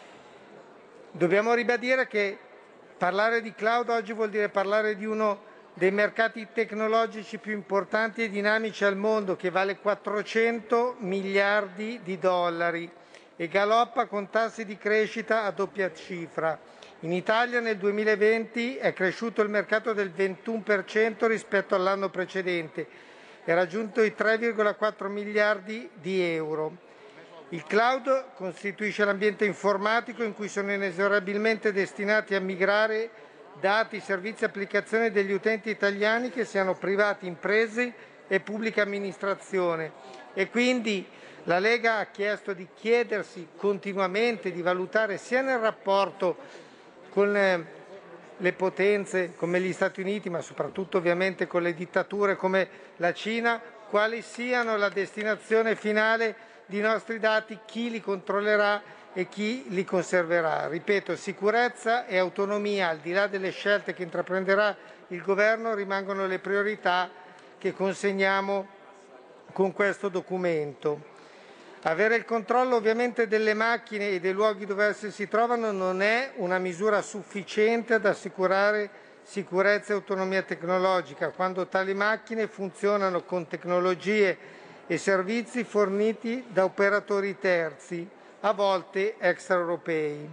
Dobbiamo ribadire che parlare di cloud oggi vuol dire parlare di uno dei mercati tecnologici più importanti e dinamici al mondo, che vale 400 miliardi di dollari e galoppa con tassi di crescita a doppia cifra. In Italia nel 2020 è cresciuto il mercato del 21% rispetto all'anno precedente e ha raggiunto i 3,4 miliardi di euro. Il cloud costituisce l'ambiente informatico in cui sono inesorabilmente destinati a migrare dati, servizi e applicazioni degli utenti italiani, che siano privati, imprese e pubblica amministrazione, e quindi la Lega ha chiesto di chiedersi continuamente, di valutare sia nel rapporto con le potenze come gli Stati Uniti, ma soprattutto ovviamente con le dittature come la Cina, quali siano la destinazione finale dei nostri dati, chi li controllerà e chi li conserverà. Ripeto, sicurezza e autonomia, al di là delle scelte che intraprenderà il Governo, rimangono le priorità che consegniamo con questo documento. Avere il controllo ovviamente delle macchine e dei luoghi dove esse si trovano non è una misura sufficiente ad assicurare sicurezza e autonomia tecnologica, quando tali macchine funzionano con tecnologie e servizi forniti da operatori terzi, a volte extraeuropei.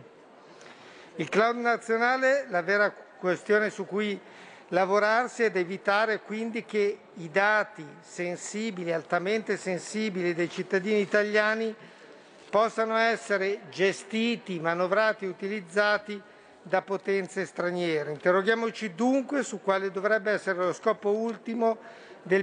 Il cloud nazionale, la vera questione su cui lavorarsi ed evitare quindi che i dati sensibili, altamente sensibili dei cittadini italiani possano essere gestiti, manovrati e utilizzati da potenze straniere. Interroghiamoci dunque su quale dovrebbe essere lo scopo ultimo del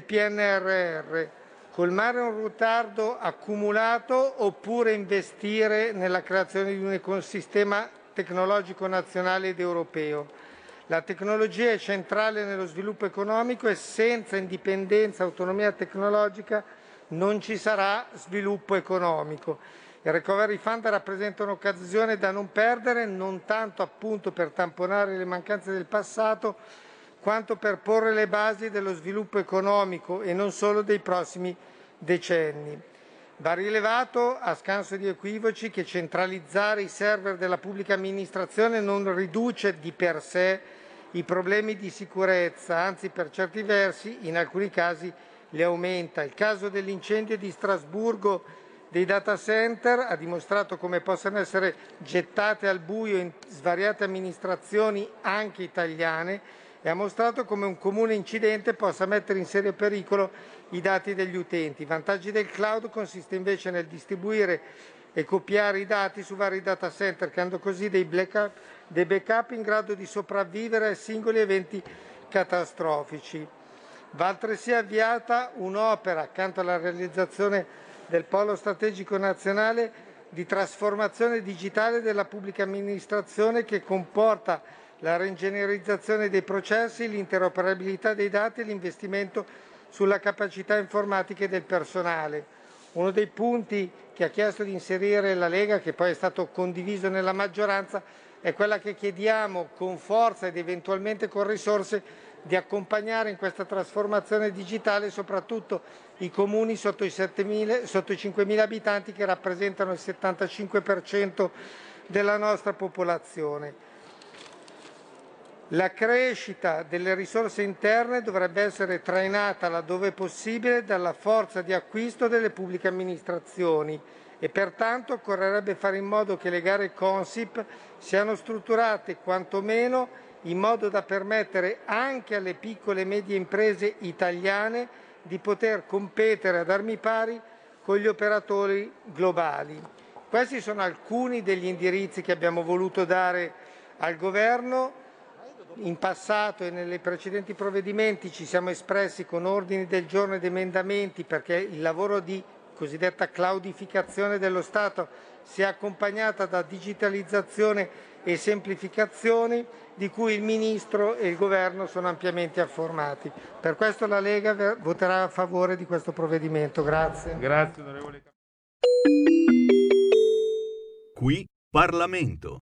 PNRR: colmare un ritardo accumulato oppure investire nella creazione di un ecosistema tecnologico nazionale ed europeo. La tecnologia è centrale nello sviluppo economico e senza indipendenza e autonomia tecnologica non ci sarà sviluppo economico. Il Recovery Fund rappresenta un'occasione da non perdere, non tanto appunto per tamponare le mancanze del passato, quanto per porre le basi dello sviluppo economico e non solo dei prossimi decenni. Va rilevato, a scanso di equivoci, che centralizzare i server della pubblica amministrazione non riduce di per sé i problemi di sicurezza, anzi per certi versi, in alcuni casi, li aumenta. Il caso dell'incendio di Strasburgo dei data center ha dimostrato come possano essere gettate al buio in svariate amministrazioni, anche italiane, e ha mostrato come un comune incidente possa mettere in serio pericolo i dati degli utenti. I vantaggi del cloud consiste invece nel distribuire e copiare i dati su vari data center, creando così dei backup in grado di sopravvivere ai singoli eventi catastrofici. Va altresì avviata un'opera, accanto alla realizzazione del Polo Strategico Nazionale, di trasformazione digitale della pubblica amministrazione, che comporta la reingegnerizzazione dei processi, l'interoperabilità dei dati e l'investimento sulla capacità informatica del personale. Uno dei punti che ha chiesto di inserire la Lega, che poi è stato condiviso nella maggioranza, è quella che chiediamo con forza ed eventualmente con risorse di accompagnare in questa trasformazione digitale soprattutto i comuni sotto i 5.000 abitanti, che rappresentano il 75% della nostra popolazione. La crescita delle risorse interne dovrebbe essere trainata laddove possibile dalla forza di acquisto delle pubbliche amministrazioni e pertanto occorrerebbe fare in modo che le gare Consip siano strutturate quantomeno in modo da permettere anche alle piccole e medie imprese italiane di poter competere ad armi pari con gli operatori globali. Questi sono alcuni degli indirizzi che abbiamo voluto dare al Governo. In passato e nei precedenti provvedimenti ci siamo espressi con ordini del giorno ed emendamenti perché il lavoro di cosiddetta cloudificazione dello Stato sia accompagnata da digitalizzazione e semplificazioni di cui il Ministro e il Governo sono ampiamente informati. Per questo la Lega voterà a favore di questo provvedimento. Grazie. Grazie onorevole. Qui Parlamento.